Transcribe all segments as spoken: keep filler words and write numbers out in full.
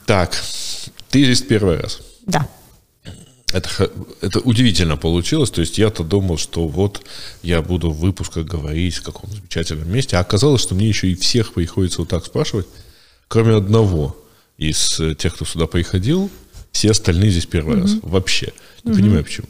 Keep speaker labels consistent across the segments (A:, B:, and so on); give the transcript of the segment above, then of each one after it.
A: Так, ты здесь первый раз.
B: Да.
A: Это, это удивительно получилось. То есть я-то думал, что вот я буду в выпусках говорить в каком-то замечательном месте. А оказалось, что мне еще и всех приходится вот так спрашивать, кроме одного из тех, кто сюда приходил. Все остальные здесь первый mm-hmm. раз. Вообще. Не mm-hmm. понимаю, почему.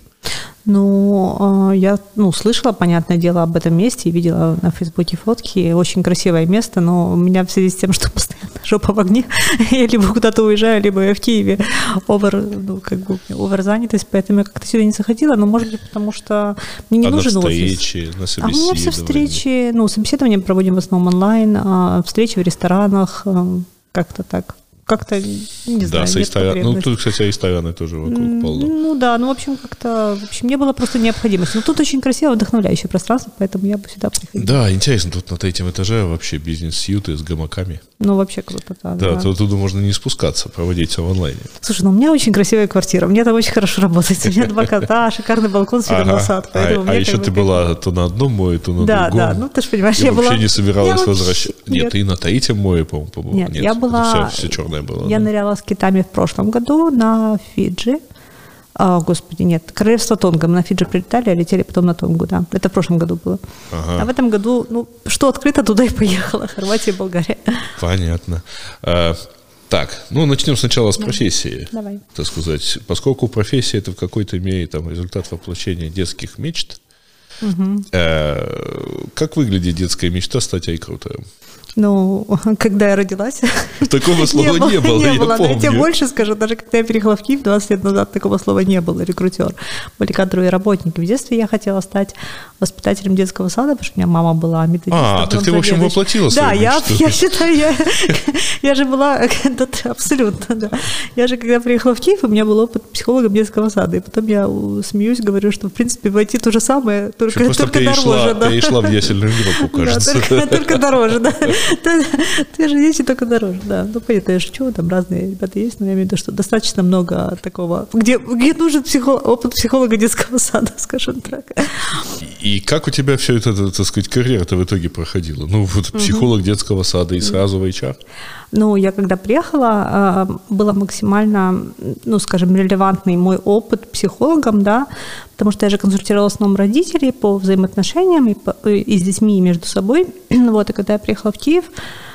B: Ну, я ну, слышала, понятное дело, об этом месте и видела на Фейсбуке фотки. Очень красивое место, но у меня в связи с тем, что постоянно жопа в огне, я либо куда-то уезжаю, либо я в Киеве овер, ну, как бы, оверзанятость, поэтому я как-то сюда не заходила, но, может быть, потому что мне не
A: а
B: нужен
A: на
B: офис.
A: встречи, на
B: А у меня все встречи, ну, собеседования проводим в основном онлайн, а встречи в ресторанах, как-то так. Как-то, не
A: да,
B: знаю, нет
A: потребности. Ну, тут, кстати, рестораны тоже вокруг
B: mm,
A: полно.
B: Ну, да, ну, в общем, как-то, в общем, не было просто необходимости. Но тут очень красиво, вдохновляющее пространство, поэтому я бы сюда приходила.
A: Да, интересно, тут на третьем этаже вообще бизнес-сьюты с гамаками.
B: Ну, вообще круто, да.
A: Да, да. Туда можно не спускаться, проводить все в онлайне.
B: Слушай, ну, у меня очень красивая квартира, мне там очень хорошо работает. У меня два кота, шикарный балкон с видом на сад.
A: А еще ты была то на одном море, то на другом.
B: Да, да, ну, ты же понимаешь, я была...
A: вообще не собиралась возвращаться. Нет, ты на третьем море, по-моему, побыла.
B: Нет, я была...
A: Все черное было.
B: Я ныряла с китами в прошлом году на Фиджи. О, господи, нет, королевство Тонга. Мы на Фиджи прилетали, а летели потом на Тонгу, да. Это в прошлом году было. Ага. А в этом году, ну, что открыто, туда и поехала. Хорватия и Болгария.
A: Понятно. А, так, ну, начнем сначала с профессии.
B: Давай.
A: Так сказать, поскольку профессия – это в какой-то мере там, результат воплощения детских мечт, угу. а, как выглядит детская мечта стать рекрутером?
B: Ну, когда я родилась...
A: Такого слова не было, не было,
B: не
A: я
B: было.
A: помню.
B: Я тебе больше скажу, даже когда я переехала в Киев двадцать лет назад, такого слова не было, рекрутер. Были кадровые работники. В детстве я хотела стать воспитателем детского сада, потому что у меня мама была методистом.
A: А, так ты, в общем, воплотила свою
B: Да, я, я считаю, я, я же была... Абсолютно, да. Я же, когда приехала в Киев, у меня был опыт психолога детского сада. И потом я смеюсь, говорю, что, в принципе, войти то же самое, только, только дороже. Да.
A: Перешла в ясельную группу, кажется.
B: Да, только, только дороже, да. Ты же дети только дороже, да. Ну, понятно, я шучу, там разные ребята есть, но я имею в виду, что достаточно много такого, где, где нужен психолог, опыт психолога детского сада, скажем так.
A: И как у тебя все это, так сказать, карьера-то в итоге проходила? Ну, вот психолог угу. детского сада и сразу в эйч ар?
B: Ну, я когда приехала, было максимально, ну, скажем, релевантный мой опыт психологом, да, потому что я же консультировала в основном родителей по взаимоотношениям и, по, и с детьми, и между собой. Вот, и когда я приехала в Киев,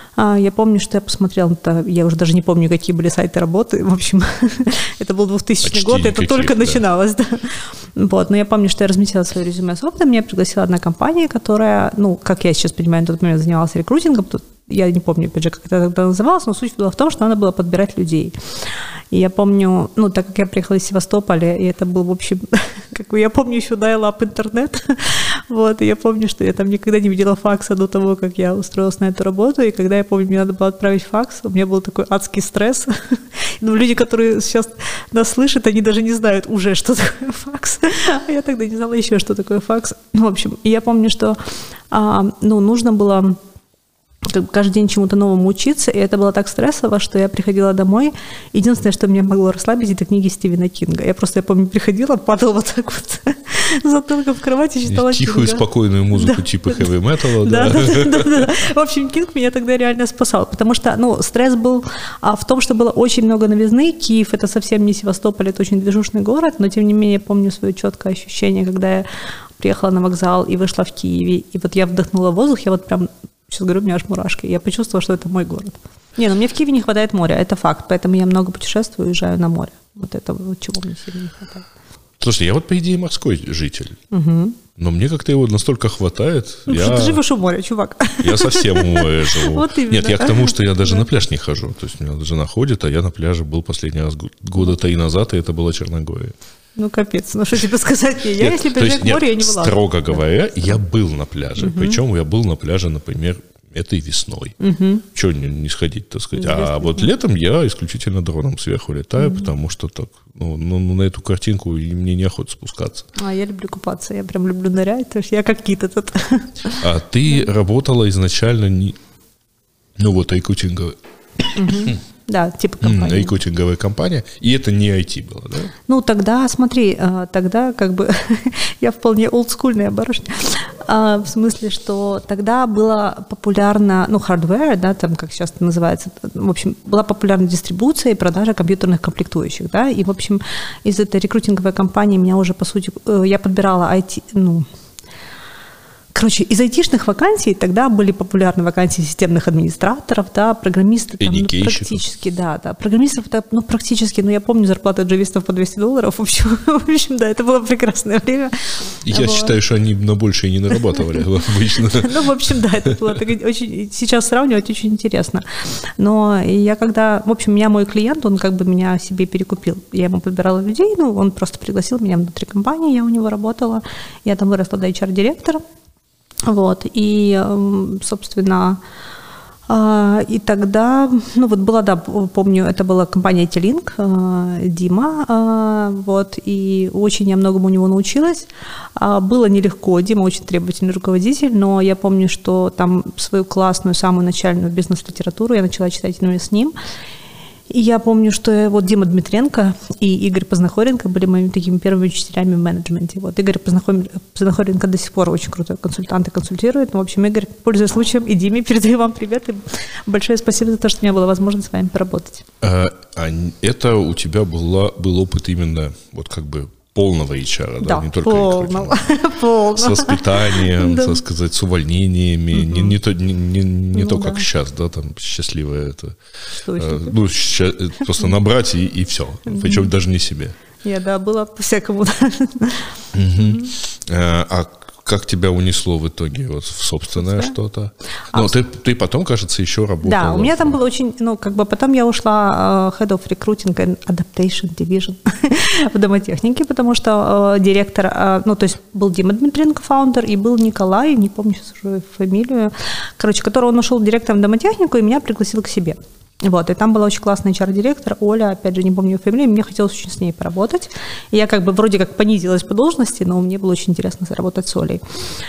B: я помню, что я посмотрела, я уже даже не помню, какие были сайты работы, в общем, это был двухтысячный год, это только да. начиналось, да. Вот, но я помню, что я разместила свое резюме с опытом, меня пригласила одна компания, которая, ну, как я сейчас понимаю, на тот момент занималась рекрутингом, тут я не помню, опять же, как это тогда называлось, но суть была в том, что надо было подбирать людей. И я помню, ну, так как я приехала из Севастополя, и это был, в общем, как бы, я помню еще dial-up интернет, вот, и я помню, что я там никогда не видела факса до того, как я устроилась на эту работу, и когда я помню, мне надо было отправить факс, у меня был такой адский стресс. Ну, люди, которые сейчас нас слышат, они даже не знают уже, что такое факс, а я тогда не знала еще, что такое факс. В общем, и я помню, что, а, ну, нужно было как бы каждый день чему-то новому учиться, и это было так стрессово, что я приходила домой. Единственное, что меня могло расслабить, это книги Стивена Кинга. Я просто, я помню, приходила, падала вот так вот затылком в кровати, читала
A: тихую,
B: Кинга.
A: Спокойную музыку да. типа хэви-металла.
B: Да, да, да, да, да. В общем, Кинг меня тогда реально спасал, потому что, ну, стресс был а, в том, что было очень много новизны. Киев — это совсем не Севастополь, это очень движущий город, но, тем не менее, я помню свое четкое ощущение, когда я приехала на вокзал и вышла в Киеве, и вот я вдохнула воздух, я вот прям... Сейчас говорю, у меня аж мурашки. Я почувствовала, что это мой город. Не, ну мне в Киеве не хватает моря, это факт. Поэтому я много путешествую, уезжаю на море. Вот это вот чего мне сильно не хватает.
A: Слушай, я вот, по идее, морской житель.
B: Угу.
A: Но мне как-то его настолько хватает.
B: Ну, я... Ты живешь у моря, чувак.
A: Я совсем у моря живу.
B: Вот именно.
A: Нет, я к тому, что я даже да. на пляж не хожу. То есть меня жена ходит, а я на пляже был последний раз года три назад, и это была Черногория.
B: Ну, капец, ну что тебе сказать? Я,
A: нет,
B: если приезжаю к морю, я не вылазу.
A: Строго говоря, я был на пляже. Угу. Причем я был на пляже, например, этой весной. Угу. Чего не, не сходить, так сказать. Известно, а вот да. летом я исключительно дроном сверху летаю, угу. потому что так, ну, ну, на эту картинку мне неохота спускаться.
B: А я люблю купаться, я прям люблю нырять, то есть я как кит этот.
A: А ты да. работала изначально, не, ну вот, рекрутинговая.
B: Угу. Да, типа компания.
A: Рекрутинговая компания, и это не ай ти было, да?
B: Ну, тогда, смотри, тогда как бы я вполне олдскульная барышня. А, в смысле, что тогда было популярно, ну, hardware, да, там, как сейчас это называется, в общем, была популярна дистрибуция и продажа компьютерных комплектующих, да, и, в общем, из этой рекрутинговой компании меня уже, по сути, я подбирала ай ти, ну, короче, из айтишных вакансий тогда были популярны вакансии системных администраторов, да, программисты, там, ну, практически, да, да, программистов, да, ну, практически, ну, я помню зарплату джавистов по двести долларов, в общем, в общем, да, это было прекрасное время.
A: Я вот. Считаю, что они на больше и не нарабатывали обычно.
B: Ну, в общем, да, это было очень, сейчас сравнивать очень интересно. Но я когда, в общем, меня мой клиент, он как бы меня себе перекупил. Я ему подбирала людей, ну, он просто пригласил меня внутри компании, я у него работала, я там выросла до эйч ар-директора. Вот, и, собственно, и тогда, ну вот была, да, помню, это была компания ай ти-Link, Дима, вот, и очень я многому у него научилась. Было нелегко, Дима очень требовательный руководитель, но я помню, что там свою классную, самую начальную бизнес-литературу я начала читать именно с ним. И я помню, что вот Дима Дмитренко и Игорь Познахоренко были моими такими первыми учителями в менеджменте. Вот Игорь Познахоренко до сих пор очень крутой консультант и консультирует. Ну, в общем, Игорь, пользуясь случаем, и Диме передаю вам привет. И большое спасибо за то, что у меня была возможность с вами поработать.
A: А, а это у тебя была, был опыт именно вот как бы полного эйч ар, да,
B: да,
A: не только
B: полного, полного.
A: С воспитанием, да. так сказать, с увольнениями, угу. не, не то, не, не, не ну, то как да. сейчас, да, там счастливое это. Что э, ну, ща, просто набрать и, и все, угу. причем даже не себе.
B: Я, да, была по-всякому.
A: Угу. А, а как тебя унесло в итоге вот в собственное Собственно? что-то? Ну, а, ты, ты потом, кажется, еще работала.
B: Да, у меня там было очень, ну, как бы потом я ушла uh, Head of Recruiting and Adaptation Division в домотехнике, потому что uh, директор, uh, ну, то есть был Дима Дмитренко, фаундер, и был Николай, не помню сейчас уже фамилию, короче, которого он ушел директором в домотехнику и меня пригласил к себе. Вот, и там была очень классная эйч ар-директор, Оля, опять же, не помню ее фамилию, мне хотелось очень с ней поработать. И я как бы вроде как понизилась по должности, но мне было очень интересно заработать с Олей.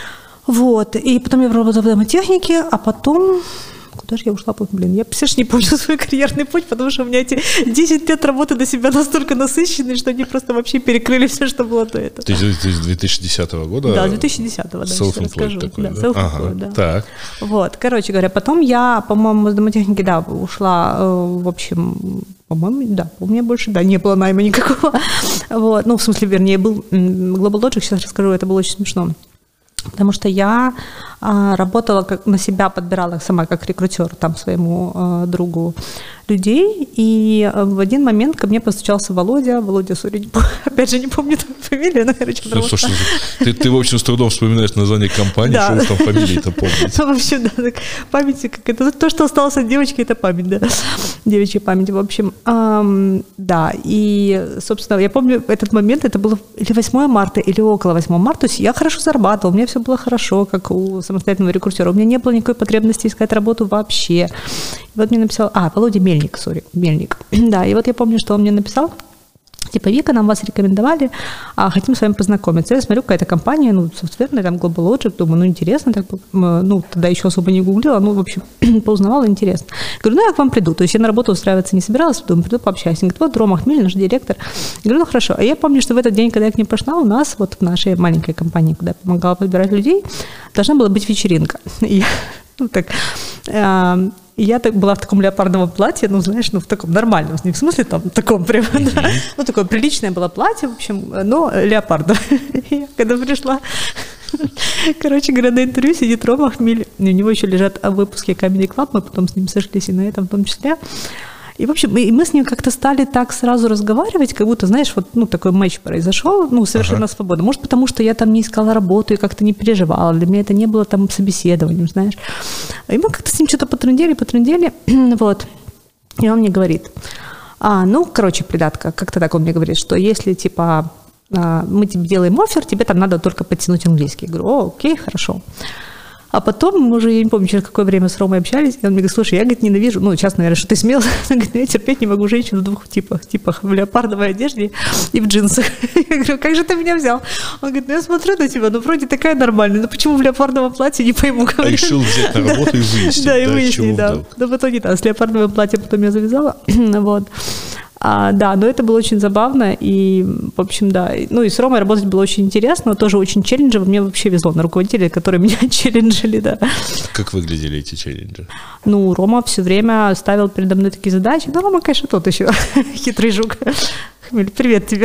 B: Вот, и потом я поработала в домотехнике, а потом... Куда же я ушла? Блин, я, все же не помню свой карьерный путь, потому что у меня эти десять лет работы на себя настолько насыщенные, что они просто вообще перекрыли все, что было до этого.
A: То есть ты с две тысячи десятого года?
B: Да, с две тысячи десятого, да, сейчас расскажу.
A: Такой,
B: да,
A: да?
B: self-employed,
A: ага,
B: да.
A: Так.
B: Вот, короче говоря, потом я, по-моему, с домотехники, да, ушла, в общем, по-моему, да, у меня больше, да, не было найма никакого. Вот, ну, в смысле, вернее, был Global Logic, сейчас расскажу, это было очень смешно. Потому что я а, работала, как, на себя подбирала сама как рекрутер там своему а, другу людей, и а, в один момент ко мне постучался Володя, Володя, сори, опять же не помню твою фамилию, но, короче,
A: ну, слушай, ты, ты, в общем, с трудом вспоминаешь название компании, да. Что вы там фамилии-то помните.
B: Ну, вообще, да, так, память, как это, то, что осталось от девочки, это память, да, девичья память, в общем, эм, да, и, собственно, я помню этот момент, это было или восьмое марта, или около восьмого марта, то есть я хорошо зарабатывала, у меня все было хорошо, как у самостоятельного рекрутера. У меня не было никакой потребности искать работу вообще. И вот мне написал, а, Володя Мельник, сори, Мельник. Да, и вот я помню, что он мне написал, типа, Вика, нам вас рекомендовали, а хотим с вами познакомиться. Я смотрю, какая-то компания, ну, софтверная, там, Global Logic, думаю, ну, интересно, так, ну, тогда еще особо не гуглила, ну, в общем, поузнавала, интересно. Говорю, ну, я к вам приду. То есть я на работу устраиваться не собиралась, думаю, приду пообщаюсь. Он говорит, вот Рома Хмель, наш директор. Я говорю, ну, хорошо. А я помню, что в этот день, когда я к ним пошла, у нас, вот в нашей маленькой компании, когда я помогала подбирать людей, должна была быть вечеринка. И я, ну, так... И я так была в таком леопардовом платье, ну, знаешь, ну, в таком нормальном, не в смысле там, в таком прям, mm-hmm. да, ну, такое приличное было платье, в общем, но леопардовое. Я когда пришла, короче говоря, на интервью сидит Рома Хмель, у него еще лежат выпуски Comedy Club, мы потом с ним сошлись и на этом в том числе. И, в общем, мы, мы с ним как-то стали так сразу разговаривать, как будто, знаешь, вот, ну, такой матч произошел, ну, совершенно ага. свободно. Может, потому что я там не искала работу и как-то не переживала. Для меня это не было там собеседованием, знаешь. И мы как-то с ним что-то потрындели, потрындели, вот. И он мне говорит, а, ну, короче, придатка, как-то так он мне говорит, что если, типа, мы тебе делаем оффер, тебе там надо только подтянуть английский. Я говорю, о, окей, хорошо. А потом мы уже, я не помню, через какое время с Ромой общались, и он мне говорит, слушай, я, говорит, ненавижу, ну, сейчас, наверное, что ты смелая, он говорит, я терпеть не могу женщин в двух типах, типах, в леопардовой одежде и в джинсах. Я говорю, как же ты меня взял? Он говорит, ну, я смотрю на тебя, ну, вроде такая нормальная, ну, почему в леопардовом платье, не пойму.
A: А решил взять на работу и выяснить,
B: да, и выяснить, да. Но в итоге, да, с леопардовым платьем потом я завязала, вот. А, да, но это было очень забавно, и, в общем, да, ну и с Ромой работать было очень интересно, тоже очень челленджево, мне вообще везло на руководителей, которые меня челленджили, да.
A: Как выглядели эти челленджи?
B: Ну, Рома все время ставил передо мной такие задачи, ну, Рома, конечно, тот еще хитрый жук. Привет тебе.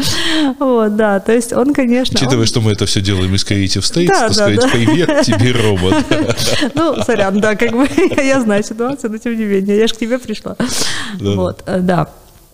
B: Вот, да, то есть он, конечно...
A: Учитывая,
B: он...
A: что мы это все делаем из Creative States,
B: да,
A: так
B: да,
A: сказать,
B: да.
A: привет тебе, робот.
B: Ну, сорян, да, как бы я знаю ситуацию, но тем не менее, я же к тебе пришла.
A: Да.
B: Вот, да.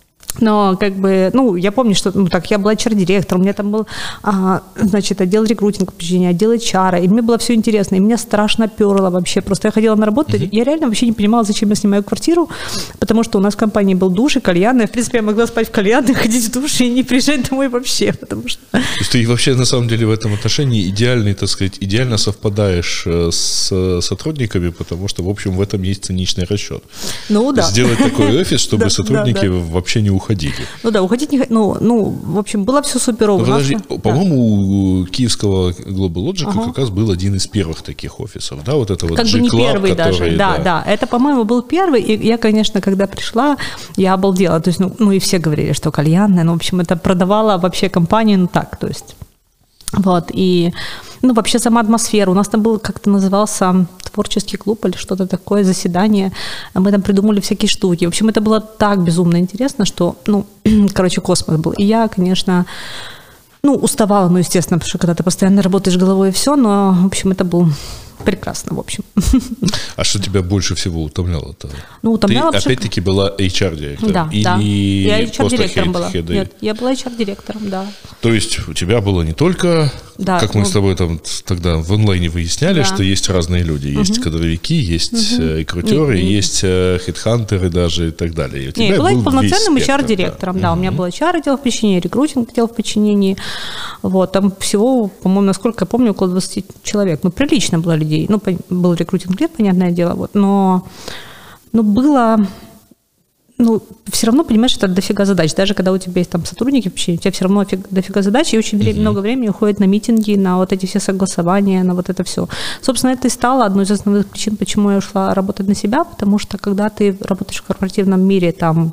B: Но как бы, ну, я помню, что, ну, так, я была эйч ар-директором, у меня там был, а, значит, отдел рекрутинга, отдел эйч ар, и мне было все интересно, и меня страшно перло вообще, просто я ходила на работу, uh-huh. я реально вообще не понимала, зачем я снимаю квартиру, потому что у нас в компании был душ и кальянная, в принципе, я могла спать в кальянной, ходить в душ и не приезжать домой вообще, потому что...
A: То есть ты вообще, на самом деле, в этом отношении идеальный, так сказать, идеально совпадаешь с сотрудниками, потому что, в общем, в этом есть циничный расчет.
B: Ну, да.
A: Сделать такой офис, чтобы сотрудники вообще не уходили.
B: Ну да, уходить не... Ну, ну, в общем, было все суперово.
A: Ну, подожди, по-моему, да. у киевского GlobalLogic ага. как раз был один из первых таких офисов, да, вот это вот
B: как бы не первый
A: который,
B: даже, да, да, да, это, по-моему, был первый, и я, конечно, когда пришла, я обалдела, то есть, ну, ну и все говорили, что кальянная, ну, в общем, это продавала вообще компанию, ну, так, то есть... Вот, и, ну, вообще сама атмосфера. У нас там был, как-то назывался, творческий клуб или что-то такое, заседание. Мы там придумали всякие штуки. В общем, это было так безумно интересно, что, ну, короче, космос был. И я, конечно, ну, уставала, ну, естественно, потому что когда ты постоянно работаешь головой и все, но, в общем, это был... Прекрасно, в общем.
A: А что тебя больше всего утомляло-то?
B: Ну, утомляло...
A: Ты, опять-таки, была эйч ар-директором?
B: Да,
A: или
B: да. Я эйч ар-директором была.
A: Хеды?
B: Нет, я была эйч ар-директором, да.
A: То есть у тебя было не только, да, как мы ну, с тобой там тогда в онлайне выясняли, да. что есть разные люди. Есть угу. кадровики, есть угу. рекрутеры, нет, есть хедхантеры даже и так далее. И у
B: нет, я была полноценным эйч ар-директором, да. да. Угу. У меня был эйч ар-отдел в подчинении, рекрутинг-отдел в подчинении. Вот, там всего, по-моему, насколько я помню, около двадцати человек. Ну, прилично было людей. Ну, был рекрутинг-лид, понятное дело, вот, но, но было, ну, все равно, понимаешь, это дофига задач, даже когда у тебя есть там сотрудники, вообще, у тебя все равно дофига задач, и очень uh-huh. много времени уходит на митинги, на вот эти все согласования, на вот это все. Собственно, это и стало одной из основных причин, почему я ушла работать на себя, потому что когда ты работаешь в корпоративном мире, там,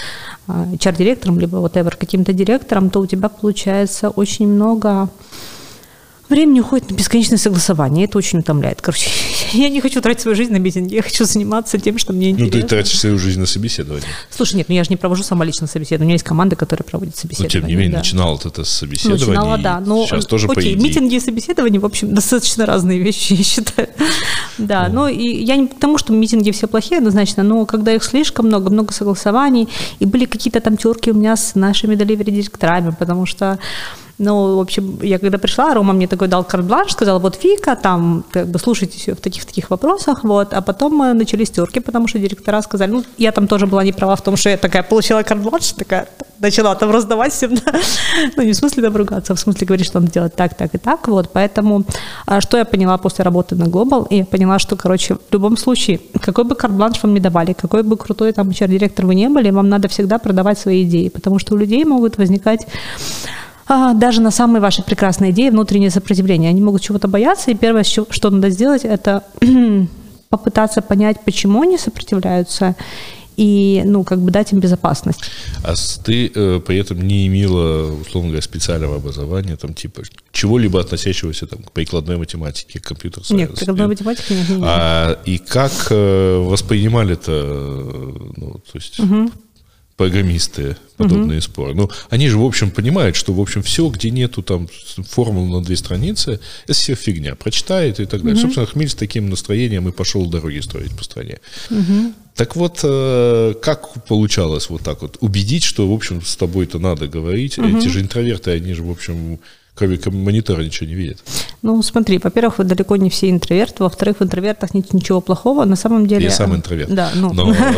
B: эйч ар-директором, либо whatever, каким-то директором, то у тебя получается очень много... Времени уходит на бесконечное согласование, это очень утомляет. Короче, я не хочу тратить свою жизнь на митинги, я хочу заниматься тем, что мне интересно.
A: Ну, ты тратишь свою жизнь на собеседование.
B: Слушай, нет, ну я же не провожу сама лично собеседование, у меня есть команда, которая проводит собеседование.
A: Но, тем не менее,
B: да.
A: начинала это с собеседования.
B: Начинала, да. Но,
A: сейчас тоже,
B: окей,
A: по идее.
B: Митинги и собеседования, в общем, достаточно разные вещи, я считаю. Да, mm. ну и я не потому, что митинги все плохие однозначно, но когда их слишком много, много согласований, и были какие-то там терки у меня с нашими деливери-директорами, потому что ну, в общем, я когда пришла, Рома мне такой дал карт-бланш, сказал, вот Вика, там, как бы, слушайте все в таких-таких вопросах, вот, а потом начались терки, потому что директора сказали, ну, я там тоже была не права в том, что я такая получила карт-бланш, такая, начала там раздавать всем, да? Ну, не в смысле там ругаться, а в смысле говорить, что надо делать так, так и так, вот, поэтому, что я поняла после работы на Global, я поняла, что, короче, в любом случае, какой бы карт-бланш вам не давали, какой бы крутой там эйч ар-директор вы не были, вам надо всегда продавать свои идеи, потому что у людей могут возникать даже на самые ваши прекрасные идеи внутреннее сопротивление. Они могут чего-то бояться, и первое, что надо сделать, это попытаться понять, почему они сопротивляются, и, ну, как бы дать им безопасность.
A: А ты э, при этом не имела, условно говоря, специального образования, там, типа, чего-либо относящегося там, к прикладной математике, к компьютер-сайенсу?
B: Нет, к прикладной математике нет. нет.
A: А, и как э, воспринимали это, ну, то есть... Угу. программисты подобные uh-huh. споры. Ну, они же, в общем, понимают, что, в общем, все, где нету там формул на две страницы, это все фигня. Прочитает и так далее. Uh-huh. Собственно, Хмель с таким настроением и пошел дороги строить по стране. Uh-huh. Так вот, как получалось вот так вот убедить, что, в общем, с тобой-то надо говорить? Uh-huh. Эти же интроверты, они же, в общем... кроме монитора ничего не видят.
B: Ну, смотри, во-первых, вы далеко не все интроверты, во-вторых, в интровертах нет ничего плохого, на самом деле...
A: Я сам интроверт.
B: Да, ну...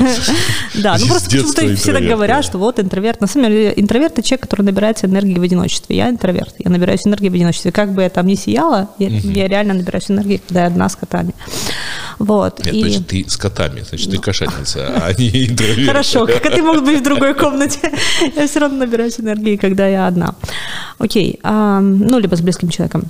B: Да, ну просто почему-то все так говорят, что вот интроверт. На самом деле, интроверт – это человек, который набирается энергии в одиночестве. Я интроверт, я набираюсь энергии в одиночестве. Как бы я там ни сияла, я реально набираюсь энергии, когда я одна с котами. Вот.
A: Нет, значит, ты с котами, значит, ты кошатница, а не интроверт.
B: Хорошо, коты могут быть в другой комнате. Я все равно набираюсь энергии, когда я одна. Окей, ну, либо с близким человеком.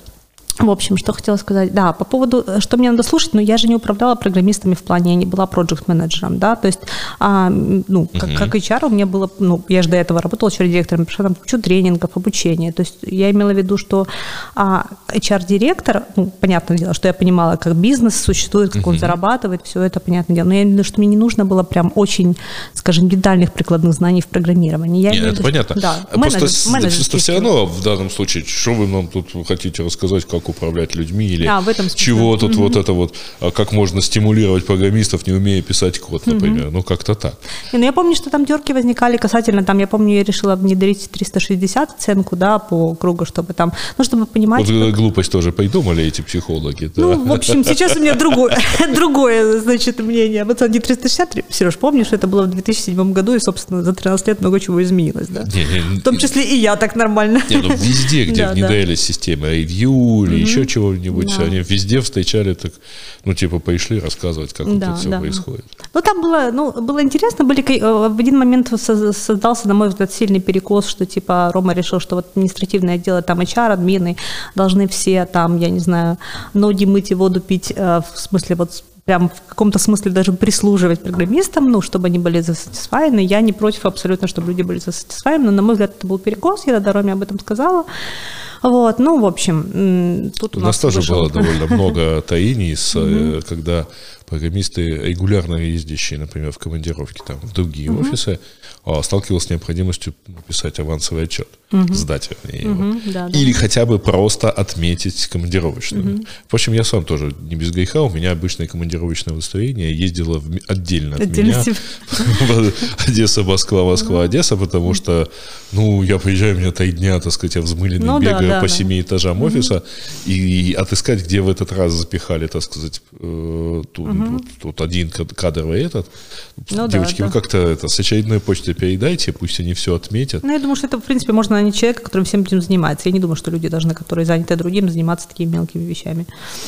B: В общем, что хотела сказать. Да, по поводу, что мне надо слушать, но я же не управляла программистами в плане, я не была проект-менеджером, да, то есть, а, ну, как, uh-huh. как эйч ар у меня было, ну, я же до этого работала эйч ар-директором, пришла там кучу тренингов, обучения, то есть я имела в виду, что а, эйч ар-директор, ну, понятное дело, что я понимала, как бизнес существует, как uh-huh. он зарабатывает, все это понятное дело, но я имею в виду, что мне не нужно было прям очень, скажем, детальных прикладных знаний в программировании. Я
A: Нет, это
B: виду,
A: понятно.
B: Что, да,
A: просто,
B: менеджер, менеджер,
A: просто все равно в данном случае, что вы нам тут хотите рассказать, как управлять людьми или а, в этом чего тут mm-hmm. вот это вот, как можно стимулировать программистов, не умея писать код, например. Mm-hmm. Ну, как-то так.
B: И, ну, я помню, что там терки возникали касательно, там, я помню, я решила внедрить триста шестьдесят оценку, да, по кругу, чтобы там, ну, чтобы понимать...
A: Вот
B: как...
A: глупость тоже придумали эти психологи. Да?
B: Ну, в общем, сейчас у меня другое, другое, значит, мнение. Вот не триста шестьдесят, Сереж, помнишь, это было в две тысячи седьмом году, и, собственно, за тринадцать лет много чего изменилось, да?
A: Не, не,
B: в том числе и я так нормально.
A: Не, ну, везде, где да, внедрялись да. системы ревью или mm-hmm. еще чего-нибудь, да. они везде встречали так, ну, типа, пришли рассказывать, как да, вот это все да. происходит.
B: Ну, там было, ну, было интересно, были, в один момент создался, на мой взгляд, сильный перекос, что, типа, Рома решил, что вот административное отдело, там, эйч ар, админы должны все, там, я не знаю, ноги мыть и воду пить, в смысле, вот, прям в каком-то смысле даже прислуживать программистам, ну, чтобы они были засатисфайны. Я не против абсолютно, чтобы люди были засатисфайны, но, на мой взгляд, это был перекос, я тогда Роме об этом сказала. Вот, ну, в общем, тут у,
A: у
B: нас...
A: нас тоже
B: вышел...
A: было довольно много таиний, когда программисты, регулярно ездящие, например, в командировки там, в другие uh-huh. офисы, сталкивался с необходимостью написать авансовый отчет, uh-huh. сдать вернее, его. Uh-huh, да, или да. хотя бы просто отметить командировочную. Uh-huh. Впрочем, я сам тоже не без греха, у меня обычное командировочное удостоверение ездило в, отдельно от Отдельно меня. Одесса, Москва, Москва, Одесса, потому что, ну, я приезжаю, у меня три дня, так сказать, я взмыленный ну, бегаю да, да, по да. семи этажам офиса, uh-huh. и отыскать, где в этот раз запихали, так сказать, э, тут, uh-huh. вот, тут один кадровый этот. Ну, девочки, да, вы да. как-то это, с очередной почтой передайте, пусть они все отметят.
B: Ну, я думаю, что это, в принципе, можно нанять человека, который всем этим занимается. Я не думаю, что люди должны, которые заняты другим, заниматься такими мелкими вещами.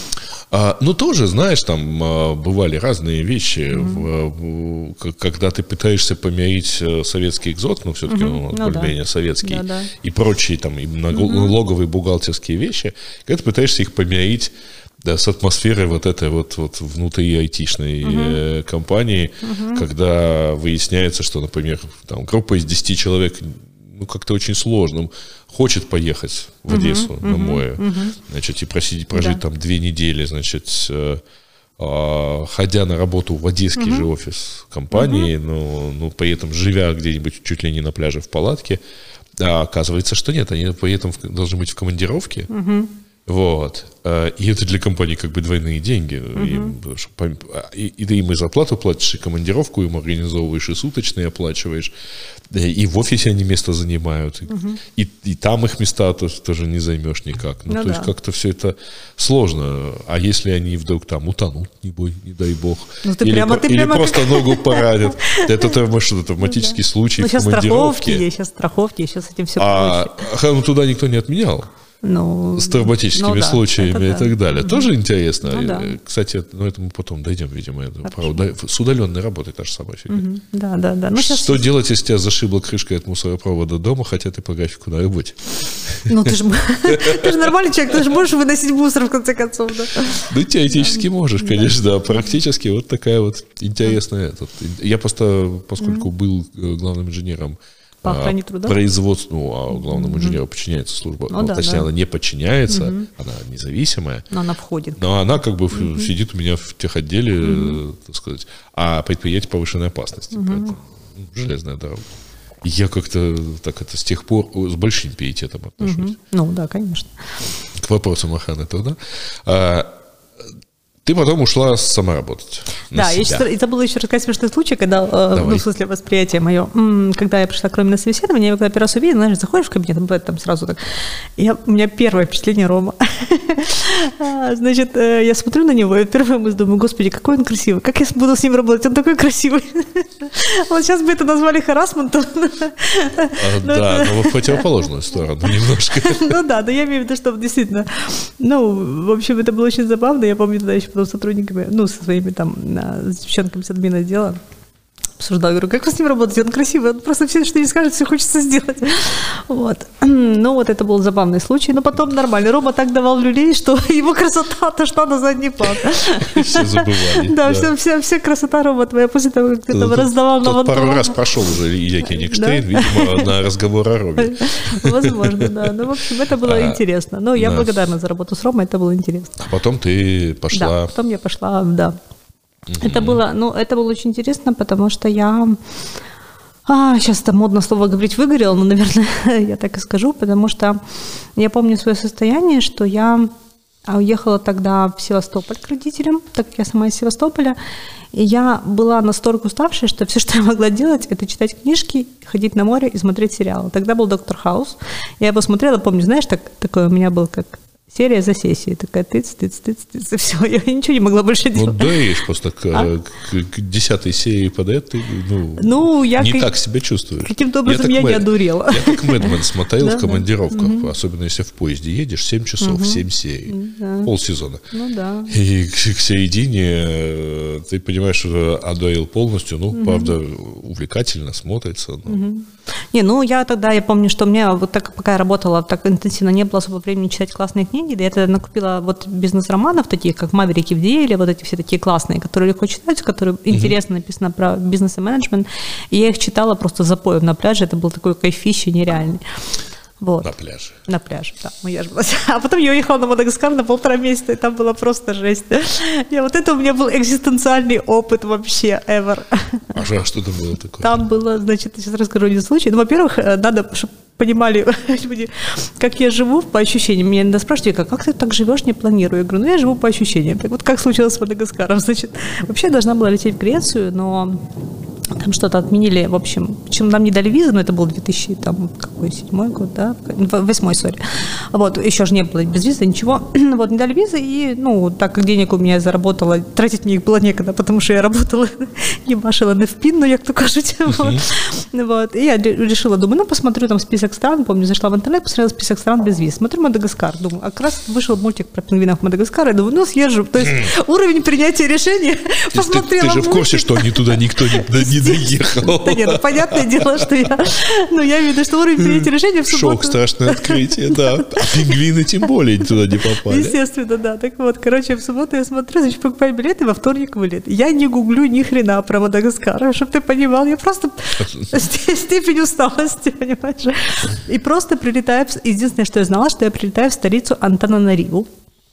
A: А, ну, тоже, знаешь, там а, бывали разные вещи. Mm-hmm. В, когда ты пытаешься помирить советский экзот, ну, все-таки mm-hmm. он ну, более-менее да. советский, да, да. и прочие там и налоговые, mm-hmm. бухгалтерские вещи, когда ты пытаешься их помирить да, с атмосферой вот этой вот, вот внутри айтишной uh-huh. э, компании, uh-huh. когда выясняется, что, например, там группа из десяти человек, ну, как-то очень сложно, хочет поехать в Одессу uh-huh. на море, uh-huh. значит, и просить, прожить да. там две недели, значит, э, э, ходя на работу в одесский uh-huh. же офис компании, uh-huh. но, но при этом живя где-нибудь чуть ли не на пляже в палатке, а оказывается, что нет, они при этом должны быть в командировке. Uh-huh. Вот. И это для компании как бы двойные деньги. Uh-huh. И, и ты им и зарплату платишь, и командировку им организовываешь, и суточные оплачиваешь. И в офисе они место занимают. Uh-huh. И, и там их места тоже, тоже не займешь никак. Ну, ну, то да. есть как-то все это сложно. А если они вдруг там утонут, не бой, не дай бог. Ну, или прямо, про, или прямо просто как... ногу поранят. Это, может, автоматический случай в командировке.
B: Страховки есть, сейчас страховки, сейчас этим все
A: проще. А туда никто не отменял. Ну, с травматическими ну, да, случаями и да. так далее. Mm-hmm. Тоже интересно. Ну, да. Кстати, ну, это мы потом дойдем, видимо. Правда. С удаленной работой та же самая фигня. Mm-hmm. Да, да, да. Ну, что сейчас... делать, если тебя зашибло крышкой от мусоропровода дома, хотя ты по графику на работе?
B: Ну, ты же нормальный человек, ты же можешь выносить мусор, в конце концов.
A: Ну, теоретически можешь, конечно, да. Практически вот такая вот интересная. Я просто, поскольку был главным инженером
B: по охране труда?
A: Производству, ну, а главному инженеру mm-hmm. подчиняется служба. Ну, ну, да, точнее, да. она не подчиняется, mm-hmm. она независимая.
B: Но она входит.
A: Но она как бы mm-hmm. сидит у меня в техотделе, mm-hmm. так сказать, а предприятие повышенной опасности. Mm-hmm. Поэтому железная дорога. И я как-то так это с тех пор с большим пиететом отношусь.
B: Mm-hmm. Ну, да, конечно.
A: К вопросам охраны труда. А, ты потом ушла сама работать.
B: Да, я еще, это был еще рассказать смешной случай, когда, Давай. ну, в смысле, восприятие мое, когда я пришла к Роме на собеседование, я когда первый раз увидела, знаешь, заходишь в кабинет, бывает там сразу так, я, у меня первое впечатление Рома. Значит, я смотрю на него, и первая мысль думаю, господи, какой он красивый, как я буду с ним работать, он такой красивый. Вот сейчас бы это назвали харассментом.
A: Да, но в противоположную сторону немножко.
B: Ну да, но я имею в виду, что действительно, ну, в общем, это было очень забавно, я помню тогда еще потом с сотрудниками, ну, со своими там, с девчонками с админа отдела, обсуждала, говорю, как вы с ним работаете, он красивый, он просто все, что не скажет, все хочется сделать. Вот. Ну, вот это был забавный случай, но потом нормально. Рома так давал люлей, что его красота отошла на задний план.
A: Все забывали.
B: Да, вся, вся, вся красота Рома твоя после того, как ты там раздавал на вантовом.
A: Пару раз прошел уже Илья Кенигштейн, видимо, на разговор о Роме.
B: Возможно, да. Ну, в общем, это было интересно. Но я благодарна за работу с Ромой, это было интересно.
A: А потом ты пошла...
B: Да, потом я пошла, да. Это было, ну, это было очень интересно, потому что я... А, сейчас это модно слово говорить выгорела, но, наверное, я так и скажу, потому что я помню свое состояние, что я уехала тогда в Севастополь к родителям, так как я сама из Севастополя, и я была настолько уставшая, что все, что я могла делать, это читать книжки, ходить на море и смотреть сериалы. Тогда был «Доктор Хаус». Я его смотрела, помню, знаешь, так, такое у меня был как... Серия за сессией, такая тыц, тыц, тыц, тыц, и все, я ничего не могла больше делать.
A: Ну, даешь просто к, а? к, к десятой серии подряд ты ну,
B: ну, я
A: не
B: как...
A: так себя чувствуешь.
B: Каким-то образом я, я не одурела.
A: Я как Мэдмен смотрел в командировках, особенно если в поезде едешь, семь часов, семь серий, полсезона.
B: Ну да.
A: И к, к середине ты понимаешь, что одурел полностью, ну, правда, увлекательно смотрится.
B: Не, ну я тогда, я помню, что у меня вот так, пока я работала так интенсивно, не было особо времени читать классные книги, да я тогда накупила вот бизнес-романов, таких как «Маверики в деле», вот эти все такие классные, которые легко читать, которые mm-hmm. интересно написано про бизнес и менеджмент, и я их читала просто запоем на пляже, это был такой кайфище нереальный. Вот.
A: На пляже.
B: На пляже, да. Ну, я же была... А потом я уехала на Мадагаскар на полтора месяца, и там была просто жесть. И вот это у меня был экзистенциальный опыт вообще, ever.
A: А что там было такое?
B: Там было, значит, сейчас расскажу один случай. Ну, во-первых, надо, чтобы понимали люди, как я живу по ощущениям. Меня иногда спрашивают, как, как ты так живешь, не планирую? Я говорю, ну, я живу по ощущениям. Так вот, как случилось с Мадагаскаром? Значит, вообще я должна была лететь в Грецию, но... Там что-то отменили, в общем, причем нам не дали визы, но это был две тысячи седьмой год, да, восьмой, сори. Вот, еще же не было без визы, ничего. Вот, не дали визы, и, ну, так как денег у меня заработала, тратить мне их было некогда, потому что я работала, ебашила на впин, як то кажуть. Вот. Вот. И я решила, думаю, ну, посмотрю там список стран, помню, зашла в интернет, посмотрела список стран без виз. Смотрю Мадагаскар, думаю, а как раз вышел мультик про пингвинов Мадагаскара, и думаю, ну, съезжу. То есть уровень принятия решения посмотрела.
A: Ты же в курсе, что они туда никто не... не доехал.
B: Да нет, ну понятное дело, что я... Ну, я виду, что уровень принятия решения в субботу...
A: Шок, страшное открытие, да. А пингвины тем более туда не попали.
B: Естественно, да. Так вот, короче, в субботу я смотрю, значит, покупаю билеты, во вторник вылет. Я не гуглю ни хрена про Мадагаскар, чтобы ты понимал. Я просто... Степень усталости, понимаешь? И просто прилетаю... Единственное, что я знала, что я прилетаю в столицу Антананариву.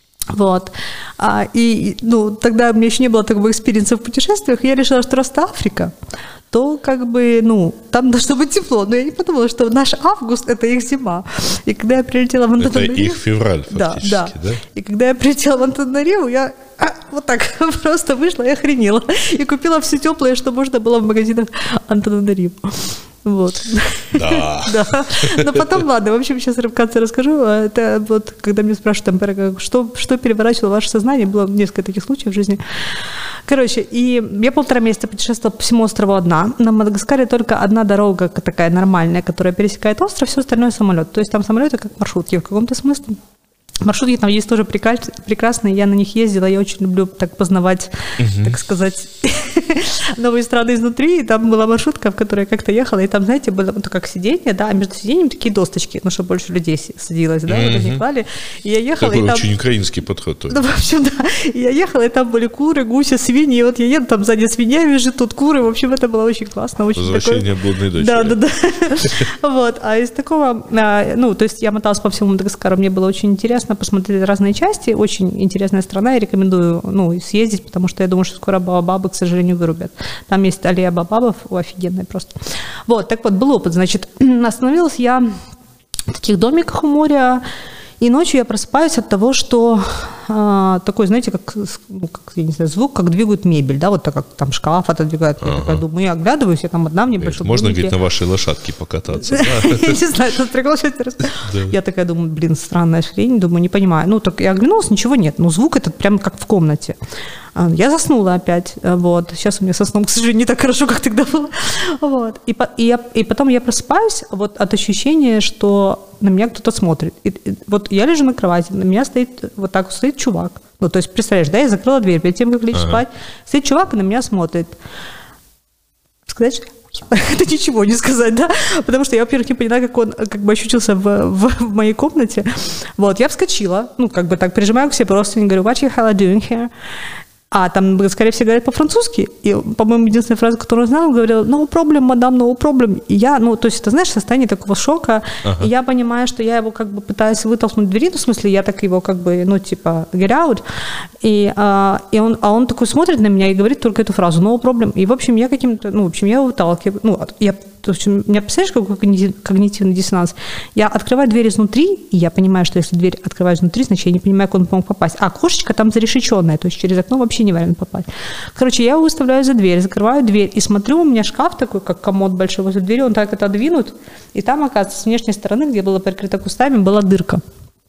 B: Вот. А, и, ну, тогда у меня еще не было такого экспириенса в путешествиях, я решила, что раз это Африка, то как бы, ну, там должно быть тепло. Но я не подумала, что наш август – это их зима. И когда я прилетела в Антанариву...
A: Это их февраль фактически,
B: да, да?
A: да?
B: И когда я прилетела в Антанариву, я а, вот так просто вышла и охренела. И купила все теплое, что можно было в магазинах Антанариву. Вот.
A: Да.
B: Да. Но потом, ладно, в общем, сейчас в конце расскажу. Это вот, когда меня спрашивают, там, что, что переворачивало ваше сознание, было несколько таких случаев в жизни. Короче, и я полтора месяца путешествовала по всему острову одна. На Мадагаскаре только одна дорога такая нормальная, которая пересекает остров, все остальное самолет. То есть там самолеты как маршрутки в каком-то смысле. Маршрутки там есть тоже прекрасные, я на них ездила, я очень люблю так познавать, uh-huh. так сказать, новые страны изнутри, и там была маршрутка, в которой я как-то ехала, и там, знаете, было ну, как сиденье, да, а между сиденьями такие досточки, ну, чтобы больше людей садилось, да, uh-huh. вот они клали, и я ехала,
A: такой
B: и там...
A: очень украинский подход.
B: Ну, в общем, да, и я ехала, и там были куры, гуси, свиньи, и вот я еду, там сзади свинья вяжет, тут куры, в общем, это было очень классно, очень
A: Возвращение
B: такое...
A: блудной дочери.
B: Да, да, да, вот, а из такого, ну, то есть я моталась по всему Мадагаскару, мне было очень интересно посмотреть разные части. Очень интересная страна. Я рекомендую ну, съездить, потому что я думаю, что скоро баобабы, к сожалению, вырубят. Там есть аллея баобабов, офигенная просто. Вот, так вот, был опыт. Значит, остановилась я в таких домиках у моря, и ночью я просыпаюсь от того, что а, такой, знаете, как, ну, как, я не знаю, звук, как двигают мебель, да, вот так как там шкаф отодвигают. Ага. Я такая думаю, я оглядываюсь, я там одна в небольшом
A: Можно,
B: домике.
A: говорит, на вашей лошадке покататься.
B: Я не знаю, тут прикол сейчас рассказать. Я такая думаю, блин, странная хрень, думаю, не понимаю. Ну, так я оглянулась, ничего нет, но звук этот прям как в комнате. Я заснула опять, вот. Сейчас у меня со сном, к сожалению, не так хорошо, как тогда было. Вот. И, и, я, и потом я просыпаюсь вот от ощущения, что на меня кто-то смотрит. И, и, вот я лежу на кровати, на меня стоит вот так стоит чувак. Ну, то есть, представляешь, да, я закрыла дверь перед тем, как лечь ага. спать. Стоит чувак и на меня смотрит. сказать, что это ничего не сказать, да, потому что я, во-первых, не поняла, как он как бы ощутился в, в, в моей комнате. Вот, я вскочила, ну, как бы так, прижимаю к себе просто, говорю, what you hell are doing here? А там, скорее всего, говорят по-французски. И, по-моему, единственная фраза, которую я знала, говорила, no problem, мадам, no problem. И я, ну, то есть, ты знаешь, состояние такого шока. Ага. И я понимаю, что я его как бы пытаюсь вытолкнуть в двери, ну, в смысле, я так его как бы, ну, типа, get out. И, а, и он, а он такой смотрит на меня и говорит только эту фразу, no problem. И, в общем, я каким-то, ну, в общем, я его выталкиваю. Ну, я, в общем, у меня, представляешь, какой когнитивный диссонанс? Я открываю дверь изнутри, и я понимаю, что если дверь открываю изнутри, значит, я не понимаю, как он мог попасть. А окошечко там зарешеченное, то есть через окно вообще не вариант попасть. Короче, я его выставляю за дверь, закрываю дверь и смотрю, у меня шкаф такой, как комод большой возле двери, он так отодвинут, и там, оказывается, с внешней стороны, где было прикрыто кустами, была дырка.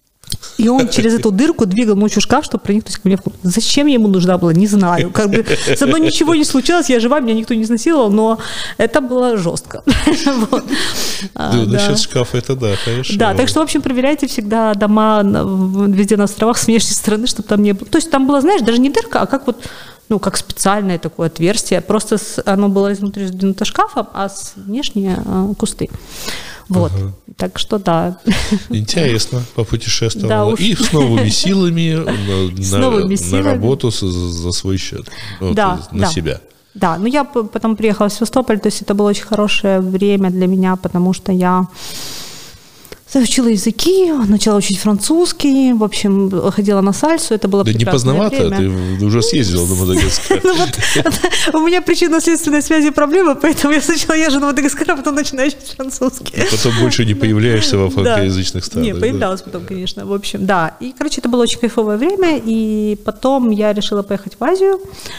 B: И он через эту дырку двигал ночью шкаф, чтобы проникнуть ко мне в комнату. Зачем ему нужна была, не знаю. Как бы со мной ничего не случилось, я жива, меня никто не изнасиловал, но это было жестко. Вот.
A: Да, да. Насчет шкафа это да, конечно.
B: Да, так что, в общем, проверяйте всегда дома везде на островах с внешней стороны, чтобы там не было. То есть там было, знаешь, даже не дырка, а как вот, ну, как специальное такое отверстие. Просто с, оно было изнутри сдвинуто шкафом, а с внешние а, кусты. Вот, ага. Так что да.
A: Интересно, попутешествовала. Да, и с новыми силами, на, с новыми на, силами. На работу за, за свой счет, вот, да, на да. себя.
B: Да, но я потом приехала в Севастополь, то есть это было очень хорошее время для меня, потому что я заучила языки, начала учить французский, в общем, ходила на сальсу, это было
A: да
B: прекрасное время.
A: Да не поздновато, ты уже съездила на Мадагаскар.
B: У меня причинно-следственной связи проблемы, поэтому я сначала езжу на Мадагаскар, а потом начинаю учить французский.
A: Потом больше не появляешься во франкоязычных странах.
B: Не, появлялась потом, конечно, в общем, да. И, короче, это было очень кайфовое время, и потом я решила поехать в Азию.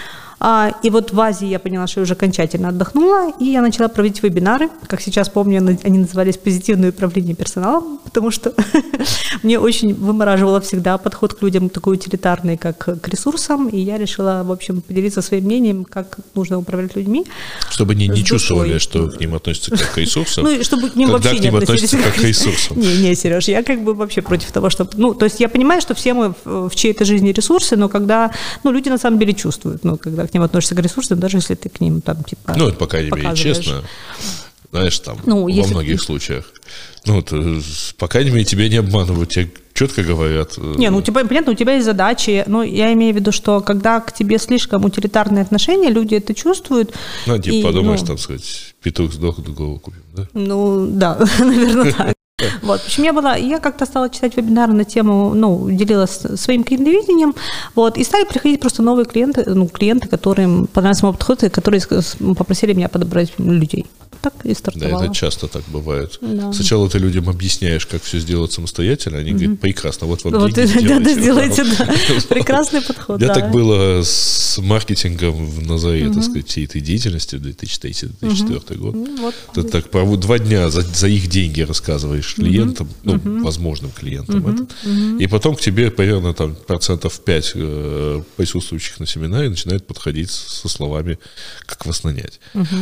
B: И вот в Азии я поняла, что я уже окончательно отдохнула, и я начала проводить вебинары. Как сейчас помню, они назывались «Позитивное управление персоналом», потому что мне очень вымораживало всегда подход к людям такой утилитарный, как к ресурсам, и я решила, в общем, поделиться своим мнением, как нужно управлять людьми.
A: Чтобы они не чувствовали, что к ним относятся как к ресурсам,
B: ну, и чтобы к ним
A: когда
B: вообще
A: к ним
B: не
A: относятся как к ресурсам.
B: Не, не, Сереж, я как бы вообще против того, чтобы... Ну, то есть я понимаю, что все мы в чьей-то жизни ресурсы, но когда... Ну, люди на самом деле чувствуют, ну, когда к ним относишься к ресурсам, даже если ты к ним там типа
A: ну, это, по крайней мере, честно, знаешь, там, ну, во многих ты... случаях. Ну, ты, по крайней мере, тебя не обманывают, тебе четко говорят.
B: Не, ну, у тебя, понятно, у тебя есть задачи, но я имею в виду, что когда к тебе слишком утилитарные отношения, люди это чувствуют.
A: Ну, типа, и, подумаешь, ну, там, сказать, петух сдох, голову купим, да?
B: Ну, да, наверное, так. Вот, в общем, я была, я как-то стала читать вебинары на тему, ну, делилась своим клиентовидением, вот, и стали приходить просто новые клиенты, ну, клиенты, которым понравился мой подход, и которые попросили меня подобрать людей. Так и стартовала.
A: Да, это часто так бывает. Да. Сначала ты людям объясняешь, как все сделать самостоятельно, они mm-hmm. говорят, прекрасно, вот вам вот, деньги,
B: да, да, сделайте, да. Прекрасный подход,
A: да.
B: Да,
A: так было с маркетингом в Назаре, так сказать, всей этой деятельности, две тысячи третий — две тысячи четвёртый год. Ты так два дня за их деньги рассказываешь клиентам, ну, возможным клиентам это, и потом к тебе примерно там процентов пять присутствующих на семинаре начинают подходить со словами, как вас нанять.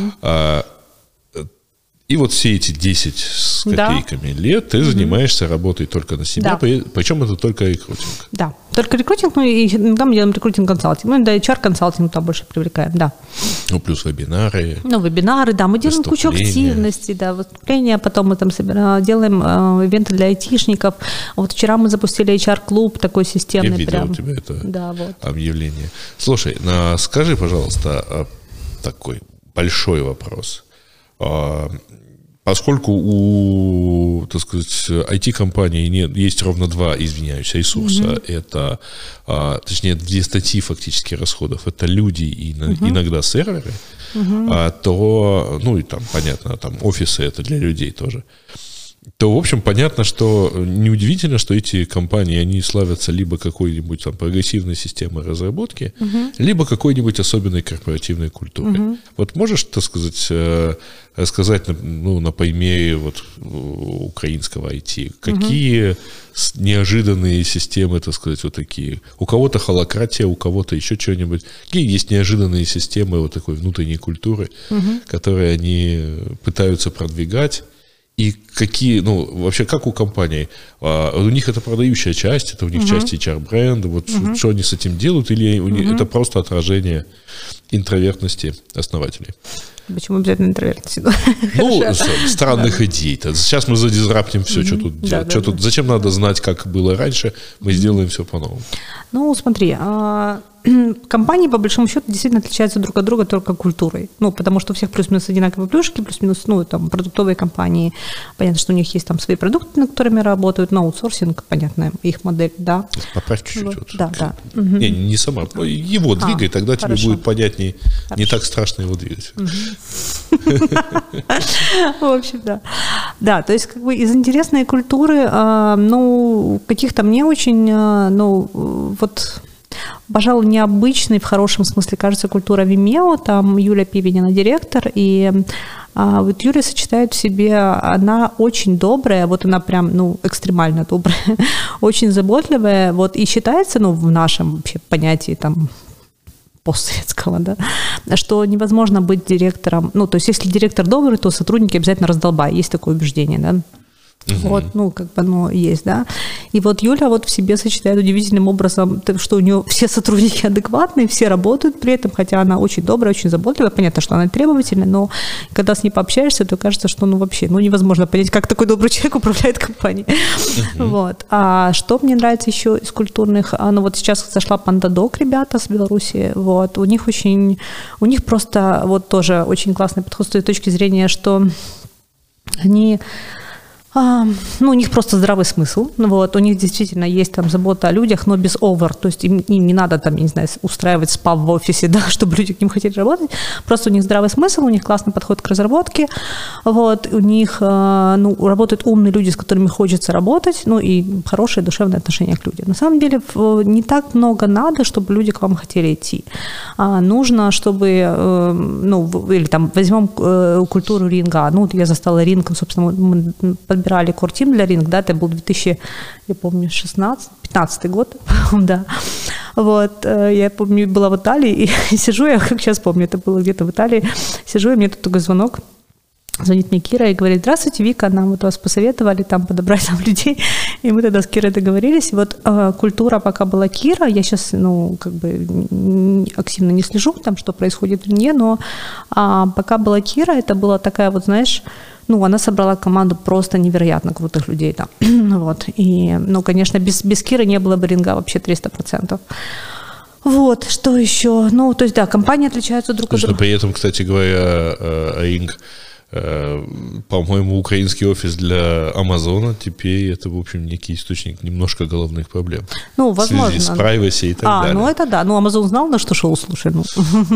A: И вот все эти десять с копейками да. лет ты занимаешься работой только на себя, да. причем это только рекрутинг.
B: Да, только рекрутинг, ну и иногда мы делаем рекрутинг-консалтинг, ну и да, эйч ар-консалтинг там больше привлекаем, да.
A: Ну плюс вебинары.
B: Ну вебинары, да, мы делаем кучу активностей, да, выступления, потом мы там собираем, делаем э, ивенты для айтишников. Вот вчера мы запустили эйч ар-клуб такой системный.
A: Я видел
B: прям.
A: у тебя это
B: да, вот.
A: объявление. Слушай, ну, скажи, пожалуйста, такой большой вопрос. Поскольку у, так сказать, ай ти-компаний нет, есть ровно два, извиняюсь, ресурса, mm-hmm. это, а, точнее, две статьи фактически расходов, это люди и mm-hmm. иногда серверы, mm-hmm. а, то, ну и там, понятно, там офисы это для людей тоже, то, в общем, понятно, что неудивительно, что эти компании, они славятся либо какой-нибудь там прогрессивной системой разработки, uh-huh. либо какой-нибудь особенной корпоративной культурой. Uh-huh. Вот можешь, так сказать, рассказать ну, на примере вот украинского ай ти, какие uh-huh. неожиданные системы, так сказать, вот такие. У кого-то холократия, у кого-то еще что-нибудь. Какие есть неожиданные системы вот такой внутренней культуры, uh-huh. которые они пытаются продвигать? И какие, ну, вообще, как у компаний? А, у них это продающая часть, это у них uh-huh. часть эйч ар-бренда, вот uh-huh. что они с этим делают, или у них uh-huh. это просто отражение интровертности основателей?
B: Почему обязательно интерверт?
A: Ну, странных да. идей-то. Сейчас мы задизраптим все, mm-hmm. что тут делать. Да, что да, тут, да. Зачем надо знать, как было раньше? Мы mm-hmm. сделаем все по-новому.
B: Ну, смотри, компании, по большому счету, действительно отличаются друг от друга только культурой. Ну, потому что у всех плюс-минус одинаковые плюшки, плюс-минус, ну, там, продуктовые компании. Понятно, что у них есть там свои продукты, над которыми работают, но аутсорсинг, понятно, их модель, да.
A: Поправь чуть-чуть. Вот. Вот.
B: Да, да.
A: Не, не сама, его двигай, а, тогда хорошо. Тебе будет понятнее, хорошо. Не так страшно его двигать.
B: В общем, да. Да, то есть, как бы из интересной культуры, ну, каких-то мне очень, ну, вот... Пожалуй, необычный, в хорошем смысле, кажется, культура Vimeo. Там Юля Пивенина директор, и а, вот Юля сочетает в себе, она очень добрая, вот она прям, ну, экстремально добрая, очень заботливая, вот, и считается, ну, в нашем вообще понятии, там, постсоветского, да, что невозможно быть директором, ну, то есть, если директор добрый, то сотрудники обязательно раздолбай, есть такое убеждение, да. Угу. Вот, ну, как бы оно есть, да. И вот Юля вот в себе сочетает удивительным образом, что у нее все сотрудники адекватные, все работают при этом, хотя она очень добрая, очень заботливая. Понятно, что она требовательная, но когда с ней пообщаешься, то кажется, что ну вообще, ну невозможно понять, как такой добрый человек управляет компанией. Угу. Вот. А что мне нравится еще из культурных, а, ну вот сейчас зашла PandaDoc, ребята с Беларуси, вот, у них очень, у них просто вот тоже очень классный подход с той точки зрения, что они... А, ну, у них просто здравый смысл, вот, у них действительно есть там забота о людях, но без овер, то есть им, им не надо там, я не знаю, устраивать спа в офисе, да, чтобы люди к ним хотели работать, просто у них здравый смысл, у них классный подход к разработке, вот, у них, ну, работают умные люди, с которыми хочется работать, ну, и хорошие душевные отношения к людям. На самом деле не так много надо, чтобы люди к вам хотели идти. А нужно, чтобы, ну, или там возьмем культуру ринга, ну, вот я застала ринг, собственно, мы подбирали core-team для Ring, да, это был две тысячи, я помню, шестнадцатый, пятнадцатый год, да, вот, я помню, была в Италии, и сижу, я как сейчас помню, это было где-то в Италии, сижу, и мне тут такой звонок, звонит мне Кира и говорит: здравствуйте, Вика, нам вот вас посоветовали там подобрать там людей, и мы тогда с Кирой договорились. Вот э, культура пока была Кира, я сейчас, ну, как бы активно не слежу там, что происходит в ней, но а, пока была Кира, это была такая вот, знаешь, ну, она собрала команду просто невероятно крутых людей там, вот, и, ну, конечно, без, без Киры не было бы ринга вообще триста процентов. Вот, что еще? Ну, то есть, да, компании отличаются друг от друга.
A: При этом, кстати говоря, Ринг, по-моему, украинский офис для Амазона теперь это, в общем, некий источник немножко головных проблем.
B: Ну, возможно.
A: В связи с privacy и так
B: а,
A: далее.
B: А, ну это да. Ну, Амазон знал, на что шел, слушай. Ну.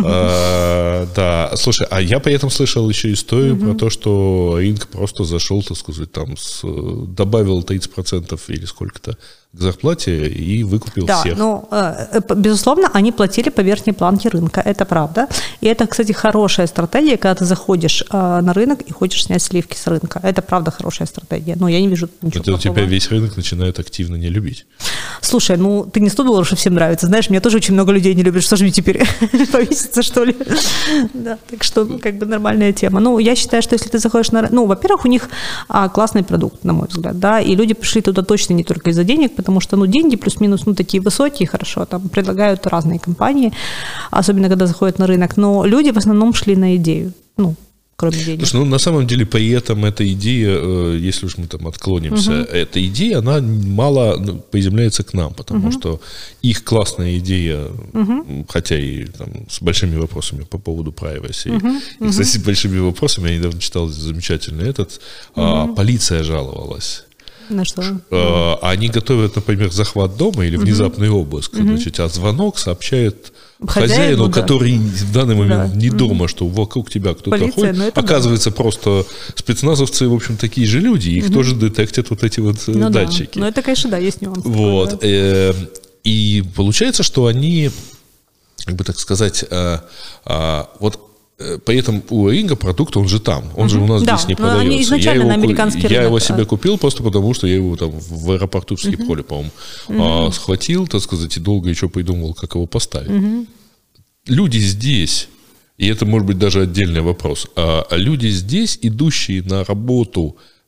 A: А, да, слушай, а я при этом слышал еще историю про то, что Ринг просто зашел, так сказать, там, с, добавил тридцать процентов или сколько-то к зарплате и выкупил
B: да,
A: всех.
B: Ну, безусловно, они платили по верхней планке рынка, это правда. И это, кстати, хорошая стратегия, когда ты заходишь на рынок и хочешь снять сливки с рынка. Это правда хорошая стратегия. Но я не вижу ничего
A: это
B: плохого.
A: У тебя весь рынок начинает активно не любить.
B: Слушай, ну ты не сто долларов, что всем нравится. Знаешь, меня тоже очень много людей не любят. Что же мне теперь повеситься, что ли? Да, так что, ну, как бы нормальная тема. Ну, я считаю, что если ты заходишь на... Ну, во-первых, у них а, классный продукт, на мой взгляд, да, и люди пришли туда точно не только из-за денег, потому что, ну, деньги плюс-минус, ну, такие высокие, хорошо, там предлагают разные компании, особенно когда заходят на рынок, но люди в основном шли на идею, ну, кроме денег.
A: Слушай, ну, на самом деле, при этом эта идея, если уж мы там отклонимся, угу. эта идея, она мало приземляется к нам, потому угу. что их классная идея, угу. хотя и там, с большими вопросами по поводу privacy, угу. и, кстати, с большими вопросами, я недавно читал замечательный этот, угу. а, полиция жаловалась.
B: На что?
A: А, они готовят, например, захват дома или внезапный угу. обыск, угу. значит, а звонок сообщает хозяину, хозяину да. который в данный момент да. не угу. дома, что вокруг тебя кто-то Полиция, ходит. Оказывается, да. просто спецназовцы, в общем, такие же люди, их угу. тоже детектят вот эти вот ну, датчики.
B: Да. Ну, это, конечно, да, есть нюанс.
A: Вот. Да. И получается, что они, как бы так сказать, вот при этом у Ринга продукт, он же там, он uh-huh. же у нас да, здесь не продается.
B: Они изначально я его, на американский
A: я
B: рынок.
A: Я его себе купил просто потому, что я его там в аэропорту в Скип-Холле, uh-huh. по-моему, uh-huh. схватил, так сказать, и долго еще придумывал, как его поставить. Uh-huh. Люди здесь, и это может быть даже отдельный вопрос, а люди здесь, идущие на работу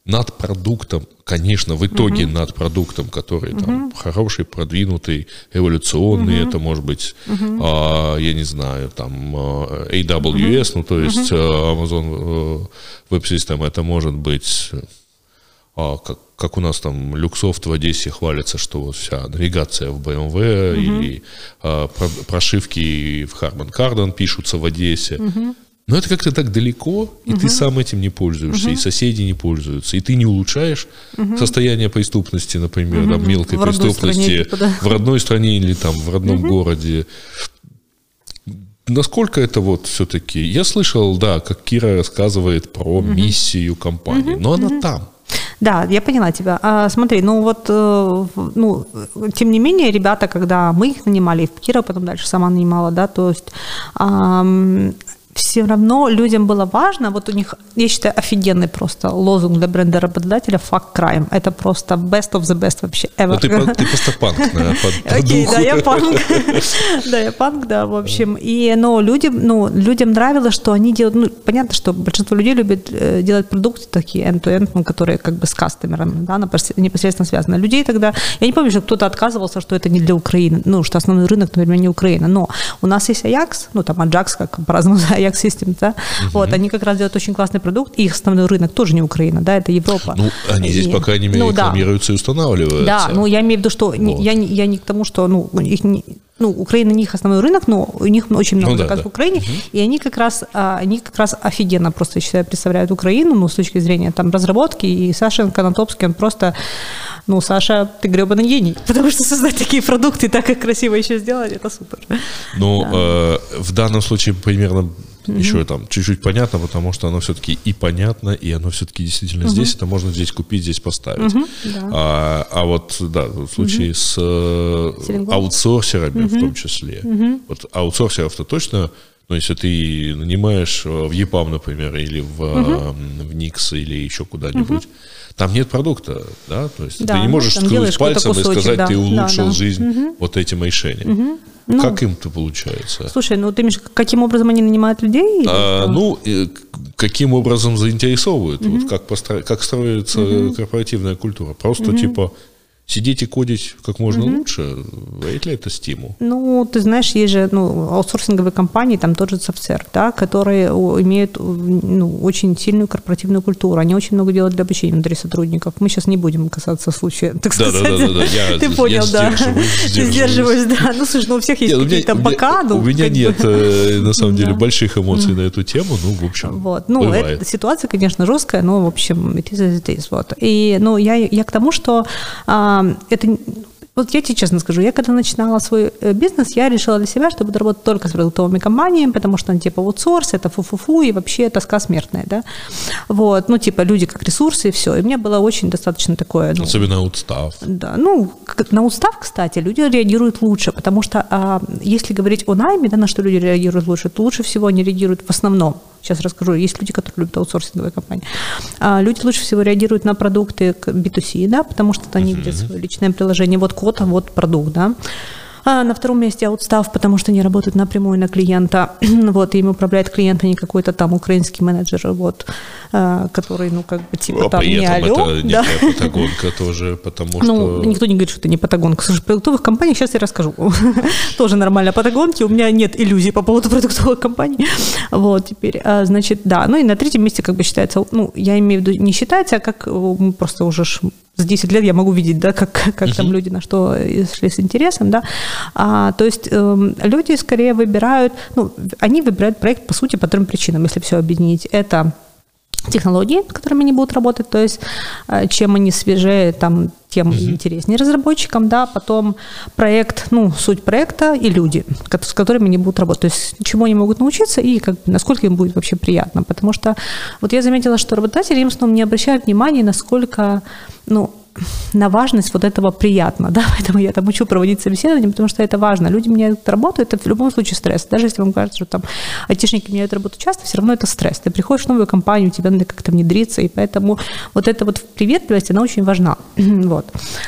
A: над продуктом, конечно, в итоге uh-huh. над продуктом, который uh-huh. там хороший, продвинутый, эволюционный, uh-huh. это может быть, uh-huh. а, я не знаю, там эй дабл ю эс, uh-huh. ну то есть uh-huh. Amazon Web System, это может быть, а, как, как у нас там Люксофт в Одессе хвалится, что вот вся навигация в бэ эм вэ uh-huh. или а, про, прошивки в Harman Kardon пишутся в Одессе. Uh-huh. Но это как-то так далеко, и uh-huh. ты сам этим не пользуешься, uh-huh. и соседи не пользуются, и ты не улучшаешь uh-huh. состояние преступности, например, uh-huh. там, мелкой в преступности стране, в родной стране или там в родном uh-huh. городе. Насколько это вот все-таки... Я слышал, да, как Кира рассказывает про uh-huh. миссию компании, uh-huh. но она uh-huh. там.
B: Да, я поняла тебя. А, смотри, ну вот, ну, тем не менее, ребята, когда мы их нанимали, и Кира потом дальше сама нанимала, да, то есть... Ам, все равно людям было важно, вот у них, я считаю, офигенный просто лозунг для бренда работодателя «Fuck crime». Это просто best of the best вообще ever.
A: Ну, ты, ты просто панк, наверное, по, по
B: Окей, да, я панк. Да, я панк, да, в общем. И, но людям, ну, людям нравилось, что они делают, ну, понятно, что большинство людей любит делать продукты такие end-to-end, ну, которые как бы с кастомерами, да, непосредственно связаны. Людей тогда, я не помню, что кто-то отказывался, что это не для Украины, ну, что основной рынок, например, не Украина, но у нас есть Ajax, ну, там Ajax, как по-разному, Ajax Systems, да, uh-huh. вот, они как раз делают очень классный продукт, их основной рынок тоже не Украина, да, это Европа.
A: Ну, они и, здесь, по крайней мере, ну, рекламируются да. и устанавливаются.
B: Да, ну, я имею в виду, что вот. не, я, не, я не к тому, что, ну, их не, ну, Украина не их основной рынок, но у них очень много ну, заказов да, да. в Украине, uh-huh. и они как раз, они как раз офигенно просто, я считаю, представляют Украину, ну, с точки зрения там разработки, и Саша Конотопский, он просто, ну, Саша, ты гребаный гений, потому что создать такие продукты, так как красиво еще сделать, это супер.
A: Ну, да. э, в данном случае примерно mm-hmm. еще там чуть-чуть понятно, потому что оно все-таки и понятно, и оно все-таки действительно mm-hmm. здесь, это можно здесь купить, здесь поставить. Mm-hmm. Да. А, а вот, да, в случае mm-hmm. с э, аутсорсерами mm-hmm. в том числе, mm-hmm. вот аутсорсеров-то точно, ну, если ты нанимаешь в ЕПАМ, например, или в, mm-hmm. в Никс, или еще куда-нибудь, mm-hmm. там нет продукта, да, то есть да, ты не можешь ткнуть пальцем кусочек, и сказать, да, ты улучшил да, да. жизнь mm-hmm. вот этим решением. Mm-hmm. Ну, как им-то получается?
B: Слушай, ну ты, Миш, каким образом они нанимают людей?
A: А, ну, каким образом заинтересовывают? Mm-hmm. Вот как, постро... как строится mm-hmm. корпоративная культура? Просто mm-hmm. типа сидеть и кодить как можно mm-hmm. лучше, вряд ли это стимул? Ну,
B: ты знаешь, есть же ну, аутсорсинговые компании, там тот же SoftServe, да, которые имеют ну, очень сильную корпоративную культуру. Они очень много делают для обучения внутри сотрудников. Мы сейчас не будем касаться случая, так сказать.
A: Да-да-да.
B: Ты понял, да. Ты сдерживаюсь, да. Ну, слушай, ну у всех есть какие-то бока.
A: У меня нет, на самом деле, больших эмоций на эту тему, ну, в общем,
B: вот. Ну, ситуация, конечно, жесткая, но, в общем, it is as it is. Вот. И, ну, я к тому, что это, вот я тебе честно скажу, я когда начинала свой бизнес, я решила для себя, что буду работать только с продуктовыми компаниями, потому что, ну, типа, аутсорс, это фу-фу-фу, и вообще тоска смертная, да, вот, ну, типа, люди как ресурсы, и все, и мне было очень достаточно такое, ну,
A: особенно аутстав.
B: Да, ну, на аутстав, кстати, люди реагируют лучше, потому что, а, если говорить о найме, да, на что люди реагируют лучше, то лучше всего они реагируют в основном. Сейчас расскажу. Есть люди, которые любят аутсорсинговые компании. А люди лучше всего реагируют на продукты би ту си, да, потому что они видят свое личное приложение. Вот код, а вот продукт, да. А на втором месте аутстав, потому что они работают напрямую на клиента. Вот, и им управляет клиент, а не какой-то там украинский менеджер, вот, который, ну, как бы, типа, а там, не алло.
A: Это да. некая патагонка тоже, потому что...
B: Ну, никто не говорит, что это не патагонка. Слушай, в продуктовых компаниях сейчас я расскажу. Тоже нормально патагонки. У меня нет иллюзий по поводу продуктовых компаний. Вот, теперь, значит, да. Ну, и на третьем месте, как бы, считается, ну, я имею в виду, не считается, а как мы просто уже с десять лет я могу видеть, да, как, как uh-huh. там люди на что шли с интересом, да. А, то есть э, люди скорее выбирают, ну, они выбирают проект по сути по трем причинам, если все объединить. Это технологии, которыми они будут работать, то есть чем они свежее, там, тем uh-huh. интереснее разработчикам, да, потом проект, ну, суть проекта и люди, с которыми они будут работать, то есть чему они могут научиться и как, насколько им будет вообще приятно, потому что вот я заметила, что работодатели им в основном не обращают внимания, насколько, ну, на важность вот этого приятно, да, поэтому я там учу проводить собеседование, потому что это важно. Люди меняют работу, это в любом случае стресс. Даже если вам кажется, что там айтишники меняют работу часто, все равно это стресс. Ты приходишь в новую компанию, тебе надо как-то внедриться, и поэтому вот эта вот приветливость, она очень важна. Вот.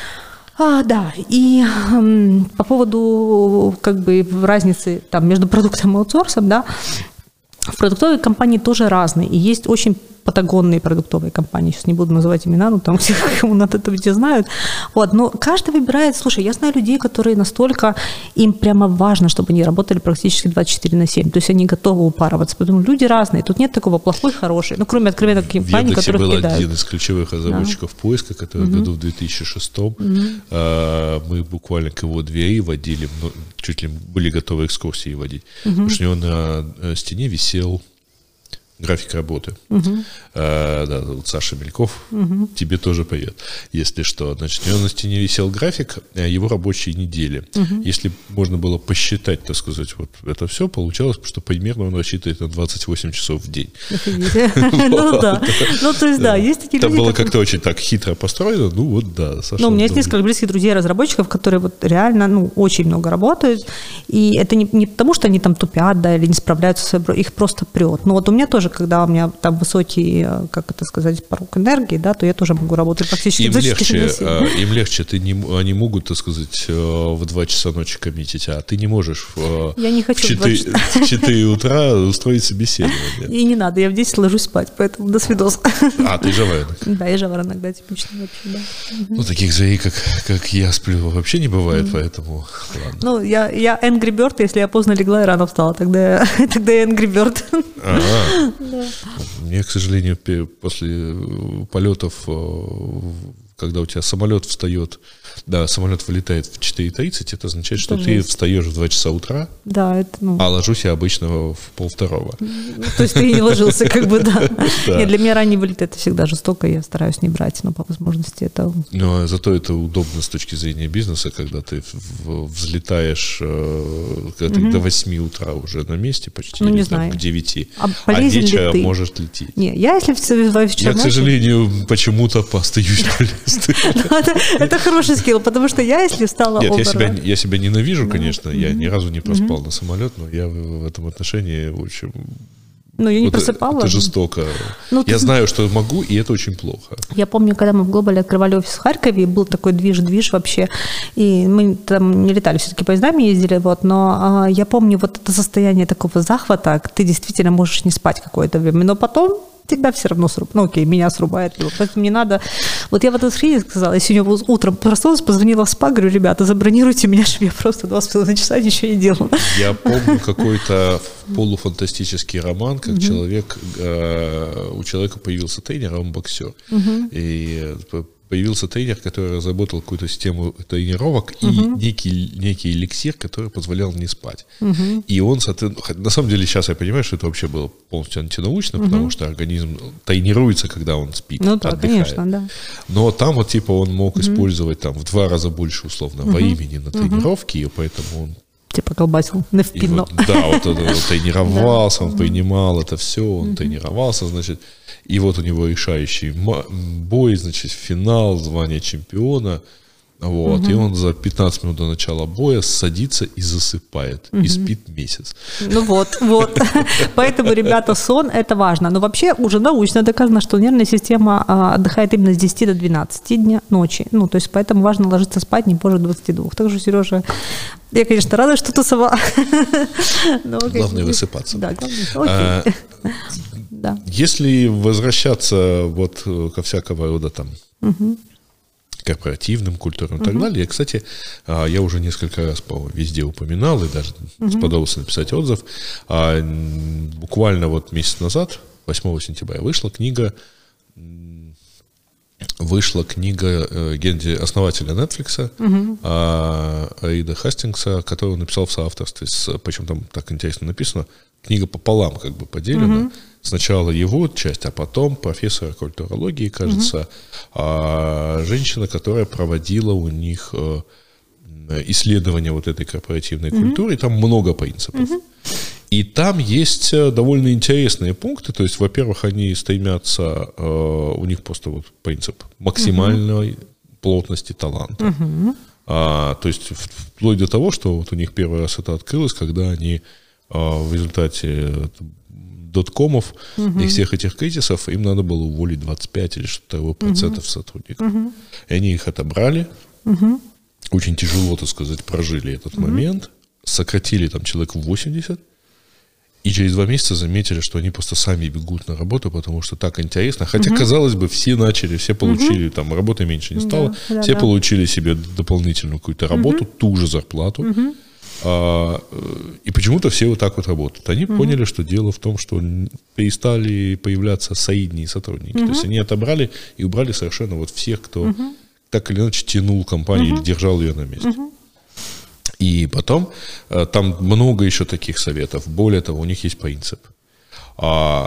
B: А, да, и м, по поводу как бы разницы там между продуктом и аутсорсом, да, в продуктовой компании тоже разные, и есть очень патагонные продуктовые компании, сейчас не буду называть имена, но там все, кому надо, это все знают. Вот, но каждый выбирает, слушай, я знаю людей, которые настолько, им прямо важно, чтобы они работали практически двадцать четыре на семь, то есть они готовы упарываться, потому что люди разные, тут нет такого плохой, хороший, ну, кроме откровенно компаний, которые
A: был
B: кидают.
A: один из ключевых разработчиков да. поиска, который угу. году в две тысячи шестом угу. а, мы буквально к его двери водили, ну, чуть ли были готовы экскурсии водить, угу. потому что у него на стене висел график работы. Uh-huh. А, да, вот Саша Мельков, uh-huh. тебе тоже привет. Если что, значит, у него на стене висел график его рабочей недели. Uh-huh. Если можно было посчитать, так сказать, вот это все, получалось, что примерно он рассчитывает на двадцать восемь часов в день.
B: Ну да. Ну то есть да, есть такие люди.
A: Это было как-то очень так хитро построено, ну вот да.
B: Ну у меня есть несколько близких друзей-разработчиков, которые вот реально, ну, очень много работают, и это не потому, что они там тупят, да, или не справляются с собой, их просто прет. Но вот у меня тоже, когда у меня там высокий, как это сказать, порог энергии, да, то я тоже могу работать практически
A: им легче, им легче, ты не, они могут, так сказать, в два часа ночи коммитить, а ты не можешь в,
B: я не хочу
A: в четыре утра устроить собеседование.
B: И не надо, я в десять ложусь спать, поэтому до свидос.
A: А, ты жаворонок.
B: Да, я жаворонок, да, типично вообще, да.
A: Ну, таких зверей, как, как я сплю, вообще не бывает, mm-hmm. поэтому ладно.
B: Ну, я, я Angry Bird, если я поздно легла и рано встала, тогда, тогда я Angry Bird.
A: Ага. Да. Мне, к сожалению, после полетов, когда у тебя самолет встает, да, самолет вылетает в четыре тридцать, это означает, что это ты жесть. Встаешь в два часа утра,
B: да, это, ну...
A: а ложусь я обычно в полвторого.
B: То есть ты и не ложился, как бы, да. Нет, для меня ранний вылет это всегда жестоко, я стараюсь не брать, но по возможности это...
A: Но зато это удобно с точки зрения бизнеса, когда ты взлетаешь до восьми утра уже на месте почти, или к девяти, а вечером можешь лететь.
B: Не, я если в вечер
A: Я, к сожалению, почему-то остаюсь полезным.
B: Это хороший скилл, потому что я, если встала
A: Нет, я себя, я себя ненавижу, конечно, mm-hmm. я ни разу не проспал mm-hmm. на самолет, но я в этом отношении, в общем...
B: Ну, я не
A: вот
B: просыпала.
A: Это жестоко. Ну, я ты... знаю, что могу, и это очень плохо.
B: Я помню, когда мы в Глобале открывали офис в Харькове, был такой движ-движ вообще, и мы там не летали, все-таки поездами ездили, вот, но а, я помню вот это состояние такого захвата, ты действительно можешь не спать какое-то время, но потом тебя все равно срубает. Ну, окей, меня срубает. Поэтому не надо... Вот я в этом скрине сказала, я сегодня утром проснулась, позвонила в СПА, говорю, ребята, забронируйте меня, чтобы я просто два с половиной часа ничего не делала.
A: Я помню какой-то полуфантастический роман, как угу. человек... Э, у человека появился тренер, а он боксер. Угу. И... появился тренер, который разработал какую-то систему тренировок uh-huh. и некий, некий эликсир, который позволял не спать. Uh-huh. И он, на самом деле, сейчас я понимаю, что это вообще было полностью антинаучно, uh-huh. потому что организм тренируется, когда он спит, ну, да, отдыхает. Конечно, да. Но там вот типа он мог uh-huh. использовать там в два раза больше условно uh-huh. времени на тренировки, uh-huh. и поэтому он
B: типа колбасил на впину.
A: Вот, да, вот он, он тренировался, он принимал это все, он тренировался, значит, и вот у него решающий бой, значит, финал, звание чемпиона, вот, угу. и он за пятнадцать минут до начала боя садится и засыпает, угу. и спит месяц.
B: Ну вот, вот, поэтому, ребята, сон – это важно, но вообще уже научно доказано, что нервная система отдыхает именно с десяти до двенадцати дня ночи, ну, то есть поэтому важно ложиться спать не позже двадцати двух. Так что, Сережа, я, конечно, рада, что ты сова.
A: Главное высыпаться.
B: Да, главное. Окей. Да.
A: Если возвращаться вот ко всякого рода там угу. корпоративным культурам и угу. так далее, я, кстати, я уже несколько раз, по-моему, везде упоминал и даже угу. сподобился написать отзыв. Буквально вот месяц назад, восьмого сентября, вышла книга Вышла книга э, основателя Netflix, uh-huh. э, Рида Хастингса, которую он написал в соавторстве, с, причем там так интересно написано, книга пополам как бы поделена. Uh-huh. Сначала его часть, а потом профессора культурологии, кажется, uh-huh. э, женщина, которая проводила у них э, исследование вот этой корпоративной uh-huh. культуры, и там много принципов. Uh-huh. И там есть довольно интересные пункты. То есть, во-первых, они стремятся, э, у них просто вот принцип максимальной uh-huh. плотности таланта. Uh-huh. А, то есть, вплоть до того, что вот у них первый раз это открылось, когда они а, в результате доткомов uh-huh. и всех этих кризисов им надо было уволить двадцать пять или что-то процентов uh-huh. сотрудников. Uh-huh. И они их отобрали. Uh-huh. Очень тяжело, так сказать, прожили этот uh-huh. момент. Сократили там человек восемьдесят. И через два месяца заметили, что они просто сами бегут на работу, потому что так интересно. Хотя, угу. казалось бы, все начали, все получили, угу. там работы меньше не стало, да, все да, получили да. себе дополнительную какую-то работу, угу. ту же зарплату. Угу. А, и почему-то все вот так вот работают. Они угу. поняли, что дело в том, что перестали появляться соидние сотрудники. Угу. То есть они отобрали и убрали совершенно вот всех, кто угу. так или иначе тянул компанию угу. или держал ее на месте. Угу. И потом, там много еще таких советов. Более того, у них есть принцип. А,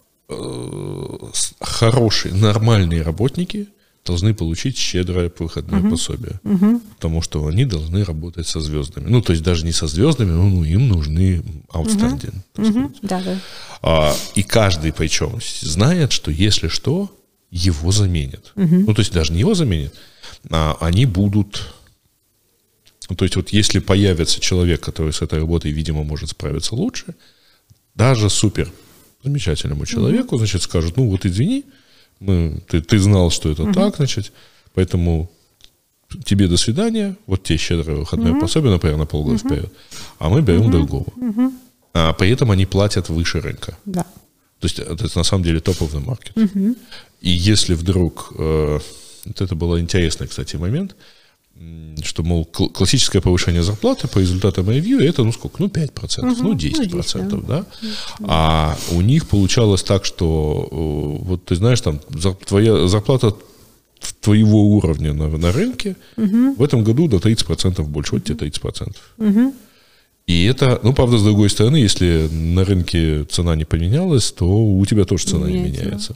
A: э, хорошие, нормальные работники должны получить щедрое выходное uh-huh. пособие. Uh-huh. Потому что они должны работать со звездами. Ну, то есть даже не со звездами, но ну, им нужны outstanding. Uh-huh. Uh-huh. Да, да. А, и каждый, причем, знает, что если что, его заменят. Uh-huh. Ну, то есть даже не его заменят, а они будут... Ну, то есть вот если появится человек, который с этой работой, видимо, может справиться лучше, даже супер замечательному человеку, mm-hmm. значит, скажут, ну вот извини, мы, ты, ты знал, что это mm-hmm. так, значит, поэтому тебе до свидания, вот тебе щедрое выходное mm-hmm. пособие, например, на полгода mm-hmm. вперед, а мы берем mm-hmm. другого. Mm-hmm. А при этом они платят выше рынка. Да. То есть это на самом деле топ of the market. Mm-hmm. И если вдруг, э, вот это был интересный, кстати, момент, что, мол, классическое повышение зарплаты по результатам ревью это, ну, сколько? Ну, пять процентов, угу, ну, десять процентов, да? да? А у них получалось так, что, вот ты знаешь, там, твоя зарплата твоего уровня на, на рынке угу. в этом году до тридцать процентов больше, вот тебе тридцать процентов. Угу. И это, ну, правда, с другой стороны, если на рынке цена не поменялась, то у тебя тоже цена не, не меняется.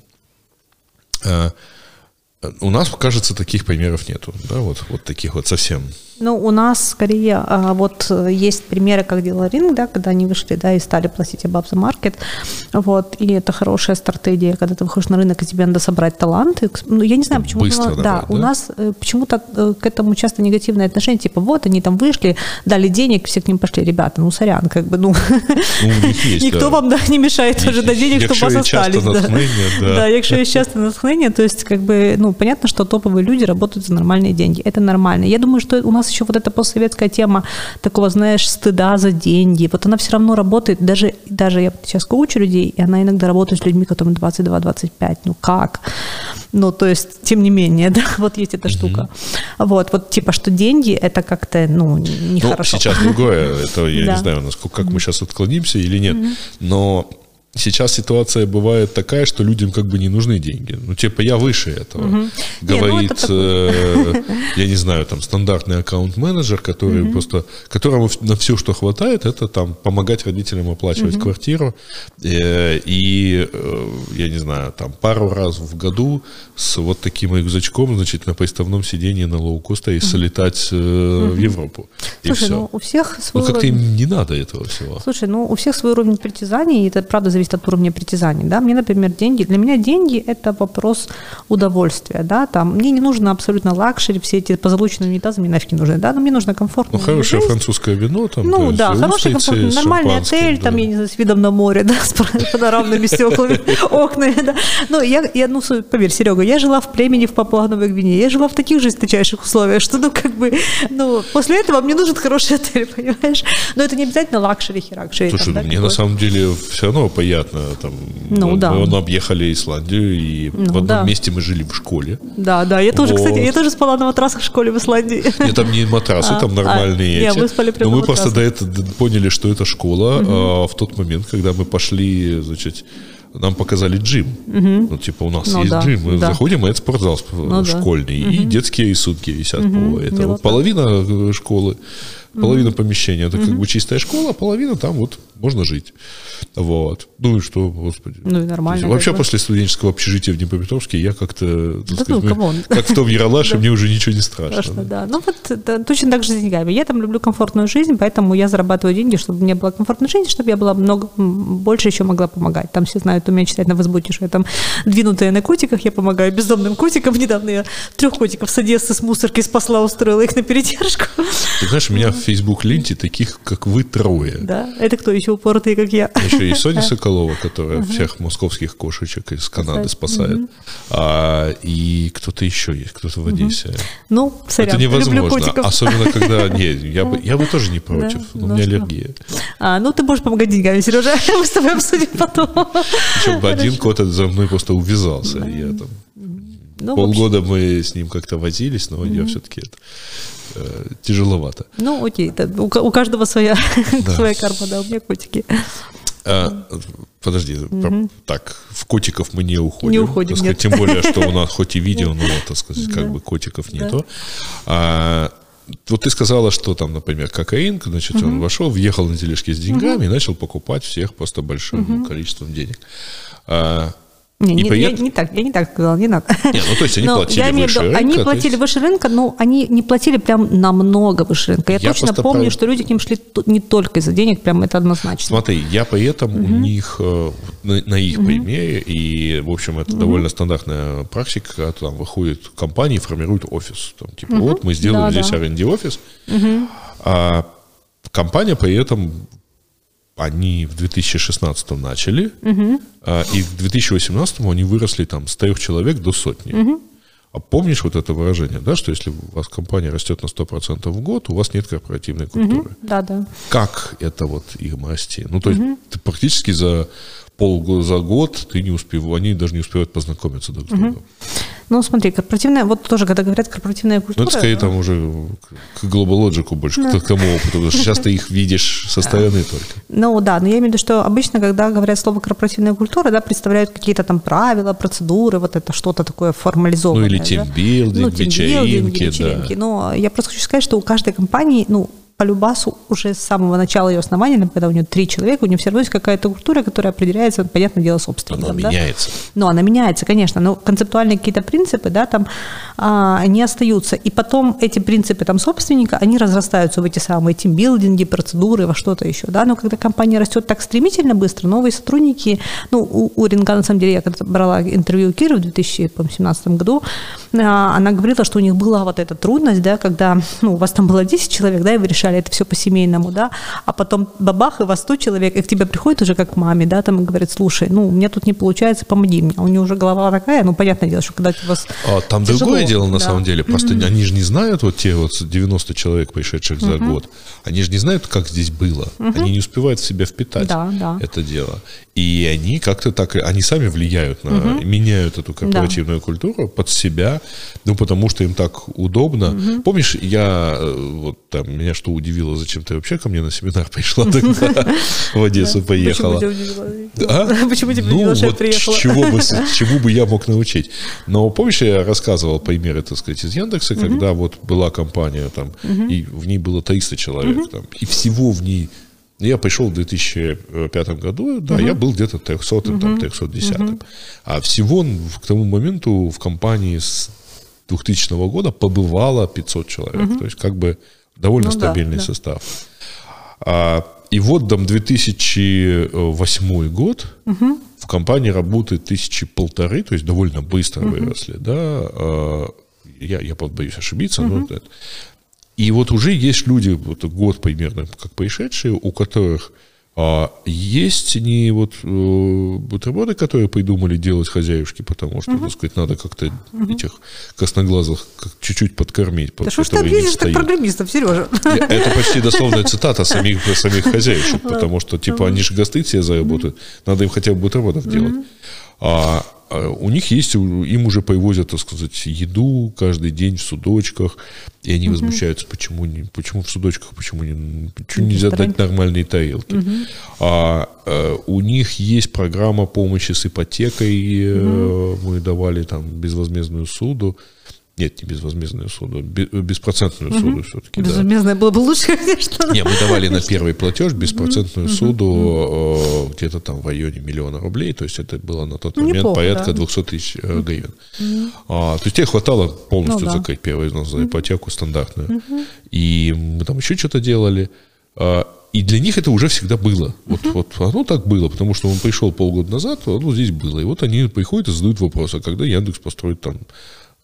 A: А, у нас, кажется, таких примеров нету, да, вот, вот таких вот совсем.
B: Ну, у нас скорее вот есть примеры, как делал рынок, да, когда они вышли, да, и стали платить above the market, вот, и это хорошая стратегия, когда ты выходишь на рынок, и тебе надо собрать таланты. Ну, я не знаю, почему.
A: Быстро
B: у нас,
A: давай,
B: да, да, у нас почему-то к этому часто негативное отношение, типа, вот, они там вышли, дали денег, все к ним пошли, ребята, ну, сорян, как бы, ну, никто вам, да, не мешает тоже дать денег, чтобы у вас остались. Да, якщо есть часто натхнение, то есть, как бы, ну, понятно, что топовые люди работают за нормальные деньги, это нормально. Я думаю, что у нас еще вот эта постсоветская тема такого, знаешь, стыда за деньги, вот она все равно работает, даже, даже я сейчас коучу людей, и она иногда работает с людьми, которым двадцать два - двадцать пять, ну как? Ну, то есть, тем не менее, да, вот есть эта mm-hmm. штука. Вот, вот типа, что деньги, это как-то, ну, нехорошо.
A: Ну, сейчас другое, это я не знаю, насколько, как мы сейчас отклонимся или нет, но... Сейчас ситуация бывает такая, что людям как бы не нужны деньги. Ну, типа, я выше этого. Угу. Говорит, не, ну, э, я не знаю, там, стандартный аккаунт-менеджер, который угу. просто, которому на все, что хватает, это там помогать родителям оплачивать угу. квартиру. Э, и, э, я не знаю, там, пару раз в году с вот таким рюкзачком, значит, на приставном сидении на лоукоста и угу. солетать э, угу. в Европу. И
B: Слушай,
A: все.
B: Ну, у всех свой
A: ну, как-то
B: уровень...
A: им не надо этого всего.
B: Слушай, ну, у всех свой уровень притязаний, и это, правда, зависит от уровня притязаний, да, мне, например, деньги, для меня деньги – это вопрос удовольствия, да, там, мне не нужно абсолютно лакшери, все эти позолоченные унитазы мне нафиг не нужны, да, но мне нужно комфортно.
A: Ну, хорошее жизнь. Французское вино, там,
B: ну, да, хороший, комфортный, нормальный отель, да. там, я не знаю, с видом на море, да, с панорамными стеклами, окнами, да, ну, я, я, ну, поверь, Серега, я жила в племени в Папуа-Новой Гвинее, я жила в таких жесточайших условиях, что, ну, как бы, ну, после этого мне нужен хороший отель, понимаешь, но это не обязательно лакшери-херакшери.
A: Слушай,
B: там,
A: ну,
B: да,
A: мне на самом деле все равно приятно. Там,
B: ну,
A: мы,
B: да.
A: мы объехали Исландию, и ну, в одном да. месте мы жили в школе.
B: Да, да, я тоже, вот. Кстати, я тоже спала на матрасах в школе в Исландии.
A: Нет, там не матрасы, а, там нормальные а, эти.
B: Не, мы спали прямо
A: Но мы
B: на
A: просто до этого поняли, что это школа, угу. а в тот момент, когда мы пошли, значит, нам показали джим. Угу. Ну, типа, у нас ну, есть да, джим. Мы да. заходим, и это спортзал ну, школьный. Да. И угу. детские рисунки висят угу. по этому. Половина школы, половина mm-hmm. помещения, это mm-hmm. как бы чистая школа, а половина там вот можно жить. Вот. Ну и что, господи.
B: Ну и нормально.
A: Вообще бы. После студенческого общежития в Днепропетровске я как-то, так
B: да,
A: сказать,
B: ну,
A: мы, как в том Ералаше, мне уже ничего не страшно.
B: Страшно, да. Ну вот да, точно так же с деньгами. Я там люблю комфортную жизнь, поэтому я зарабатываю деньги, чтобы мне была комфортная жизнь, чтобы я была много, больше еще могла помогать. Там все знают, у меня читать на Фейсбуке, что я там двинутая на котиках, я помогаю бездомным котикам. Недавно я трех котиков с Одессы с мусорки спасла, устроила их на передержку.
A: Ты знаешь, у меня Facebook-ленте таких, как вы, трое.
B: Да? Это кто еще упоротый, как я?
A: Еще и Соня Соколова, которая uh-huh. всех московских кошечек из Канады спасает. Uh-huh. А, и кто-то еще есть, кто-то в Одессе. Uh-huh.
B: Ну, сорян,
A: это невозможно. Особенно, когда... Нет, я бы, я бы тоже не против.
B: Да,
A: но у меня аллергия.
B: А, ну, ты можешь помогать деньгами, Сережа. Мы с тобой обсудим потом.
A: Причем один кот за мной просто увязался. Да. Я там... Ну, полгода мы с ним как-то возились, но mm-hmm. я все-таки это, э, тяжеловато.
B: Ну, окей, это, у, у каждого своя, да. своя карма, да, у меня котики.
A: А, подожди, mm-hmm. так, в котиков мы не уходим.
B: Не уходим,
A: сказать, тем более, что у нас хоть и видео, но, так сказать, как бы котиков нету. А, вот ты сказала, что там, например, кокаин, значит, mm-hmm. он вошел, въехал на тележке с деньгами mm-hmm. и начал покупать всех просто большим mm-hmm. количеством денег. А,
B: Не, не, я, не так, я не так сказала, не надо.
A: Не, ну то есть они но платили выше
B: виду,
A: рынка.
B: Они платили есть... выше рынка, но они не платили прям намного выше рынка. Я, я точно помню, прав... что люди к ним шли не только из-за денег, прям это однозначно.
A: Смотри, я поэтому угу. у них, на, на их угу. примере, и, в общем, это угу. довольно стандартная практика, когда там выходит компания и формирует офис. Там, типа, угу. вот мы сделали да, здесь да. ар энд ди офис, угу. а компания при этом... Они в две тысячи шестнадцатом начали, uh-huh. а, и в две тысячи восемнадцатом они выросли там с трех человек до сотни. Uh-huh. А помнишь вот это выражение, да, что если у вас компания растет на сто процентов в год, у вас нет корпоративной культуры.
B: Uh-huh. Да, да.
A: Как это вот им расти? Ну, то есть uh-huh. ты практически за полгода, за год ты не успев, они даже не успевают познакомиться друг с другом. Uh-huh.
B: Ну, смотри, корпоративная, вот тоже, когда говорят корпоративная культура...
A: Ну, это скорее там уже к Global Logic больше, да. к тому опыту, потому что сейчас ты их видишь со стороны только.
B: Ну, да, но я имею в виду, что обычно, когда говорят слово корпоративная культура, да, представляют какие-то там правила, процедуры, вот это что-то такое формализованное.
A: Ну, или тимбилдинг,
B: да? ну,
A: вечеринки,
B: вечеринки. Да. Но я просто хочу сказать, что у каждой компании, ну, по любасу уже с самого начала ее основания, когда у нее три человека, у нее все равно есть какая-то культура, которая определяется, понятное дело, собственником.
A: Она
B: да?
A: меняется.
B: Ну, она меняется, конечно, но концептуальные какие-то принципы, да, там, а, они остаются. И потом эти принципы там собственника, они разрастаются в эти самые тимбилдинги, процедуры, во что-то еще, да, но когда компания растет так стремительно быстро, новые сотрудники, ну, у, у Ринга, на самом деле, я когда брала интервью у Киры в две тысячи семнадцатом году, а, она говорила, что у них была вот эта трудность, да, когда, ну, у вас там было десять человек, да, и вы решали это все по-семейному, да, а потом бабах, и вас сто человек, и к тебе приходит уже как к маме, да, там и говорит, слушай, ну, у меня тут не получается, помоги мне. А у нее уже голова такая, ну, понятное дело, что когда у вас
A: а, там тяжело, другое дело, на да. самом деле, просто mm-hmm. они же не знают, вот те вот девяносто человек, пришедших mm-hmm. за год, они же не знают, как здесь было, mm-hmm. они не успевают в себя впитать
B: да, да.
A: это дело. И они как-то так, они сами влияют на, mm-hmm. меняют эту корпоративную да. культуру под себя, ну, потому что им так удобно. Mm-hmm. Помнишь, я, вот там, меня что удивило, зачем ты вообще ко мне на семинар пришла тогда, в Одессу поехала.
B: Почему тебя удивила? Почему тебя удивила, что я приехала?
A: Чему бы я мог научить? Но помнишь, я рассказывал примеры, так сказать, из Яндекса, когда вот была компания там, и в ней было триста человек, там, и всего в ней... Я пришел в две тысячи пятом году, да, uh-huh. я был где-то трехсотым, uh-huh. там, трехсот десятым. Uh-huh. А всего к тому моменту в компании с двухтысячного года побывало пятьсот человек. Uh-huh. То есть как бы довольно ну, стабильный да, состав. Да. А, и вот там две тысячи восьмой год, uh-huh. в компании работает тысячи полторы, то есть довольно быстро uh-huh. выросли. Да? А, я, я боюсь ошибиться, uh-huh. но... Это, и вот уже есть люди, вот год примерно как пришедшие, у которых а, есть не вот э, бутерброды, которые придумали делать хозяюшки, потому что, uh-huh. так сказать, надо как-то uh-huh. этих красноглазых как, чуть-чуть подкормить.
B: Да что ж ты объедешь так программистов, Сережа?
A: Это почти дословная цитата самих, самих хозяюшек, потому что, типа, они же гасты себе заработают, надо им хотя бы бутербродов делать. А у них есть, им уже привозят, так сказать, еду каждый день в судочках, и они uh-huh. возмущаются, почему, не, почему в судочках, почему, не, почему нельзя дать нормальные тарелки. Uh-huh. А, а у них есть программа помощи с ипотекой, uh-huh. мы давали там безвозмездную суду. Нет, не безвозмездную суду, беспроцентную суду угу. все-таки.
B: Безвозмездная да. было бы лучше, конечно.
A: Не, мы давали на первый платеж беспроцентную угу. суду угу. где-то там в районе миллиона рублей, то есть это было на тот момент неплохо, порядка да. двести тысяч угу. гривен. Угу. А, то есть тебе хватало полностью ну, да. закрыть первый взнос за ипотеку стандартную. Угу. И мы там еще что-то делали. А, и для них это уже всегда было. Вот, uh-huh. вот оно так было, потому что он пришел полгода назад, оно здесь было. И вот они приходят и задают вопрос, а когда Яндекс построит там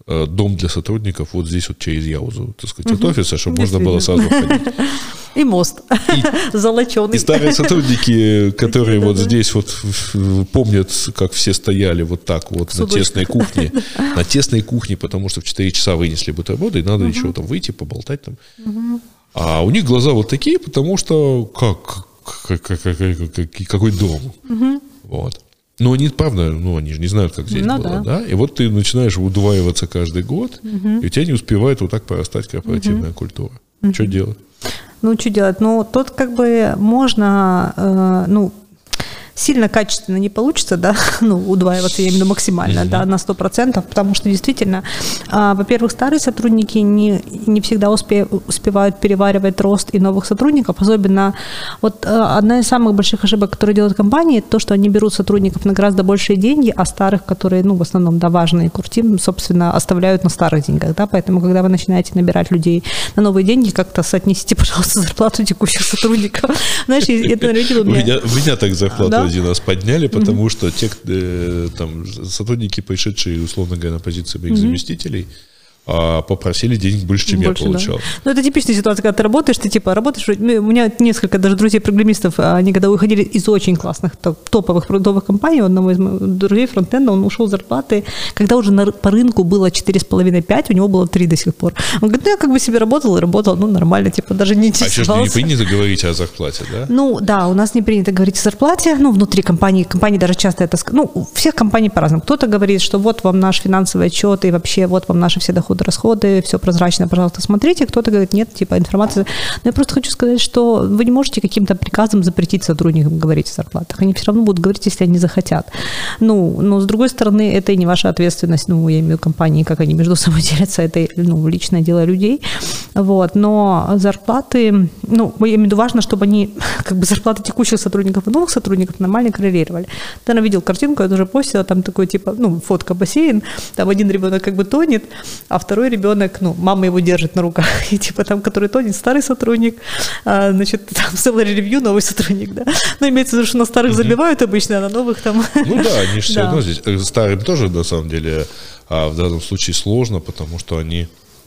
A: дом для сотрудников вот здесь вот через Яузу, так сказать, от офиса, чтобы можно было сразу ходить.
B: И мост и, золоченый.
A: И старые сотрудники, которые вот здесь вот помнят, как все стояли вот так вот на тесной кухне, на тесной кухне, потому что в четыре часа вынесли бутерброды, и надо uh-huh. еще там выйти, поболтать там. Uh-huh. А у них глаза вот такие, потому что как, как, как, как какой дом. Uh-huh. Вот. Но они, правда, ну, они же не знают, как здесь ну, было, да. да? И вот ты начинаешь удваиваться каждый год, uh-huh. и у тебя не успевает вот так порастать корпоративная uh-huh. культура. Uh-huh. Что делать?
B: Ну, что делать? Ну, тут как бы можно, э, ну, сильно качественно не получится, да, ну, удваиваться, я имею в виду максимально, mm-hmm. да, на сто процентов, потому что действительно, а, во-первых, старые сотрудники не, не всегда успе, успевают переваривать рост и новых сотрудников, особенно вот а, одна из самых больших ошибок, которые делают компании, это то, что они берут сотрудников на гораздо большие деньги, а старых, которые, ну, в основном, да, важные, крутим, собственно, оставляют на старых деньгах, да, поэтому, когда вы начинаете набирать людей на новые деньги, как-то соотнесите, пожалуйста, зарплату текущих сотрудников. Знаешь, это, наверное, у меня...
A: У меня так зарплата один раз подняли, потому mm-hmm. что те э, там, сотрудники, пришедшие, условно говоря, на позиции моих mm-hmm. заместителей, а попросили денег больше, чем больше, я получал. Да.
B: Ну, это типичная ситуация, когда ты работаешь, ты типа работаешь. У меня несколько даже друзей-программистов, они когда уходили из очень классных топовых продуктовых компаний, у одного из моих друзей фронтенда, он ушел с зарплаты, когда уже на, по рынку было четыре с половиной - пять, у него было три до сих пор. Он говорит, ну, я как бы себе работал и работал, ну, нормально, типа, даже не интересовался.
A: А что, не принято говорить о зарплате, да?
B: Ну, да, у нас не принято говорить о зарплате, ну, внутри компании, компании даже часто это, ну, у всех компаний по-разному. Кто-то говорит, что вот вам наш финансовый отчет и вообще вот вам наши все доходы, расходы, все прозрачно, пожалуйста, смотрите. Кто-то говорит, нет, типа информация. Но я просто хочу сказать, что вы не можете каким-то приказом запретить сотрудникам говорить о зарплатах. Они все равно будут говорить, если они захотят. Ну, но с другой стороны, это и не ваша ответственность, ну, я имею в виду компании, как они между собой делятся, это, ну, личное дело людей. Вот. Но зарплаты, ну, я имею в виду, важно, чтобы они, как бы, зарплаты текущих сотрудников и новых сотрудников нормально коррелировали. Ты, наверное, видел картинку, я тоже постила, там такой, типа, ну, фотка бассейн, там один ребенок как бы тонет, а второй ребенок, ну, мама его держит на руках, и типа там, который тонет, старый сотрудник, а, значит, там salary review, новый сотрудник, да. Ну, имеется в виду, что на старых забивают обычно, а на новых там...
A: Ну да, они же все равно здесь, старым тоже, на самом деле, в данном случае сложно, потому что они...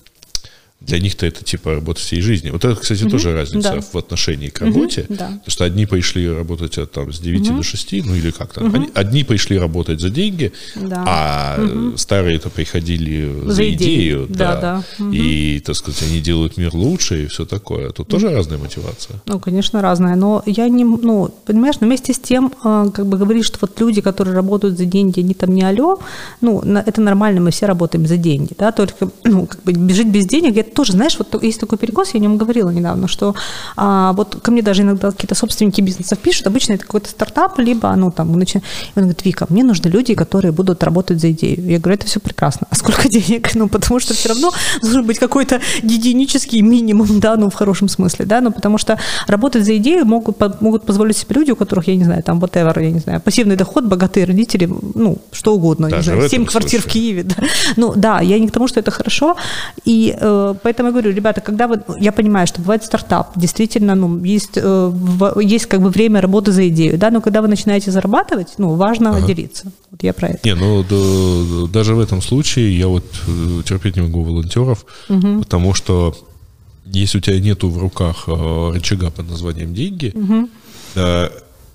A: Для них-то это типа работа всей жизни. Вот это, кстати, mm-hmm. тоже разница да. в отношении к работе. Mm-hmm. Да. Потому что одни пришли работать там, с девяти mm-hmm. до шести, ну или как-то. Mm-hmm. Одни пришли работать за деньги, да. а mm-hmm. старые-то приходили за, за идею. идею да, да. Да. Mm-hmm. И, так сказать, они делают мир лучше и все такое. Тут mm-hmm. тоже разная мотивация.
B: Ну, конечно, разная. Но я не... Ну, понимаешь, но вместе с тем, как бы говоришь, что вот люди, которые работают за деньги, они там не алё, ну, это нормально, мы все работаем за деньги, да, только, ну, как бы жить без денег, это тоже, знаешь, вот есть такой перекос, я о нем говорила недавно, что а, вот ко мне даже иногда какие-то собственники бизнесов пишут, обычно это какой-то стартап, либо, ну, там, начинают, и он говорит, Вика, мне нужны люди, которые будут работать за идею. Я говорю, это все прекрасно. А сколько денег? Ну, потому что все равно должен быть какой-то гигиенический минимум, да, ну, в хорошем смысле, да, ну, потому что работать за идею могут, могут позволить себе люди, у которых, я не знаю, там, whatever, я не знаю, пассивный доход, богатые родители, ну, что угодно, не знаю, семь квартир в Киеве, да. Ну, да, я не к тому, что это хорошо, и э, поэтому я говорю, ребята, когда вы, я понимаю, что бывает стартап, действительно, ну, есть, э, в, есть как бы время работы за идею, да, но когда вы начинаете зарабатывать, ну, важно ага. делиться. Вот я про это.
A: Не, ну, да, даже в этом случае я вот терпеть не могу волонтеров, угу. потому что если у тебя нету в руках э, рычага под названием деньги, угу. э,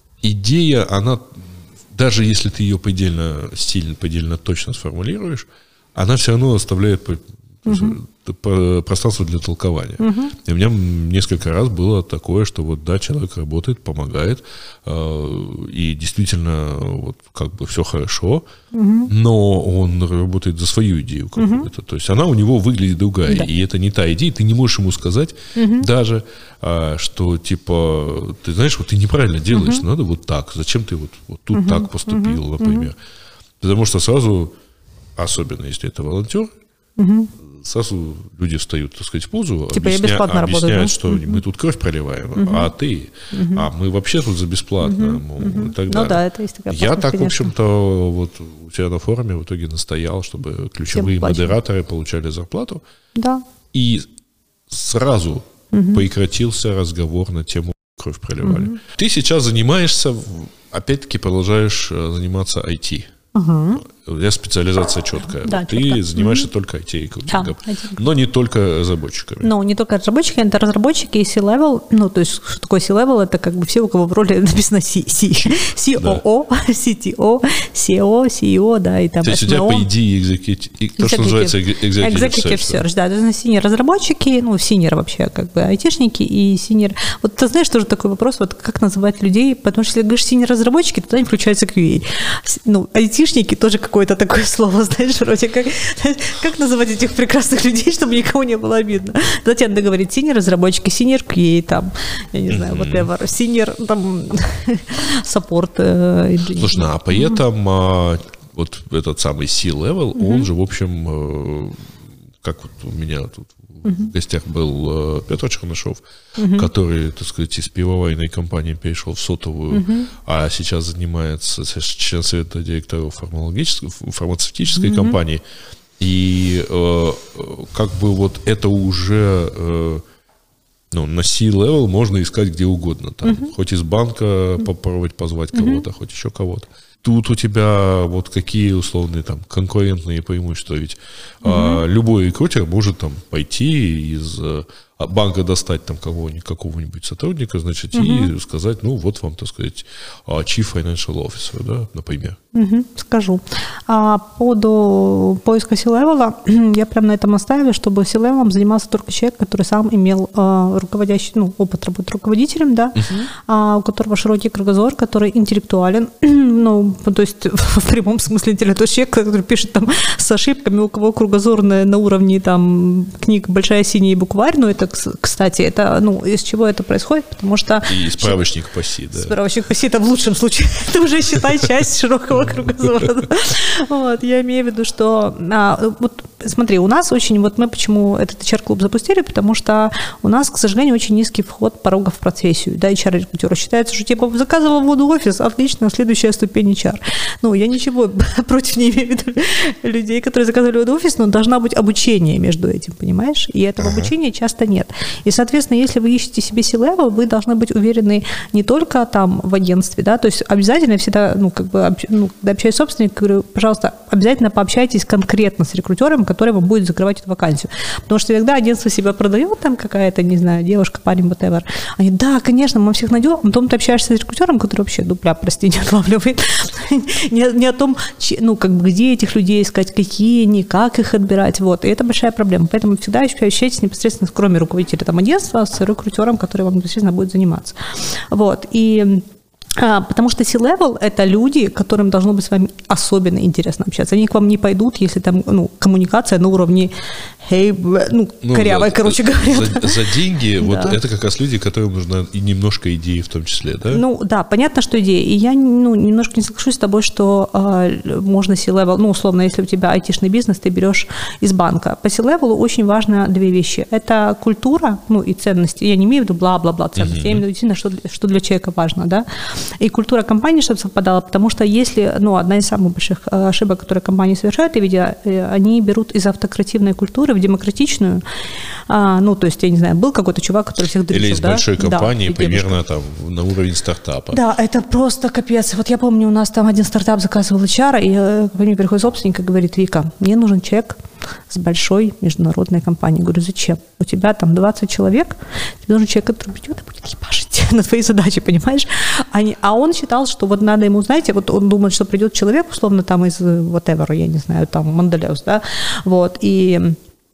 A: идея, она, даже если ты ее предельно стильно, предельно точно сформулируешь, она все равно оставляет uh-huh. пространство для толкования. Uh-huh. И у меня несколько раз было такое, что вот да, человек работает, помогает, э, и действительно вот как бы все хорошо, uh-huh. но он работает за свою идею какую-то. Uh-huh. То есть она у него выглядит другая, да. и это не та идея, ты не можешь ему сказать uh-huh. даже, э, что типа, ты знаешь, вот ты неправильно делаешь, uh-huh. надо вот так, зачем ты вот, вот тут uh-huh. так поступил, uh-huh. например. Uh-huh. Потому что сразу, особенно если это волонтер, угу. сразу люди встают, так сказать, в позу,
B: типа
A: объясня,
B: объясняют,
A: работаю, что угу. мы тут кровь проливаем, угу. а ты, угу. а мы вообще тут за бесплатно.
B: Угу.
A: Мол,
B: угу.
A: и так
B: ну
A: далее.
B: да, это есть такая
A: Я так,
B: конечно.
A: в общем-то, вот у тебя на форуме в итоге настоял, чтобы ключевые модераторы получали зарплату.
B: Да.
A: И сразу угу. прекратился разговор на тему кровь проливали. Угу. Ты сейчас занимаешься, опять-таки продолжаешь заниматься ай ти.
B: Угу.
A: у тебя специализация четкая.
B: Да,
A: ты
B: четко.
A: занимаешься
B: mm-hmm.
A: только ай ти-рекрутингом.
B: Да,
A: но не только разработчиками.
B: Ну, не только разработчики, это разработчики и C-level. Ну, то есть, что такое C-level? Это как бы все, у кого в роли написано C, C, си о о, си ти о, си и о, си и о, да, и там
A: то есть у тебя, по идее, executive, то, что называется executive, executive
B: search. search. Да, это синьор разработчики, ну, синьор вообще, как бы, айтишники и синьор. Вот ты знаешь, тоже такой вопрос, вот как называть людей, потому что если говоришь синьор разработчики, то туда не включается кью эй. Ну, айтишники тоже какое-то такое слово, знаешь, вроде как, как называть этих прекрасных людей, чтобы никому не было обидно. Тогда тебе надо говорить синьор разработчики, синьор кью эй, там, я не знаю, whatever, синьор, там, саппорт.
A: Слушай, а при этом вот этот самый C-level, он же, в общем, как вот у меня тут Uh-huh. в гостях был Петр Чернышов, uh-huh. который, так сказать, из пивоваренной компании перешел в сотовую, uh-huh. а сейчас занимается член совета директоров фармацевтической uh-huh. компании. И э, как бы вот это уже э, ну, на C-level можно искать где угодно. Там, uh-huh. хоть из банка попробовать позвать uh-huh. кого-то, хоть еще кого-то. Тут у тебя вот какие условные там конкурентные преимущества, ведь угу. а, любой рекрутер может там пойти из а, банка достать там кого-нибудь, какого-нибудь сотрудника, значит, угу. и сказать, ну вот вам, так сказать, Chief Financial Officer, да, например.
B: Угу, скажу. А по поводу поиска C-level, я прям на этом настаиваю, чтобы C-level занимался только человек, который сам имел а, руководящий, ну, опыт работы руководителем, да, угу. а, у которого широкий кругозор, который интеллектуален, ну, то есть в прямом смысле интеллекта. То есть человек, который пишет там с ошибками, у кого кругозор на, на уровне там книг «Большая синяя» и букварь, ну, это, кстати, это, ну, из чего это происходит, потому что...
A: И справочник по Си, да.
B: Справочник по Си, это в лучшем случае, это уже, считай, часть широкого кругозора. Вот, я имею в виду, что... А, вот, смотри, у нас очень... Вот мы почему этот эйч ар-клуб запустили, потому что у нас, к сожалению, очень низкий вход порога в профессию. Да, эйч ар-рекрутера считается, что типа заказывал воду в офис, отлично, следующая ступень эйч ар. Ну, я ничего против не имею в виду людей, которые заказывали воду в офис, но должна быть обучение между этим, понимаешь? И этого ага. обучения часто нет. И, соответственно, если вы ищете себе C-level, вы должны быть уверены не только там в агентстве, да, то есть обязательно всегда, ну, как бы, ну, когда общаюсь с собственником, говорю, пожалуйста, обязательно пообщайтесь конкретно с рекрутером, который вам будет закрывать эту вакансию. Потому что иногда агентство себя продает, там какая-то, не знаю, девушка, парень, whatever. Они, да, конечно, мы всех найдем, а потом ты общаешься с рекрутером, который вообще дупля, прости, не отлавливает. Не, не о том, ну, как бы, где этих людей искать, какие они, как их отбирать, вот, и это большая проблема, поэтому всегда общайтесь непосредственно, кроме руководителя там агентства, с рекрутером, который вам непосредственно будет заниматься, вот, и... Потому что C-level – это люди, которым должно быть с вами особенно интересно общаться. Они к вам не пойдут, если там, ну, коммуникация на уровне hey, ну, ну, корявая,
A: за,
B: короче говоря.
A: За, за деньги, вот
B: да.
A: это как раз люди, которым нужна и немножко идеи в том числе, да?
B: Ну, да, понятно, что идея. И я, ну, немножко не соглашусь с тобой, что э, можно C-level, ну, условно, если у тебя айтишный бизнес, ты берешь из банка. По C-level очень важно две вещи. Это культура, ну, и ценности. Я не имею в виду бла-бла-бла ценности, uh-huh. я имею в виду, что, что для человека важно, да? И культура компании, чтобы совпадала, потому что если, ну, одна из самых больших ошибок, которые компании совершают, я видела, они берут из автокративной культуры в демократичную, а, ну, то есть, я не знаю, был какой-то чувак, который всех дрючил,
A: или из
B: да?
A: большой компании,
B: да,
A: примерно там на уровень стартапа.
B: Да, это просто капец. Вот я помню, у нас там один стартап заказывал эйч ар, и ко мне приходит собственник и говорит: Вика, мне нужен человек с большой международной компанией. Говорю, зачем? У тебя там двадцать человек, тебе нужен человек, который придет и будет ебашить на твои задачи, понимаешь? Они, а он считал, что вот надо ему, знаете, вот он думает, что придет человек, условно, там из whatever, я не знаю, там, Монделеус, да, вот, и...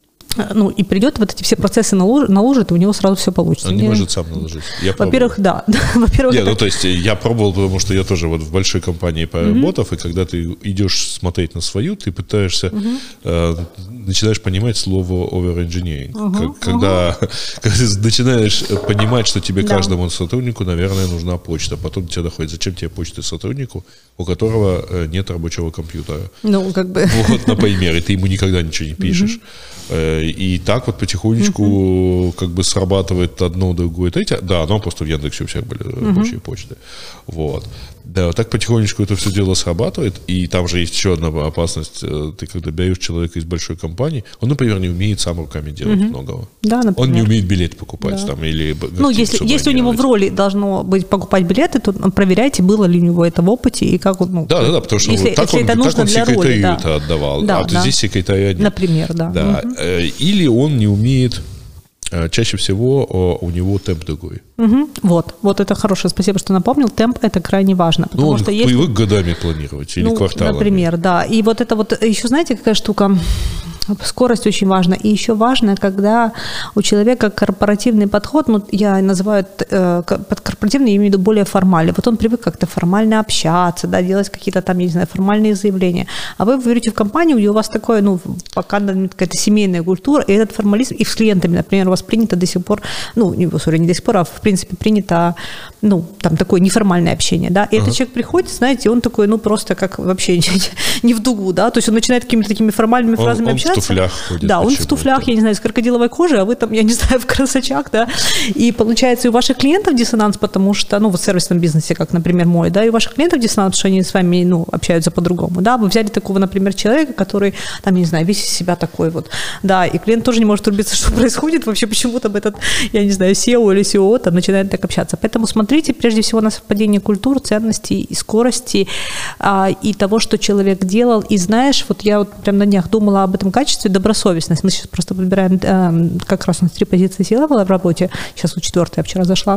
B: Ну, и придет, вот эти все процессы наложит, наложит, и у него сразу все получится.
A: Он не, не может сам наложить.
B: Во-первых, да. Во-первых,
A: Нет,
B: это...
A: ну, то есть я пробовал, потому что я тоже вот в большой компании поработав, mm-hmm. и когда ты идешь смотреть на свою, ты пытаешься, mm-hmm. э, начинаешь понимать слово over-engineering. Mm-hmm. Когда, mm-hmm. когда ты начинаешь понимать, что тебе, да. каждому сотруднику, наверное, нужна почта. Потом до тебя доходит, зачем тебе почта сотруднику, у которого нет рабочего компьютера. Ну, как бы... Вот, например, и ты ему никогда ничего не пишешь. Mm-hmm. И так вот потихонечку uh-huh. как бы срабатывает одно, другое, третье. Да, но просто в Яндексе у всех были uh-huh. рабочие почты. Вот. Да, вот так потихонечку это все дело срабатывает, и там же есть еще одна опасность. Ты когда берешь человека из большой компании, он, например, не умеет сам руками делать угу. многого.
B: Да, например.
A: Он не умеет билет покупать
B: да.
A: там или
B: ну, если, если у него в роли должно быть покупать билеты, то проверяйте, было ли у него это в опыте и как он... Ну,
A: да, да, да, потому что
B: если,
A: вот так,
B: если
A: он,
B: это
A: так он секретарию роли, да. это отдавал,
B: да,
A: а
B: да.
A: здесь секретаря нет.
B: Например, да.
A: да. Угу. Или он не умеет... Чаще всего у него темп другой.
B: Угу. Вот, вот это хорошее, спасибо, что напомнил. Темп это крайне важно. Потому
A: ну, он
B: что
A: привык
B: есть...
A: годами планировать или
B: ну,
A: кварталами.
B: Например, да. И вот это вот, еще знаете, какая штука? Скорость очень важна. И еще важно, когда у человека корпоративный подход, ну, я называю э, под корпоративный, я имею в виду более формальный. Вот он привык как-то формально общаться, да, делать какие-то там, я не знаю, формальные заявления. А вы берете в компанию, где у вас такое, ну, пока какая-то семейная культура, и этот формализм, и с клиентами, например, у вас принято до сих пор, ну, не, sorry, не до сих пор, а в принципе принято, ну, там такое неформальное общение, да, и ага. этот человек приходит, знаете, он такой, ну, просто как вообще не в дугу, да, то есть он начинает какими-то такими формальными
A: он,
B: фразами
A: он
B: общаться.
A: В туфлях ходит.
B: Да, он в туфлях, я не знаю, с крокодиловой кожей, а вы там, я не знаю, в красочах, да. И получается, и у ваших клиентов диссонанс, потому что, ну, вот в сервисном бизнесе, как, например, мой, да, и у ваших клиентов диссонанс, потому что они с вами, ну, общаются по-другому, да. Вы взяли такого, например, человека, который, там, я не знаю, весь из себя такой вот, да, и клиент тоже не может рубиться, что происходит, вообще почему там этот, я не знаю, сео или сео там начинает так общаться. Поэтому смотрите, прежде всего, на совпадение культур, ценностей и скорости, а, и того, что человек делал. И знаешь, вот я вот прям на днях думала об этом качестве, добросовестность. Мы сейчас просто выбираем, э, как раз у нас три позиции сила была в работе, сейчас у четвертой, я вчера зашла.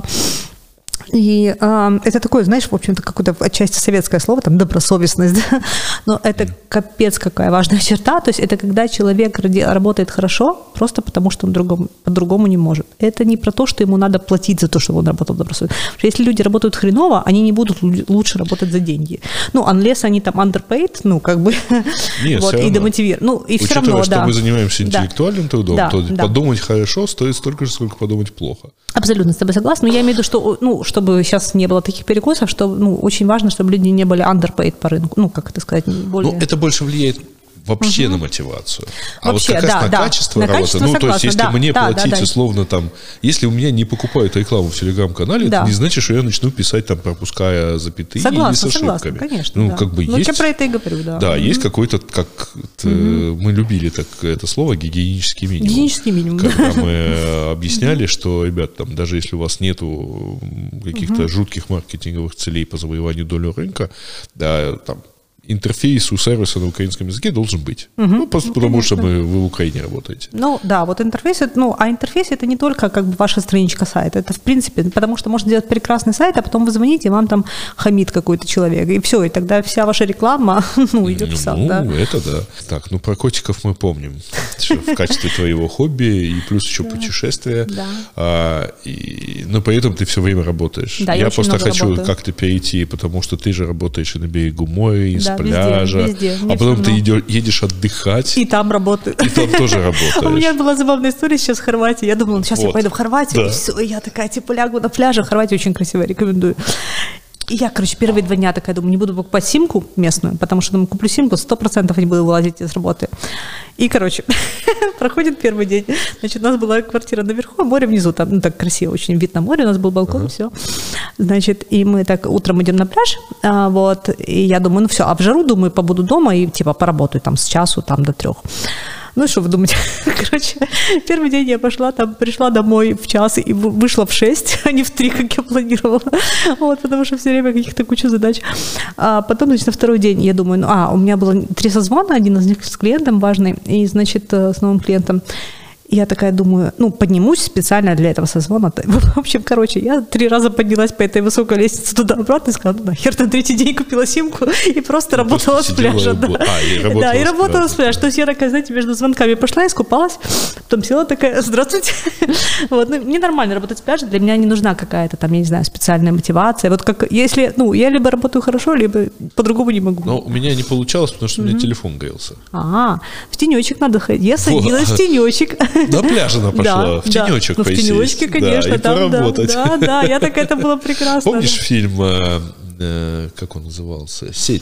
B: И э, это такое, знаешь, в общем-то, какое-то отчасти советское слово, там, добросовестность, да? Но это капец какая важная черта, то есть это когда человек работает хорошо, просто потому что он другому, по-другому не может. Это не про то, что ему надо платить за то, чтобы он работал добросовестно. Потому что если люди работают хреново, они не будут лучше работать за деньги. Ну, unless они там underpaid, ну, как бы,
A: Нет,
B: вот, и демотивируют. Ну, и
A: учитывая,
B: все равно,
A: что
B: да.
A: мы занимаемся интеллектуальным да. трудом,
B: да,
A: то
B: да.
A: подумать хорошо стоит столько же, сколько подумать плохо.
B: Абсолютно с тобой согласна, но я имею в виду, что, ну, чтобы сейчас не было таких перекосов, что, ну, очень важно, чтобы люди не были underpaid по рынку, ну, как это сказать, более...
A: Ну, это больше влияет вообще угу. на мотивацию. А
B: вообще,
A: вот как
B: да,
A: раз на
B: да.
A: качество
B: на
A: работы,
B: качество
A: ну,
B: согласна,
A: то есть, если
B: да,
A: мне
B: да,
A: платить,
B: да, да.
A: условно, там, если у меня не покупают рекламу в Телеграм-канале, да. это не значит, что я начну писать, там, пропуская запятые
B: согласна,
A: или с ошибками.
B: Согласна, конечно,
A: ну,
B: да.
A: как бы
B: ну,
A: есть...
B: я про это и говорю, да.
A: Да,
B: угу.
A: есть какой-то, как угу. мы любили так это слово, гигиенический минимум.
B: Гигиенический минимум,
A: когда да. мы объясняли, что, ребят, там, даже если у вас нету каких-то угу. жутких маркетинговых целей по завоеванию доли рынка, да, там, интерфейс у сервиса на украинском языке должен быть. Угу. Ну, просто ну, потому конечно. Что мы, вы в Украине работаете.
B: Ну, да, вот интерфейс, ну, а интерфейс это не только как бы ваша страничка сайта, это в принципе, потому что можно сделать прекрасный сайт, а потом вы звоните, и вам там хамит какой-то человек, и все, и тогда вся ваша реклама, ну, идет в сад,
A: ну,
B: да.
A: Ну, это да. Так, ну, про котиков мы помним, в качестве твоего хобби, и плюс еще путешествия, но при этом ты все время работаешь. Я просто хочу как-то перейти, потому что ты же работаешь и на берегу моря, и с пляжа,
B: везде, везде.
A: А потом ты идешь, едешь отдыхать.
B: И там работаю.
A: И там тоже работаешь.
B: У меня была забавная история сейчас в Хорватии. Я думала, сейчас вот. я пойду в Хорватию, да. и все, и я такая, типа, лягу на пляже. Хорватия очень красивая, рекомендую. И я, короче, первые два дня такая думаю, не буду покупать симку местную, потому что, думаю, куплю симку, сто процентов не буду вылазить из работы. И, короче, проходит первый день. Значит, у нас была квартира наверху, а море внизу. Там, ну, так красиво, очень вид на море, у нас был балкон, ага. все. Значит, и мы так утром идем на пляж, а, вот, и я думаю, ну все, а в жару, думаю, побуду дома и, типа, поработаю там с часу, там, до трех. Ну, что вы думаете? Короче, первый день я пошла, там, пришла домой в час и вышла в шесть, а не в три, как я планировала. Вот, потому что все время каких-то куча задач. А потом, значит, на второй день я думаю, ну, а, у меня было три созвона, один из них с клиентом важный, и, значит, с новым клиентом. И я такая думаю, ну, поднимусь специально для этого созвона. В общем, короче, я три раза поднялась по этой высокой лестнице туда-обратно и сказала, ну, нахер, на третий день купила симку и просто и работала просто с пляжа. Да,
A: а, и работала,
B: да, и
A: с
B: работала с пляжа. То есть я такая, знаете, между звонками пошла, искупалась, потом села такая, здравствуйте. Вот, ну, мне нормально работать с пляжа, для меня не нужна какая-то там, я не знаю, специальная мотивация. Вот как, если, ну, я либо работаю хорошо, либо по-другому не могу.
A: Но у меня не получалось, потому что у меня телефон грелся.
B: А, в тенечек надо ходить. Я садилась в тенечек.
A: На пляже она пошла, да, в тенечек
B: да.
A: посесть.
B: Ну, в тенечке, конечно,
A: да,
B: там,
A: и поработать.
B: Да, да, я так, это было прекрасно.
A: Помнишь
B: да.
A: фильм, э, как он назывался, «Сеть»?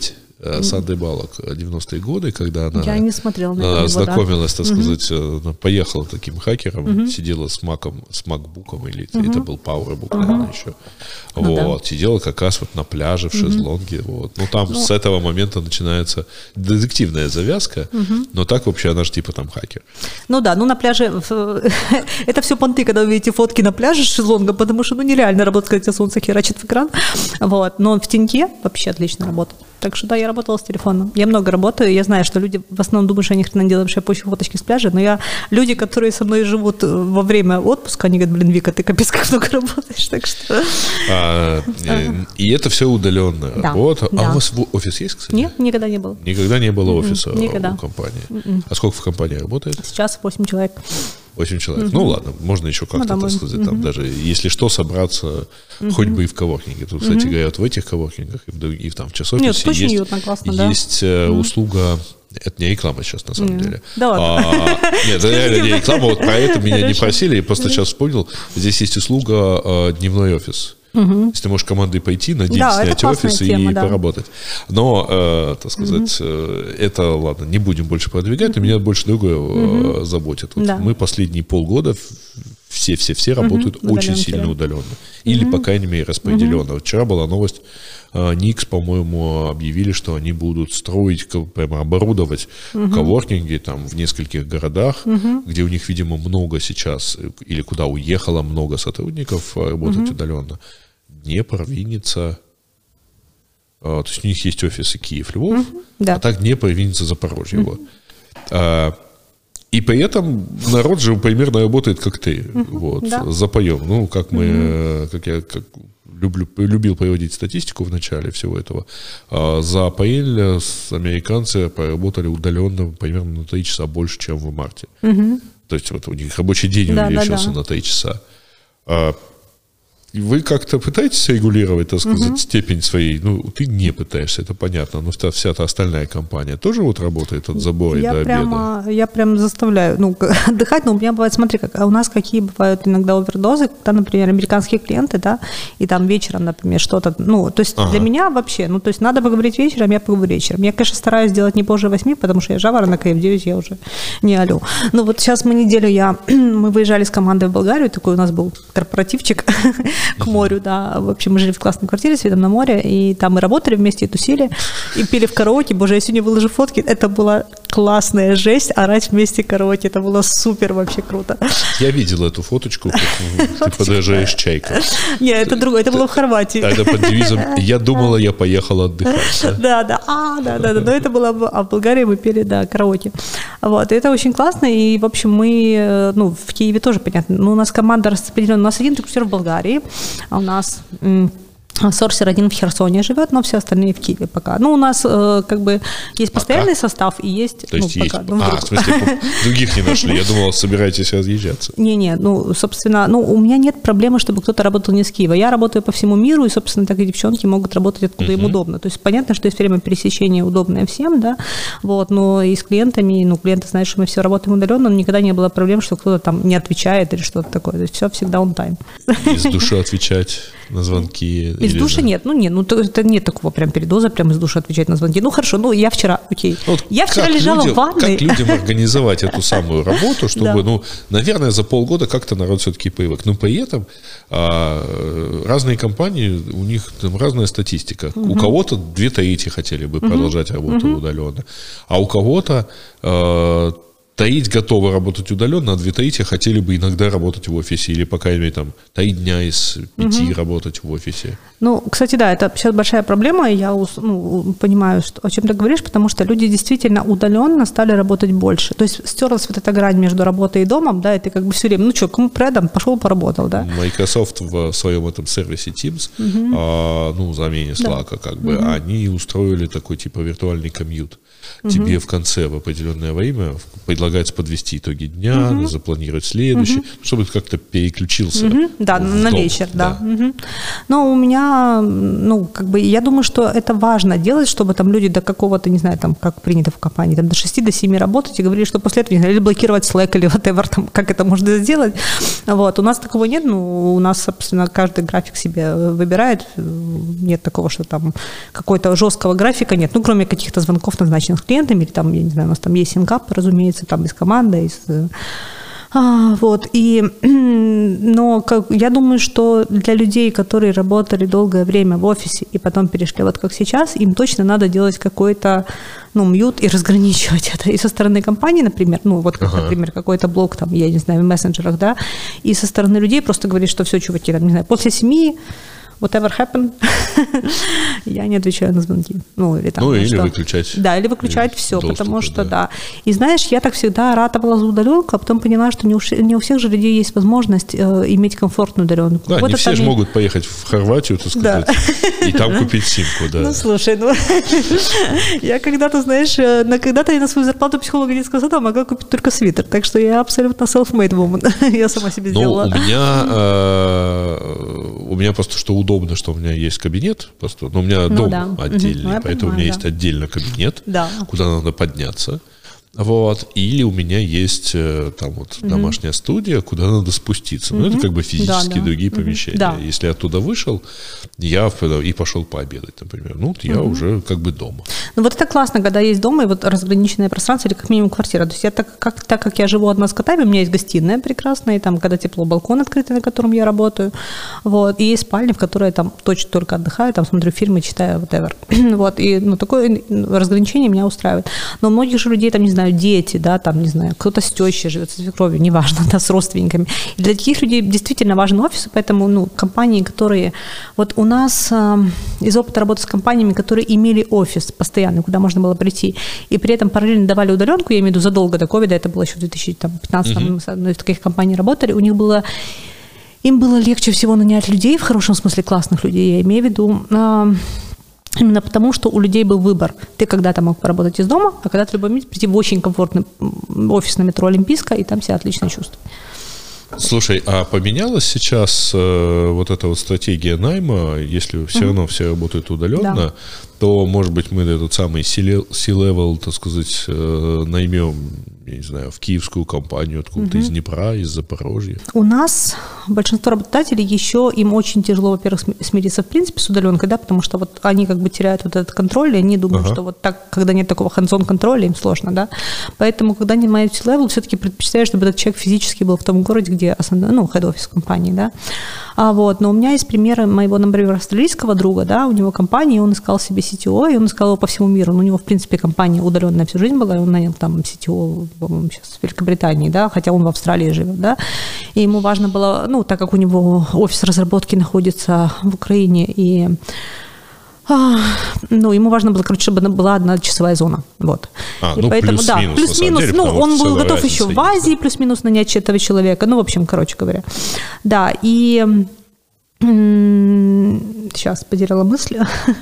A: Сандрой Баллок девяностые годы, когда она,
B: Я не смотрела на
A: она
B: него,
A: знакомилась,
B: да.
A: так сказать, угу. она поехала таким хакером, угу. сидела с маком, с макбуком, или угу. это был PowerBook, угу. наверное, еще. Ну, вот, да. Сидела как раз вот на пляже в шезлонге. Угу. Вот. Ну, там ну, с этого момента начинается детективная завязка, угу. но так вообще она же типа там хакер.
B: Ну да, ну на пляже, это все понты, когда вы видите фотки на пляже с шезлонгом, потому что ну нереально работать, когда солнце херачит в экран. Вот. Но в теньке вообще отлично работает. Так что да, я работала с телефоном. Я много работаю, я знаю, что люди в основном думают, что я ни хрена не делаю, что я пощу фоточки с пляжа, но я, люди, которые со мной живут во время отпуска, они говорят, блин, Вика, ты капец как много работаешь, так что...
A: А, и это все удаленная
B: да,
A: работа.
B: Да.
A: А у вас офис есть, кстати?
B: Нет, никогда не было.
A: Никогда не было офиса
B: никогда.
A: у компании?
B: Mm-mm.
A: А сколько в компании работает?
B: Сейчас восемь человек.
A: восемь человек.
B: Угу.
A: Ну ладно, можно еще как-то, ну, да, так сказать, угу. там даже, если что, собраться угу. хоть бы и в коворкинге. Тут, кстати угу. говоря, вот в этих коворкингах и в, и в, там, в часофисе
B: Нет,
A: есть,
B: уютно, классно, да.
A: есть угу. услуга, это не реклама сейчас, на самом mm. деле.
B: Да ладно.
A: А, нет, это реально не реклама, вот про это меня не просили, я просто сейчас вспомнил. Здесь есть услуга а, дневной офис. Угу. Если ты можешь командой пойти на день,
B: да,
A: снять офис
B: тема,
A: и да. поработать. Но, э, так сказать, угу. э, это, ладно, не будем больше продвигать, угу. но меня больше другое угу. э, заботит. Вот да. Мы последние полгода все-все-все работают угу. очень удаленно. сильно удаленно. Или, угу. по крайней мере, распределенно. Угу. Вчера была новость, э, Никс, по-моему, объявили, что они будут строить, прямо оборудовать угу. коворкинги там в нескольких городах, угу. где у них, видимо, много сейчас, или куда уехало много сотрудников работать угу. удаленно. Днепр, Винница, а, то есть у них есть офисы Киев, Львов, mm-hmm, да. а так Днепр, Винница, Запорожье. Mm-hmm. Вот. А, и при этом народ же примерно работает как ты, mm-hmm, вот, да. запоем. Ну, как мы, mm-hmm. как я как люблю, любил приводить статистику в начале всего этого, а, за апрель американцы поработали удаленно примерно на три часа больше, чем в марте. Mm-hmm. То есть вот у них рабочий день да, увеличился да, да. на три часа. А, вы как-то пытаетесь регулировать, так сказать, угу. степень своей? Ну, ты не пытаешься, это понятно, но вся, вся та остальная компания тоже вот работает от забора
B: я
A: до
B: прямо,
A: обеда? Я
B: прям заставляю, ну, отдыхать, но у меня бывает, смотри, как, а у нас какие бывают иногда овердозы, когда, например, американские клиенты, да, и там вечером, например, что-то, ну, то есть ага. для меня вообще, ну, то есть надо поговорить вечером, я поговорю вечером. Я, конечно, стараюсь делать не позже восьми, потому что я жаворонок, и в девять я уже не алю. Ну, вот сейчас мы неделю, я, мы выезжали с командой в Болгарию, такой у нас был корпоративчик, к морю, да. В общем, мы жили в классной квартире с видом на море, и там мы работали вместе, и тусили, и пели в караоке. Боже, я сегодня выложу фотки. Это была классная жесть, орать вместе караоке. Это было супер вообще круто.
A: Я видел эту фоточку, как ты подъезжаешь чайка.
B: Нет, это другое, это было в Хорватии.
A: Тогда под девизом «Я думала, я поехала отдыхать».
B: Да, да, а, да, да, да, но это было, а в Болгарии мы пели, да, караоке. Вот, и это очень классно, и, в общем, мы, ну, в Киеве тоже, понятно, ну, у нас команда распределена, у нас один рекрутер в Болгарии, а у нас сорсер один в Херсоне живет, но все остальные в Киеве пока. Ну, у нас э, как бы есть постоянный пока? состав и есть...
A: То есть
B: ну,
A: есть...
B: Пока, ну,
A: а, в смысле, других не нашли. Я думал, собираетесь разъезжаться.
B: Не-не, ну, собственно, ну, у меня нет проблемы, чтобы кто-то работал не с Киева. Я работаю по всему миру, и, собственно, так и девчонки могут работать откуда uh-huh. им удобно. То есть понятно, что есть время пересечения удобное всем, да, вот, но и с клиентами, ну, клиенты знают, что мы все работаем удаленно, но никогда не было проблем, что кто-то там не отвечает или что-то такое. То есть все всегда on time.
A: Из души отвечать на звонки?
B: Из души на... нет, ну нет, ну это нет такого прям передоза, прям из души отвечать на звонки. Ну хорошо, ну я вчера, окей. Вот я вчера лежала
A: людям,
B: в ванной.
A: Как людям организовать эту самую работу, чтобы, ну, наверное, за полгода как-то народ все-таки привык. Но при этом а, разные компании, у них там разная статистика. Угу. У кого-то две трети хотели бы угу. продолжать работу угу. удаленно, а у кого-то а, троить готовы работать удаленно, а две трети хотели бы иногда работать в офисе, или, по крайней мере, там, три дня из пяти угу. работать в офисе. Ну,
B: кстати, да, это сейчас большая проблема, и я ну, понимаю, что, о чем ты говоришь, потому что люди действительно удаленно стали работать больше. То есть стерлась вот эта грань между работой и домом, да, и ты как бы все время, ну что, кому предам, пошел поработал, да.
A: Microsoft в своем этом сервисе Teams, угу. а, ну, замене Slack, да. как бы, угу. они устроили такой, типа, виртуальный комьют. угу. тебе в конце в определенное время предлагается подвести итоги дня, угу. запланировать следующий, угу. чтобы как-то переключился.
B: Угу. Да, на дом. вечер, да. да. Угу. Но у меня, ну, как бы, я думаю, что это важно делать, чтобы там люди до какого-то, не знаю, там, как принято в компании, там, до шести, до семи работать, и говорили, что после этого, не знаю, или блокировать Slack, или whatever, там, как это можно сделать. Вот. У нас такого нет, ну, у нас, собственно, каждый график себе выбирает, нет такого, что там какой-то жесткого графика нет, ну, кроме каких-то звонков, назначенных с клиентами, или там, я не знаю, у нас там есть синкап, разумеется, там из команды, из... А, вот, и, но как, я думаю, что для людей, которые работали долгое время в офисе и потом перешли вот как сейчас, им точно надо делать какой-то, ну, мьют и разграничивать это. И со стороны компании, например, ну, вот, как, ага. например, какой-то блог, там, я не знаю, в мессенджерах, да, и со стороны людей просто говорить, что все, чуваки, там, не знаю, после семи whatever happened, я не отвечаю на звонки. Ну, или, там,
A: ну,
B: ну,
A: или
B: что?
A: выключать.
B: Да, или выключать или все, доступы, потому что, да. да. И знаешь, я так всегда ратовала за удаленку, а потом поняла, что не у, не у всех же людей есть возможность э, иметь комфортную удаленку.
A: Да,
B: вот
A: не все же
B: и...
A: могут поехать в Хорватию, так сказать, да. и там купить симку, да.
B: Ну, слушай, ну, я когда-то, знаешь, когда-то я на свою зарплату психолога детского сада могла купить только свитер, так что я абсолютно self-made woman. Я сама себе сделала.
A: Ну, у меня, у меня просто что удобно, что у меня есть кабинет, просто, но у меня ну, дом да. отдельный, угу. поэтому понимаю, у меня да. есть отдельно кабинет, да. куда надо подняться. Вот, или у меня есть там вот угу. домашняя студия, куда надо спуститься. Угу. Ну, это как бы физически да, да. другие угу. помещения. Да. Если я оттуда вышел, я и пошел пообедать, например. Ну, вот я угу. уже как бы дома.
B: Ну, вот это классно, когда есть дома и вот разграниченное пространство, или как минимум квартира. То есть я так как, так как я живу одна с котами, у меня есть гостиная прекрасная, и там, когда тепло, балкон открытый, на котором я работаю. Вот, и есть спальня, в которой я там точно только отдыхаю, там смотрю фильмы, читаю, whatever. Вот, и ну, такое разграничение меня устраивает. Но у многих же людей, там, не знаю, дети, да, там, не знаю, кто-то с тещей живет, со свекровью, неважно, да, с родственниками. И для таких людей действительно важен офис, поэтому, ну, компании, которые... Вот у нас э, из опыта работы с компаниями, которые имели офис постоянный, куда можно было прийти, и при этом параллельно давали удаленку, я имею в виду задолго до ковида, это было еще в две тысячи пятнадцатом, mm-hmm. мы с одной из таких компаний работали, у них было... Им было легче всего нанять людей, в хорошем смысле классных людей, я имею в виду... Э, Именно потому, что у людей был выбор. Ты когда-то мог поработать из дома, а когда-то в любой момент прийти в очень комфортный офис на метро Олимпийская, и там себя отлично чувствовать.
A: Слушай, а поменялась сейчас э, вот эта вот стратегия найма, если все mm-hmm. равно все работают удаленно, да. то, может быть, мы этот самый C-level, так сказать, э, наймем, я не знаю, в киевскую компанию откуда-то mm-hmm. из Днепра, из Запорожья? У
B: нас большинство работодателей еще, им очень тяжело, во-первых, смириться в принципе с удаленкой, да, потому что вот они как бы теряют вот этот контроль, и они думают, ага. что вот так, когда нет такого hands-on контроля, им сложно, да. Поэтому, когда они нанимают C-level, все-таки предпочитаю, чтобы этот человек физически был в том городе, где основной, ну, head-office компании, да. А вот, но у меня есть примеры моего, например, австралийского друга, да, у него компания, и он искал себе си ти о, и он искал его по всему миру. Но у него, в принципе, компания удаленная всю жизнь была, и он нанял там си ти о, по-моему, сейчас в Великобритании, да, хотя он в Австралии живет, да. И ему важно было, ну, так как у него офис разработки находится в Украине, и ну, ему важно было, короче, чтобы была одна часовая зона. Вот.
A: А, и ну, поэтому, плюс-минус, да,
B: плюс-минус,
A: деле,
B: ну, он был готов еще
A: есть.
B: в Азии плюс-минус нанять этого человека. Ну, в общем, короче говоря. Да, и сейчас потеряла мысль.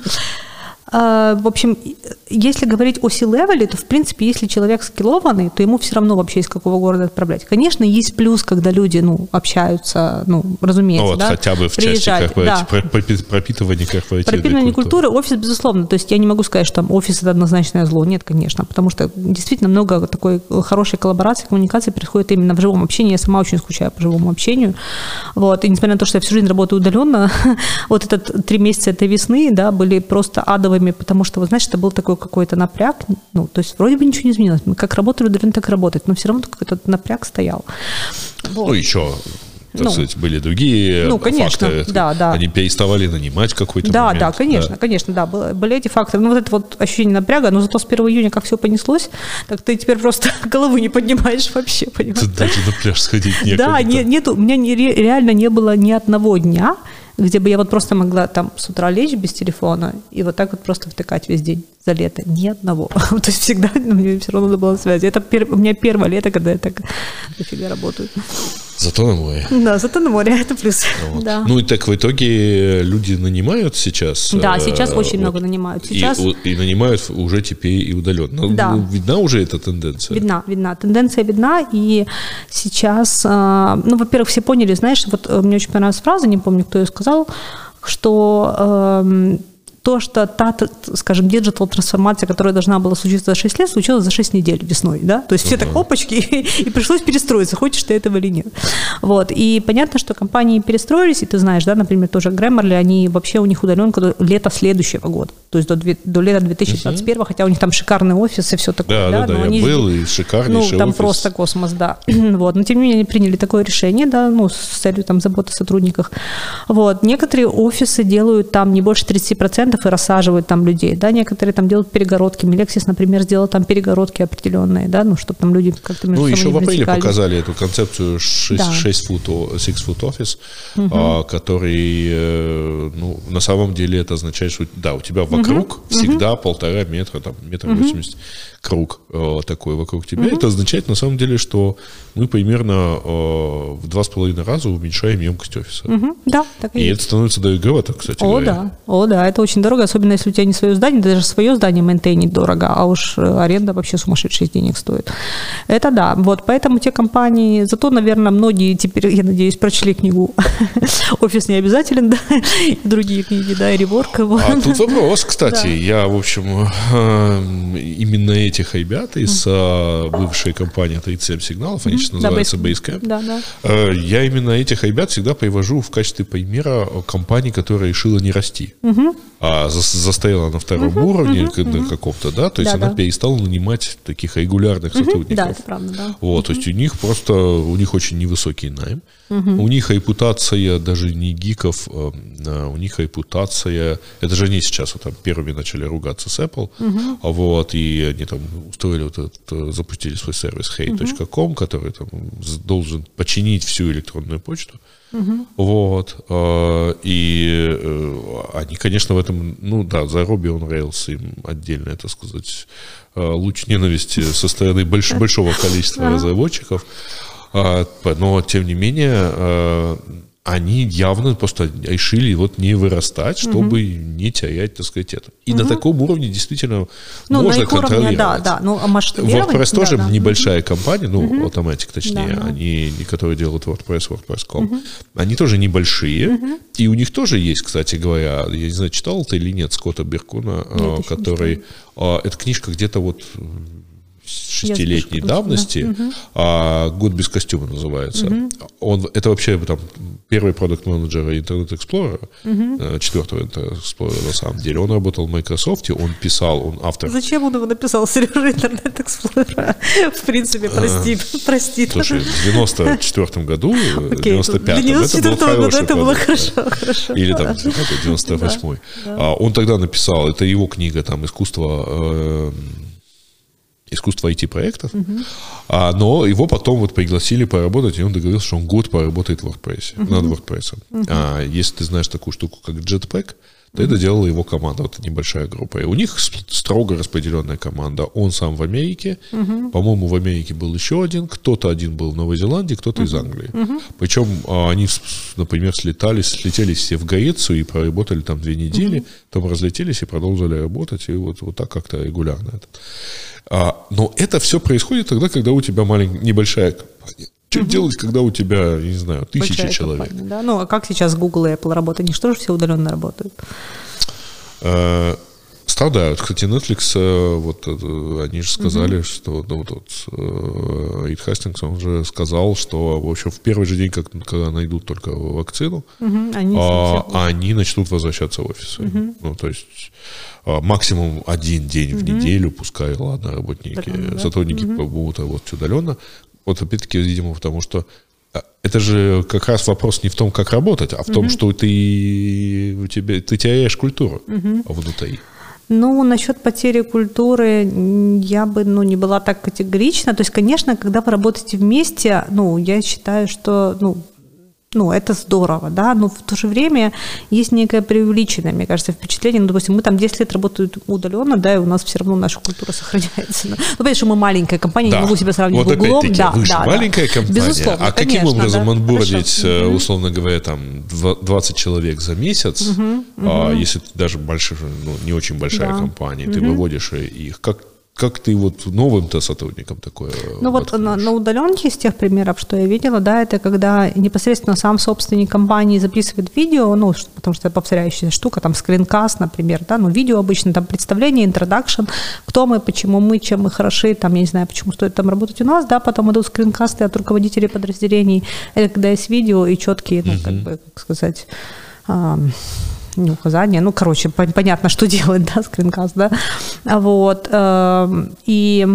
B: В общем, если говорить о C-level, то, в принципе, если человек скиллованный, то ему все равно вообще из какого города отправлять. Конечно, есть плюс, когда люди, ну, общаются, ну, разумеется,
A: ну, вот
B: да,
A: хотя бы в приезжать, части да. пропитывания корпоративной
B: Пропитывание культуры. Офис, безусловно. То есть я не могу сказать, что там офис – это однозначное зло. Нет, конечно. Потому что действительно много такой хорошей коллаборации, коммуникации происходит именно в живом общении. Я сама очень скучаю по живому общению. Вот. И несмотря на то, что я всю жизнь работаю удаленно, вот этот три месяца этой весны, да, были просто адовыми, потому что, вот, знаешь, это был такой какой-то напряг. Ну, то есть вроде бы ничего не изменилось. Мы как работали удаленно, так и работать. Но все равно какой-то напряг стоял. Вот.
A: Ну, еще... Так ну, сказать, были другие
B: ну, конечно,
A: факторы.
B: Да, да.
A: Они переставали нанимать какой-то
B: да,
A: момент.
B: Да, конечно, да. конечно, да, были эти факторы. Ну, вот это вот ощущение напряга, но зато с первого июня как все понеслось, так ты теперь просто головы не поднимаешь вообще, понимаешь?
A: Ты даже на пляж сходить некуда.
B: Да, не, нету, у меня не, реально не было ни одного дня, где бы я вот просто могла там с утра лечь без телефона и вот так вот просто втыкать весь день за лето. Ни одного. То есть всегда мне все равно надо было на связи. Это пер, у меня первое лето, когда я так дофига работаю.
A: Зато на море.
B: Да, зато на море, это плюс.
A: Вот.
B: Да.
A: Ну и так в итоге люди нанимают сейчас.
B: Да, сейчас очень
A: вот,
B: много нанимают. Сейчас...
A: И, и нанимают уже теперь и удаленно.
B: Да.
A: Ну, видна уже эта тенденция?
B: Видна, видна. Тенденция видна, и сейчас, ну, во-первых, все поняли, знаешь, вот мне очень понравилась фраза, не помню, кто ее сказал, что... То, что та, скажем, диджитал-трансформация, которая должна была случиться за шесть лет, случилась за шесть недель весной, да? То есть uh-huh. все так опачки, и пришлось перестроиться, хочешь ты этого или нет. Вот. И понятно, что компании перестроились, и ты знаешь, да, например, тоже Grammarly, они вообще, у них удаленка до лета следующего года, то есть до, до лета две тысячи двадцать первого, uh-huh. хотя у них там шикарный офис и все такое.
A: Да,
B: да,
A: да, да,
B: они,
A: я был, и шикарнейший
B: Ну, там
A: офис.
B: просто космос, да. Вот. Но тем не менее, они приняли такое решение, да, ну, с целью там заботы о сотрудниках. Вот. Некоторые офисы делают там не больше тридцать процентов и рассаживают там людей, да, некоторые там делают перегородки. Мелексис, например, сделал там перегородки определенные, да, ну, чтобы там люди как-то между
A: ну,
B: собой
A: еще в апреле
B: пересекались.
A: показали эту концепцию шесть фут офис, угу. который, ну, на самом деле это означает, что, да, у тебя вокруг угу. всегда угу. полтора метра, там, метр восемьдесят угу. круг такой вокруг тебя. Угу. Это означает, на самом деле, что мы примерно в два с половиной раза уменьшаем емкость офиса.
B: Угу. Да, так и,
A: и
B: есть.
A: это становится дороговато, кстати
B: О,
A: говоря.
B: да, о, да, это очень дорого, особенно если у тебя не свое здание, даже свое здание мейнтейнить дорого, а уж аренда вообще сумасшедших денег стоит. Это да, вот, поэтому те компании, зато, наверное, многие теперь, я надеюсь, прочли книгу «Офис не обязателен», да, и другие книги, да, и реворк.
A: А тут вопрос, кстати, я, в общем, именно этих ребят из бывшей компании тридцать семь сигналов, они сейчас называются Basecamp,
B: да, да.
A: я именно этих ребят всегда привожу в качестве примера компании, которая решила не расти. Угу. А застояла на втором uh-huh, уровне uh-huh, на каком-то, да, то есть да, она да. перестала нанимать таких регулярных uh-huh, сотрудников.
B: Да, это правда, да.
A: Вот, uh-huh. то есть у них просто, у них очень невысокий найм, uh-huh. у них репутация даже не гиков, а у них репутация, это же они сейчас вот, там, первыми начали ругаться с Apple, uh-huh. вот, и они там устроили вот этот, запустили свой сервис хей точка ком, uh-huh. который там должен починить всю электронную почту. Uh-huh. Вот, и они, конечно, в этом, ну да, за Ruby on Rails им отдельно, это сказать, луч ненависти со стороны больш, большого количества uh-huh. разработчиков, но, тем не менее, они явно просто решили вот не вырастать, чтобы uh-huh. не терять, так сказать, это. И uh-huh. на таком уровне действительно ну, можно контролировать. Уровне, да, да. Ну, а масштабировать? WordPress тоже да, да. небольшая uh-huh. компания, ну, uh-huh. Automatic точнее, да, да. они, которые делают WordPress, WordPress точка ком, uh-huh. они тоже небольшие, uh-huh. и у них тоже есть, кстати говоря, я не знаю, читал ты или нет, Скотта Беркуна, нет, который, эта книжка где-то вот шестилетней давности, да. угу. а, «Год без костюма» называется. Угу. Он, это вообще там, первый продакт-менеджер Internet Explorer, угу. четвертого Internet Explorer на самом деле. Он работал в Microsoft, он писал, он автор. Зачем он его написал, Сережа, Internet Explorer? В принципе, прости, прости.
B: Слушай,
A: в девяносто четвертом году, в девяносто пятом, это был хороший
B: это было хорошо, хорошо.
A: Или там девяносто восьмой. Да, да. Он тогда написал, это его книга, там, «Искусство... искусство ай ти-проектов, uh-huh. а, но его потом вот пригласили поработать, и он договорился, что он год поработает в WordPress, uh-huh. над WordPress. Uh-huh. А если ты знаешь такую штуку, как Jetpack, то uh-huh. это делала его команда, вот небольшая группа. И у них строго распределенная команда. Он сам в Америке, uh-huh. по-моему, в Америке был еще один, кто-то один был в Новой Зеландии, кто-то uh-huh. из Англии. Uh-huh. Причем а, они, например, слетали, слетелись все в Грецию и проработали там две недели, uh-huh. там разлетелись и продолжили работать, и вот, вот так как-то регулярно это. А, но это все происходит тогда, когда у тебя маленькая, небольшая компания. Что угу. делать, когда у тебя, я не знаю, тысячи большая человек?
B: Компания, да? Ну, а как сейчас Google и Apple работают? Они что же все удаленно работают?
A: А, страдают. Кстати, Netflix, вот, они же сказали, угу. что ну, вот, вот, Рид Хастингс, он же сказал, что, в общем, в первый же день, как, когда найдут только вакцину, угу. они, а, они начнут возвращаться в офисы. Угу. Ну, то есть максимум один день в угу. неделю, пускай, ладно, работники, так, сотрудники угу. будут работать удаленно. Вот опять-таки, видимо, потому что это же как раз вопрос не в том, как работать, а в том, угу. что ты, у тебя, ты теряешь культуру угу. внутри.
B: Ну, насчет потери культуры я бы ну, не была так категорична. То есть, конечно, когда вы работаете вместе, ну, я считаю, что ну, ну, это здорово, да, но в то же время есть некое преувеличенное, мне кажется, впечатление, ну, допустим, мы там десять лет работаем удаленно, да, и у нас все равно наша культура сохраняется. Ну, понятно, что мы маленькая компания, да. Не могу себя сравнить
A: вот
B: с Гуглом. Да,
A: вы
B: да,
A: маленькая да. компания,
B: безусловно,
A: а каким
B: конечно,
A: образом
B: да?
A: онбордить,
B: Хорошо.
A: условно говоря, там двадцать человек за месяц, угу, а, угу. если ты даже большой, ну, не очень большая да. компания, ты угу. выводишь их, как Как ты вот новым-то сотрудникам такое?
B: Ну вот на, на удаленке из тех примеров, что я видела, да, это когда непосредственно сам собственник компании записывает видео, ну, потому что это повторяющаяся штука, там скринкаст, например, да, ну, видео обычно, там представление, интродакшн, кто мы, почему мы, чем мы хороши, там, я не знаю, почему стоит там работать у нас, да, потом идут скринкасты от руководителей подразделений, это когда есть видео и четкие, ну, uh-huh. как бы, как сказать... не указания, ну, короче, понятно, что делать, да, скринкаст, да, вот, и,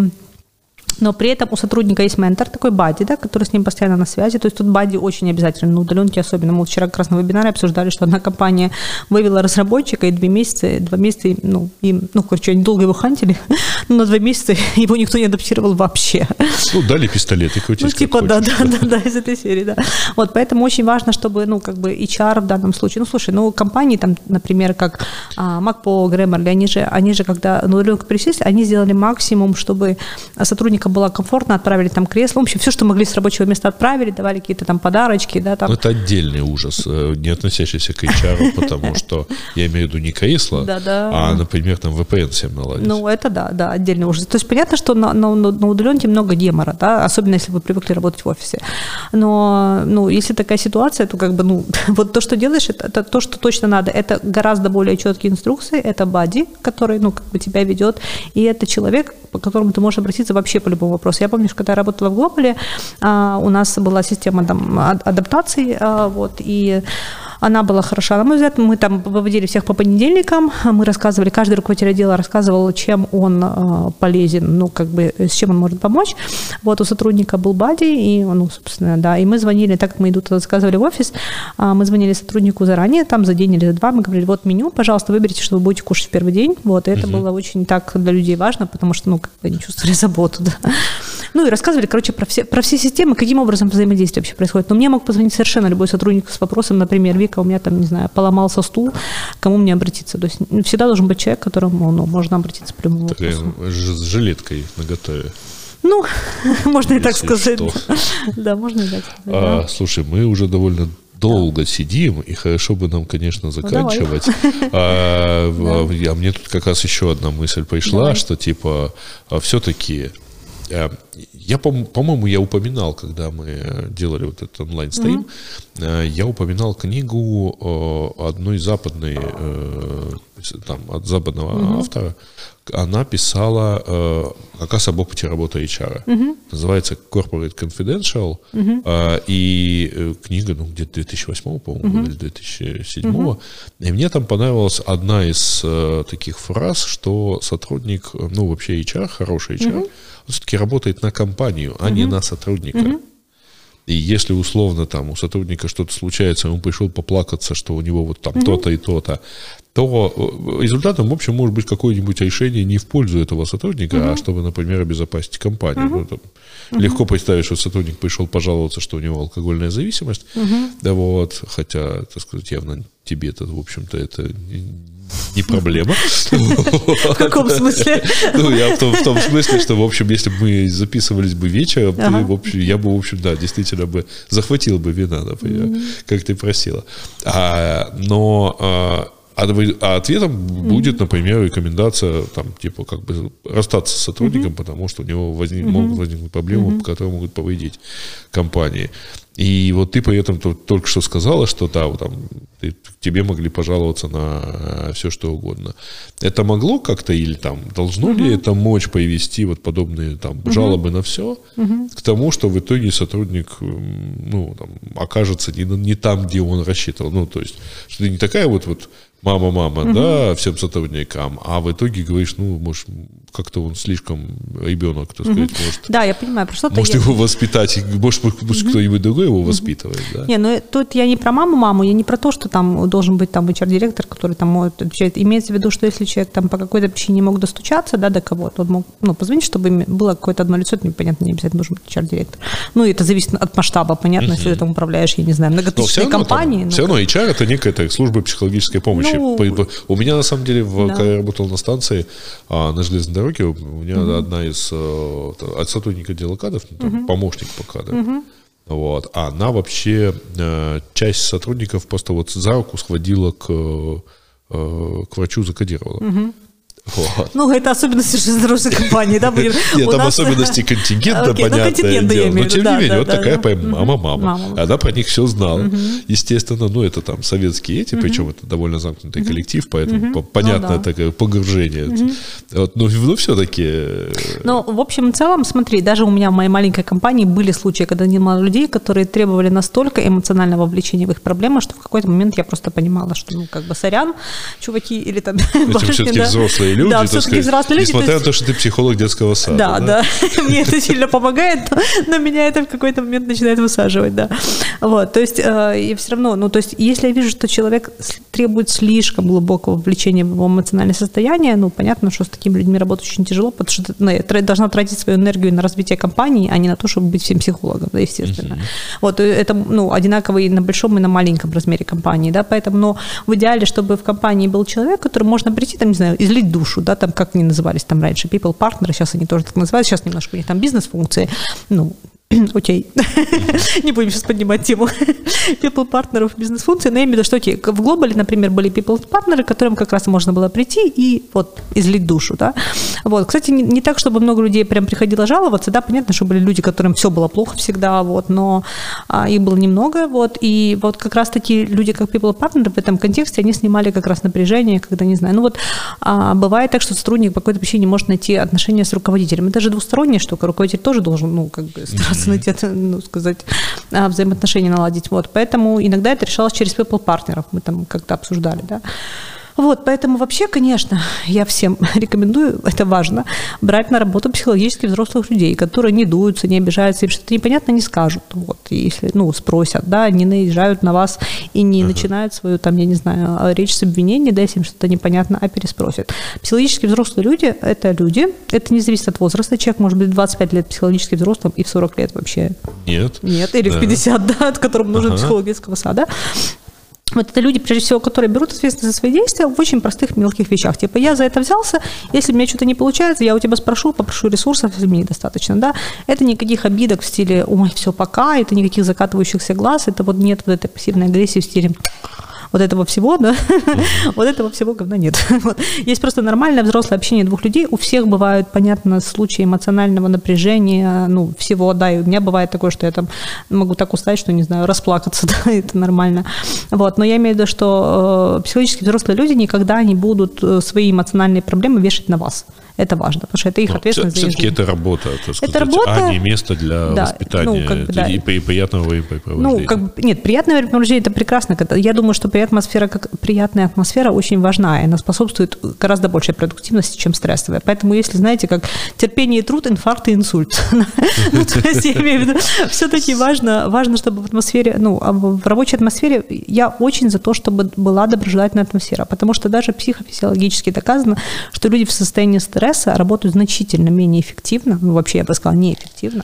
B: но при этом у сотрудника есть ментор, такой бадди, да, который с ним постоянно на связи, то есть тут бадди очень обязательно, на удаленке особенно, мы вчера как раз на вебинаре обсуждали, что одна компания вывела разработчика, и два месяца, два месяца, ну, им, ну, короче, они долго его хантили, но на два месяца его никто не адаптировал вообще.
A: Ну, дали пистолет и крутись,
B: ну, типа, да, да, да, да, из этой серии, да. Вот, поэтому очень важно, чтобы, ну, как бы эйч ар в данном случае, ну, слушай, ну, компании там, например, как а, Макпо, Grammarly, они же, они же, когда на удаленку пересесть, они сделали максимум, чтобы сотрудникам было комфортно, отправили там кресло, в общем, все, что могли с рабочего места отправили, давали какие-то там подарочки, да, там.
A: Это отдельный ужас, не относящийся к эйч ар, потому что, я имею в виду не кресло, а, например, там ви пи эн всем наладить.
B: Ну, это да, да, отдельный ужас. То есть понятно, что на, на, на удаленке много гемора, да, особенно если вы привыкли работать в офисе. Но, ну, если такая ситуация, то как бы, ну, вот то, что делаешь, это, это то, что точно надо. Это гораздо более четкие инструкции, это бадди, который, ну, как бы тебя ведет, и это человек, по которому ты можешь обратиться вообще по любому вопросу. Я помню, что когда я работала в Глобале, а, у нас была система там адаптаций, а, вот, и она была хороша, на мой взгляд. Мы там выводили всех по понедельникам, мы рассказывали, каждый руководитель отдела рассказывал, чем он э, полезен, ну, как бы, с чем он может помочь. Вот у сотрудника был бадди, и, ну, собственно, да, и мы звонили, так как мы иду туда заказывали в офис, э, мы звонили сотруднику заранее, там, за день или за два, мы говорили, вот меню, пожалуйста, выберите, что вы будете кушать в первый день. Вот, и это uh-huh. было очень так для людей важно, потому что, ну, как бы они чувствовали заботу, да. Ну, и рассказывали, короче, про все, про все системы, каким образом взаимодействие вообще происходит. Но мне мог позвонить совершенно любой сотрудник с вопросом, например, Вика, у меня там, не знаю, поломался стул, к кому мне обратиться. То есть всегда должен быть человек, к которому, ну, можно обратиться по любому вопросу.
A: С жилеткой наготове.
B: Ну, можно и так сказать. Да, можно и так сказать.
A: Слушай, мы уже довольно долго сидим, и хорошо бы нам, конечно, заканчивать. А мне тут как раз еще одна мысль пришла, что типа все-таки... Я, по-моему, я упоминал, когда мы делали вот этот онлайн-стрим, mm-hmm. я упоминал книгу одной западной, там, от западного mm-hmm. автора. Она писала как раз об опыте работы эйч ар. Mm-hmm. Называется Corporate Confidential. Mm-hmm. И книга, ну, где-то две тысячи восьмого, по-моему, mm-hmm. или две тысячи седьмого. Mm-hmm. И мне там понравилась одна из таких фраз, что сотрудник, ну, вообще эйч ар, хороший эйч ар, mm-hmm. он все-таки работает на компанию, а mm-hmm. не на сотрудника. Mm-hmm. И если условно там у сотрудника что-то случается, он пришел поплакаться, что у него вот там mm-hmm. то-то и то-то, то результатом, в общем, может быть какое-нибудь решение не в пользу этого сотрудника, mm-hmm. а чтобы, например, обезопасить компанию. Mm-hmm. Ну, там, mm-hmm. Легко представить, что сотрудник пришел пожаловаться, что у него алкогольная зависимость, mm-hmm. да вот, хотя, так сказать, явно тебе-то, в общем-то, это не проблема.
B: В каком смысле?
A: Ну, я в том, в том смысле, что, в общем, если бы мы записывались бы вечером, ага. то, в общем, я бы, в общем, да, действительно бы захватил бы вина, например, mm-hmm. как ты просила. А, но... А, А ответом mm-hmm. будет, например, рекомендация, там, типа, как бы расстаться с сотрудником, mm-hmm. потому что у него возник, mm-hmm. могут возникнуть проблемы, mm-hmm. которые могут повредить компании. И вот ты при этом только что сказала, что да, вот там, ты, тебе могли пожаловаться на все, что угодно. Это могло как-то или там должно mm-hmm. ли это мочь привести вот подобные там mm-hmm. жалобы на все mm-hmm. к тому, что в итоге сотрудник, ну, там, окажется не, не там, где он рассчитывал. Ну, то есть, что ты не такая вот, вот мама, мама, угу. да, всем сотрудникам, а в итоге говоришь, ну, может, как-то он слишком ребенок, так сказать, угу. может...
B: Да, я понимаю, про что-то...
A: Может,
B: я...
A: его воспитать, может, может угу. кто-нибудь другой его угу. воспитывает, да?
B: Не, ну, тут я не про маму-маму, я не про то, что там должен быть там эйч ар-директор, который там может отвечать. Имеется в виду, что если человек там по какой-то причине не мог достучаться, да, до кого-то, он мог, ну, позвонить, чтобы было какое-то одно лицо, это непонятно, не обязательно должен быть эйч ар-директор. Ну, это зависит от масштаба, понятно, угу. если ты там управляешь, я не знаю, многотысячной компанией.
A: Все равно эйч ар – это некая так, служба психологической помощи. Ну, у меня, на самом деле, в, да. когда я работал на станции, а, на железной дороге, у меня uh-huh. одна из от сотрудника отдела кадров, ну, там, uh-huh. помощник по кадрам, uh-huh. вот, а она вообще часть сотрудников просто вот за руку схватила к, к врачу, закодировала. Uh-huh. Вот.
B: Ну, это особенности железнодорожной компании, да? Будем...
A: Нет,
B: у
A: там
B: нас...
A: особенности контингента,
B: okay,
A: понятное
B: ну,
A: дело. Но, тем
B: да,
A: не менее,
B: да,
A: вот
B: да,
A: такая
B: да.
A: прям мама-мама.
B: Мама.
A: Она про них все знала.
B: Угу.
A: Естественно, ну, это там советские эти, угу. причем это довольно замкнутый угу. коллектив, поэтому
B: угу.
A: понятное
B: ну, да.
A: такое погружение. Угу. Вот, но, но все-таки...
B: Ну, в общем и целом, смотри, даже у меня в моей маленькой компании были случаи, когда немало людей, которые требовали настолько эмоционального вовлечения в их проблемы, что в какой-то момент я просто понимала, что, ну, как бы, сорян, чуваки, или там...
A: Это все-таки да? взрослые люди,
B: да, все-таки взрослые люди.
A: Несмотря на то, что ты психолог детского сада.
B: Да, да, да. Мне это сильно помогает, но меня это в какой-то момент начинает высаживать, да. Вот, то есть я все равно, ну, то есть если я вижу, что человек требует слишком глубокого вовлечения в его эмоциональное состояние, ну, понятно, что с такими людьми работать очень тяжело, потому что ну, я должна тратить свою энергию на развитие компании, а не на то, чтобы быть всем психологом, да, естественно. Uh-huh. Вот, это, ну, одинаково и на большом, и на маленьком размере компании, да, поэтому, но в идеале, чтобы в компании был человек, который можно прийти, там, не знаю, излить душу, да, там, как они назывались там раньше, people partner, сейчас они тоже так называют, сейчас немножко у них там бизнес-функции, ну, окей, не будем сейчас поднимать тему people партнеров бизнес-функций, но я имею в виду, что окей, в глобале, например, были people партнеры, к которым как раз можно было прийти и вот излить душу, да. Вот, кстати, не, не так, чтобы много людей прям приходило жаловаться, да, понятно, что были люди, которым все было плохо всегда, вот, но а, их было немного, вот, и вот как раз такие люди, как people партнеры в этом контексте, они снимали как раз напряжение, когда, не знаю, ну вот, а, бывает так, что сотрудник по какой-то причине не может найти отношения с руководителем, это же двусторонняя штука, руководитель тоже должен, ну, как бы стараться найти, ну, сказать, взаимоотношения наладить. Вот. Поэтому иногда это решалось через people партнеров. Мы там как-то обсуждали, да. Вот, поэтому вообще, конечно, я всем рекомендую, это важно, брать на работу психологически взрослых людей, которые не дуются, не обижаются, им что-то непонятно не скажут. Вот, если, ну, спросят, да, не наезжают на вас и не uh-huh. начинают свою, там, я не знаю, речь с обвинений, да, если им что-то непонятно, а переспросят. Психологически взрослые люди – это люди, это не зависит от возраста. Человек может быть в двадцать пять лет психологически взрослым и в сорок лет вообще.
A: Нет.
B: Нет, или да. в пятьдесят, да, от которым нужен uh-huh. психолог детского сада. Вот это люди, прежде всего, которые берут ответственность за свои действия в очень простых мелких вещах. Типа, я за это взялся, если у меня что-то не получается, я у тебя спрошу, попрошу ресурсов, если мне недостаточно, да. Это никаких обидок в стиле «ой, все, пока», это никаких закатывающихся глаз, это вот нет вот этой пассивной агрессии в стиле вот этого всего, да, mm-hmm. вот этого всего говна нет. Вот. Есть просто нормальное взрослое общение двух людей. У всех бывают, понятно, случаи эмоционального напряжения, ну, всего, да, и у меня бывает такое, что я там могу так устать, что, не знаю, расплакаться, да, это нормально. Вот. Но я имею в виду, что э, психологически взрослые люди никогда не будут свои эмоциональные проблемы вешать на вас. Это важно, потому что это их ответственность за их жизнь.
A: Все-таки это работа, так сказать,
B: это работа,
A: а не место для да, воспитания
B: ну, как бы, да.
A: и, и приятного времяпрепровождения. Ну, как бы,
B: нет, приятное времяпрепровождение – это прекрасно. Я думаю, что приятная атмосфера, как приятная атмосфера очень важна, и она способствует гораздо большей продуктивности, чем стрессовая. Поэтому, если, знаете, как терпение и труд, инфаркт и инсульт. То есть, я имею в виду, все-таки важно, важно, чтобы в атмосфере, ну, в рабочей атмосфеере я очень за то, чтобы была доброжелательная атмосфера, потому что даже психофизиологически доказано, что люди в состоянии стресса работают значительно менее эффективно, ну, вообще, я бы сказала, неэффективно.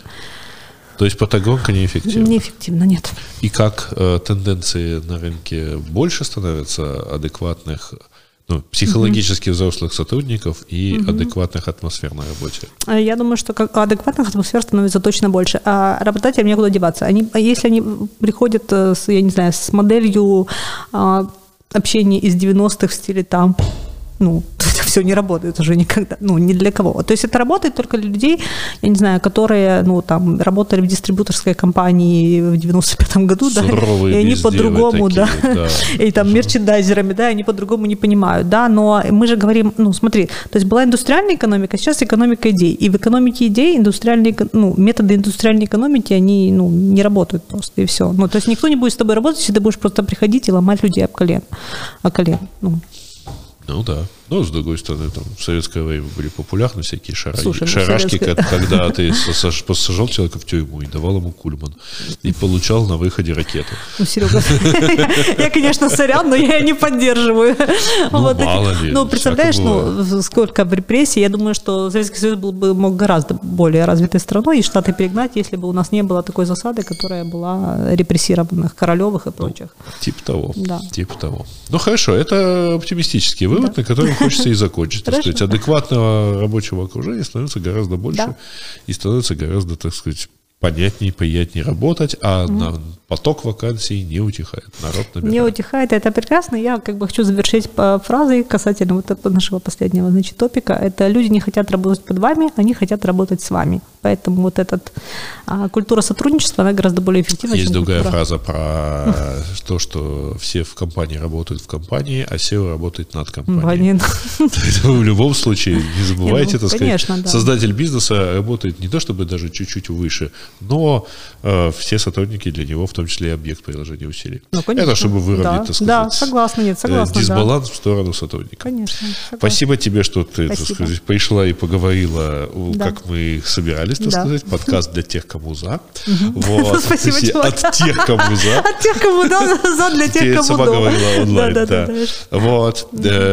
A: То есть патагонка неэффективна?
B: Неэффективно, нет.
A: И как э, тенденции на рынке больше становятся адекватных, ну, психологически угу. взрослых сотрудников и угу. адекватных атмосфер на работе?
B: Я думаю, что как адекватных атмосфер становится точно больше. А работодателям некуда деваться. Они, если они приходят с, я не знаю, с моделью а, общения из девяностых в стиле там, ну, все, не работает уже никогда, ну, ни для кого. То есть это работает только для людей, я не знаю, которые, ну, там, работали в дистрибьюторской компании в девяносто пятом году, да, и они по-другому, да, да, и там мерчендайзерами, да, они по-другому не понимают, да, но мы же говорим, ну, смотри, то есть была индустриальная экономика, сейчас экономика идей, и в экономике идей индустриальные, ну, методы индустриальной экономики, они, ну, не работают просто, и все. Ну, то есть никто не будет с тобой работать, если ты будешь просто приходить и ломать людей об колен, о колен, ну.
A: Ну да. Но, с другой стороны, там в советское время были популярны всякие шараги,
B: Слушай,
A: шарашки,
B: советское...
A: когда ты посажал человека в тюрьму и давал ему кульман, и получал на выходе ракету.
B: Ну, Серега, я, конечно, сорян, но я не поддерживаю.
A: Ну, мало ли.
B: Ну, представляешь, ну, сколько репрессий. Я думаю, что Советский Союз был бы мог гораздо более развитой страной, и Штаты перегнать, если бы у нас не было такой засады, которая была репрессированных, Королевых и прочих.
A: Типа того. Типа того. Ну, хорошо, это оптимистический вывод, на котором хочется и закончить. Так сказать, адекватного рабочего окружения становится гораздо больше, да, и становится гораздо, так сказать, понятнее, приятнее работать, а mm. на поток вакансий не утихает. Народ набирает.
B: Не утихает, это прекрасно. Я как бы хочу завершить фразой касательно вот нашего последнего, значит, топика. Это люди не хотят работать под вами, они хотят работать с вами. Поэтому вот эта а, культура сотрудничества, она гораздо более эффективна.
A: Есть
B: чем
A: другая
B: культура...
A: фраза про то, что все в компании работают в компании, а сео работает над компанией. В любом случае, не забывайте, так сказать, создатель бизнеса работает не то, чтобы даже чуть-чуть выше, но э, все сотрудники для него, в том числе и объект приложения усилий. Ну, это чтобы выровнять, да, так сказать,
B: да, согласна, нет, согласна,
A: дисбаланс
B: да.
A: в сторону сотрудника.
B: Конечно. Согласна.
A: Спасибо тебе, что ты, так сказать, пришла и поговорила, да, как мы собирались, так да. сказать. Подкаст для тех, кому за. Вот.
B: Спасибо, чувак.
A: От тех, кому за.
B: От тех, кому да, за, для тех, кому
A: сама
B: дома.
A: говорила онлайн,
B: да.
A: да. Вот.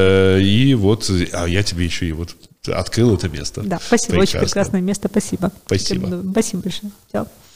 A: И вот, а я тебе еще и вот открыл это место.
B: Да, спасибо, очень прекрасное место, спасибо.
A: Спасибо.
B: Спасибо большое. Ciao.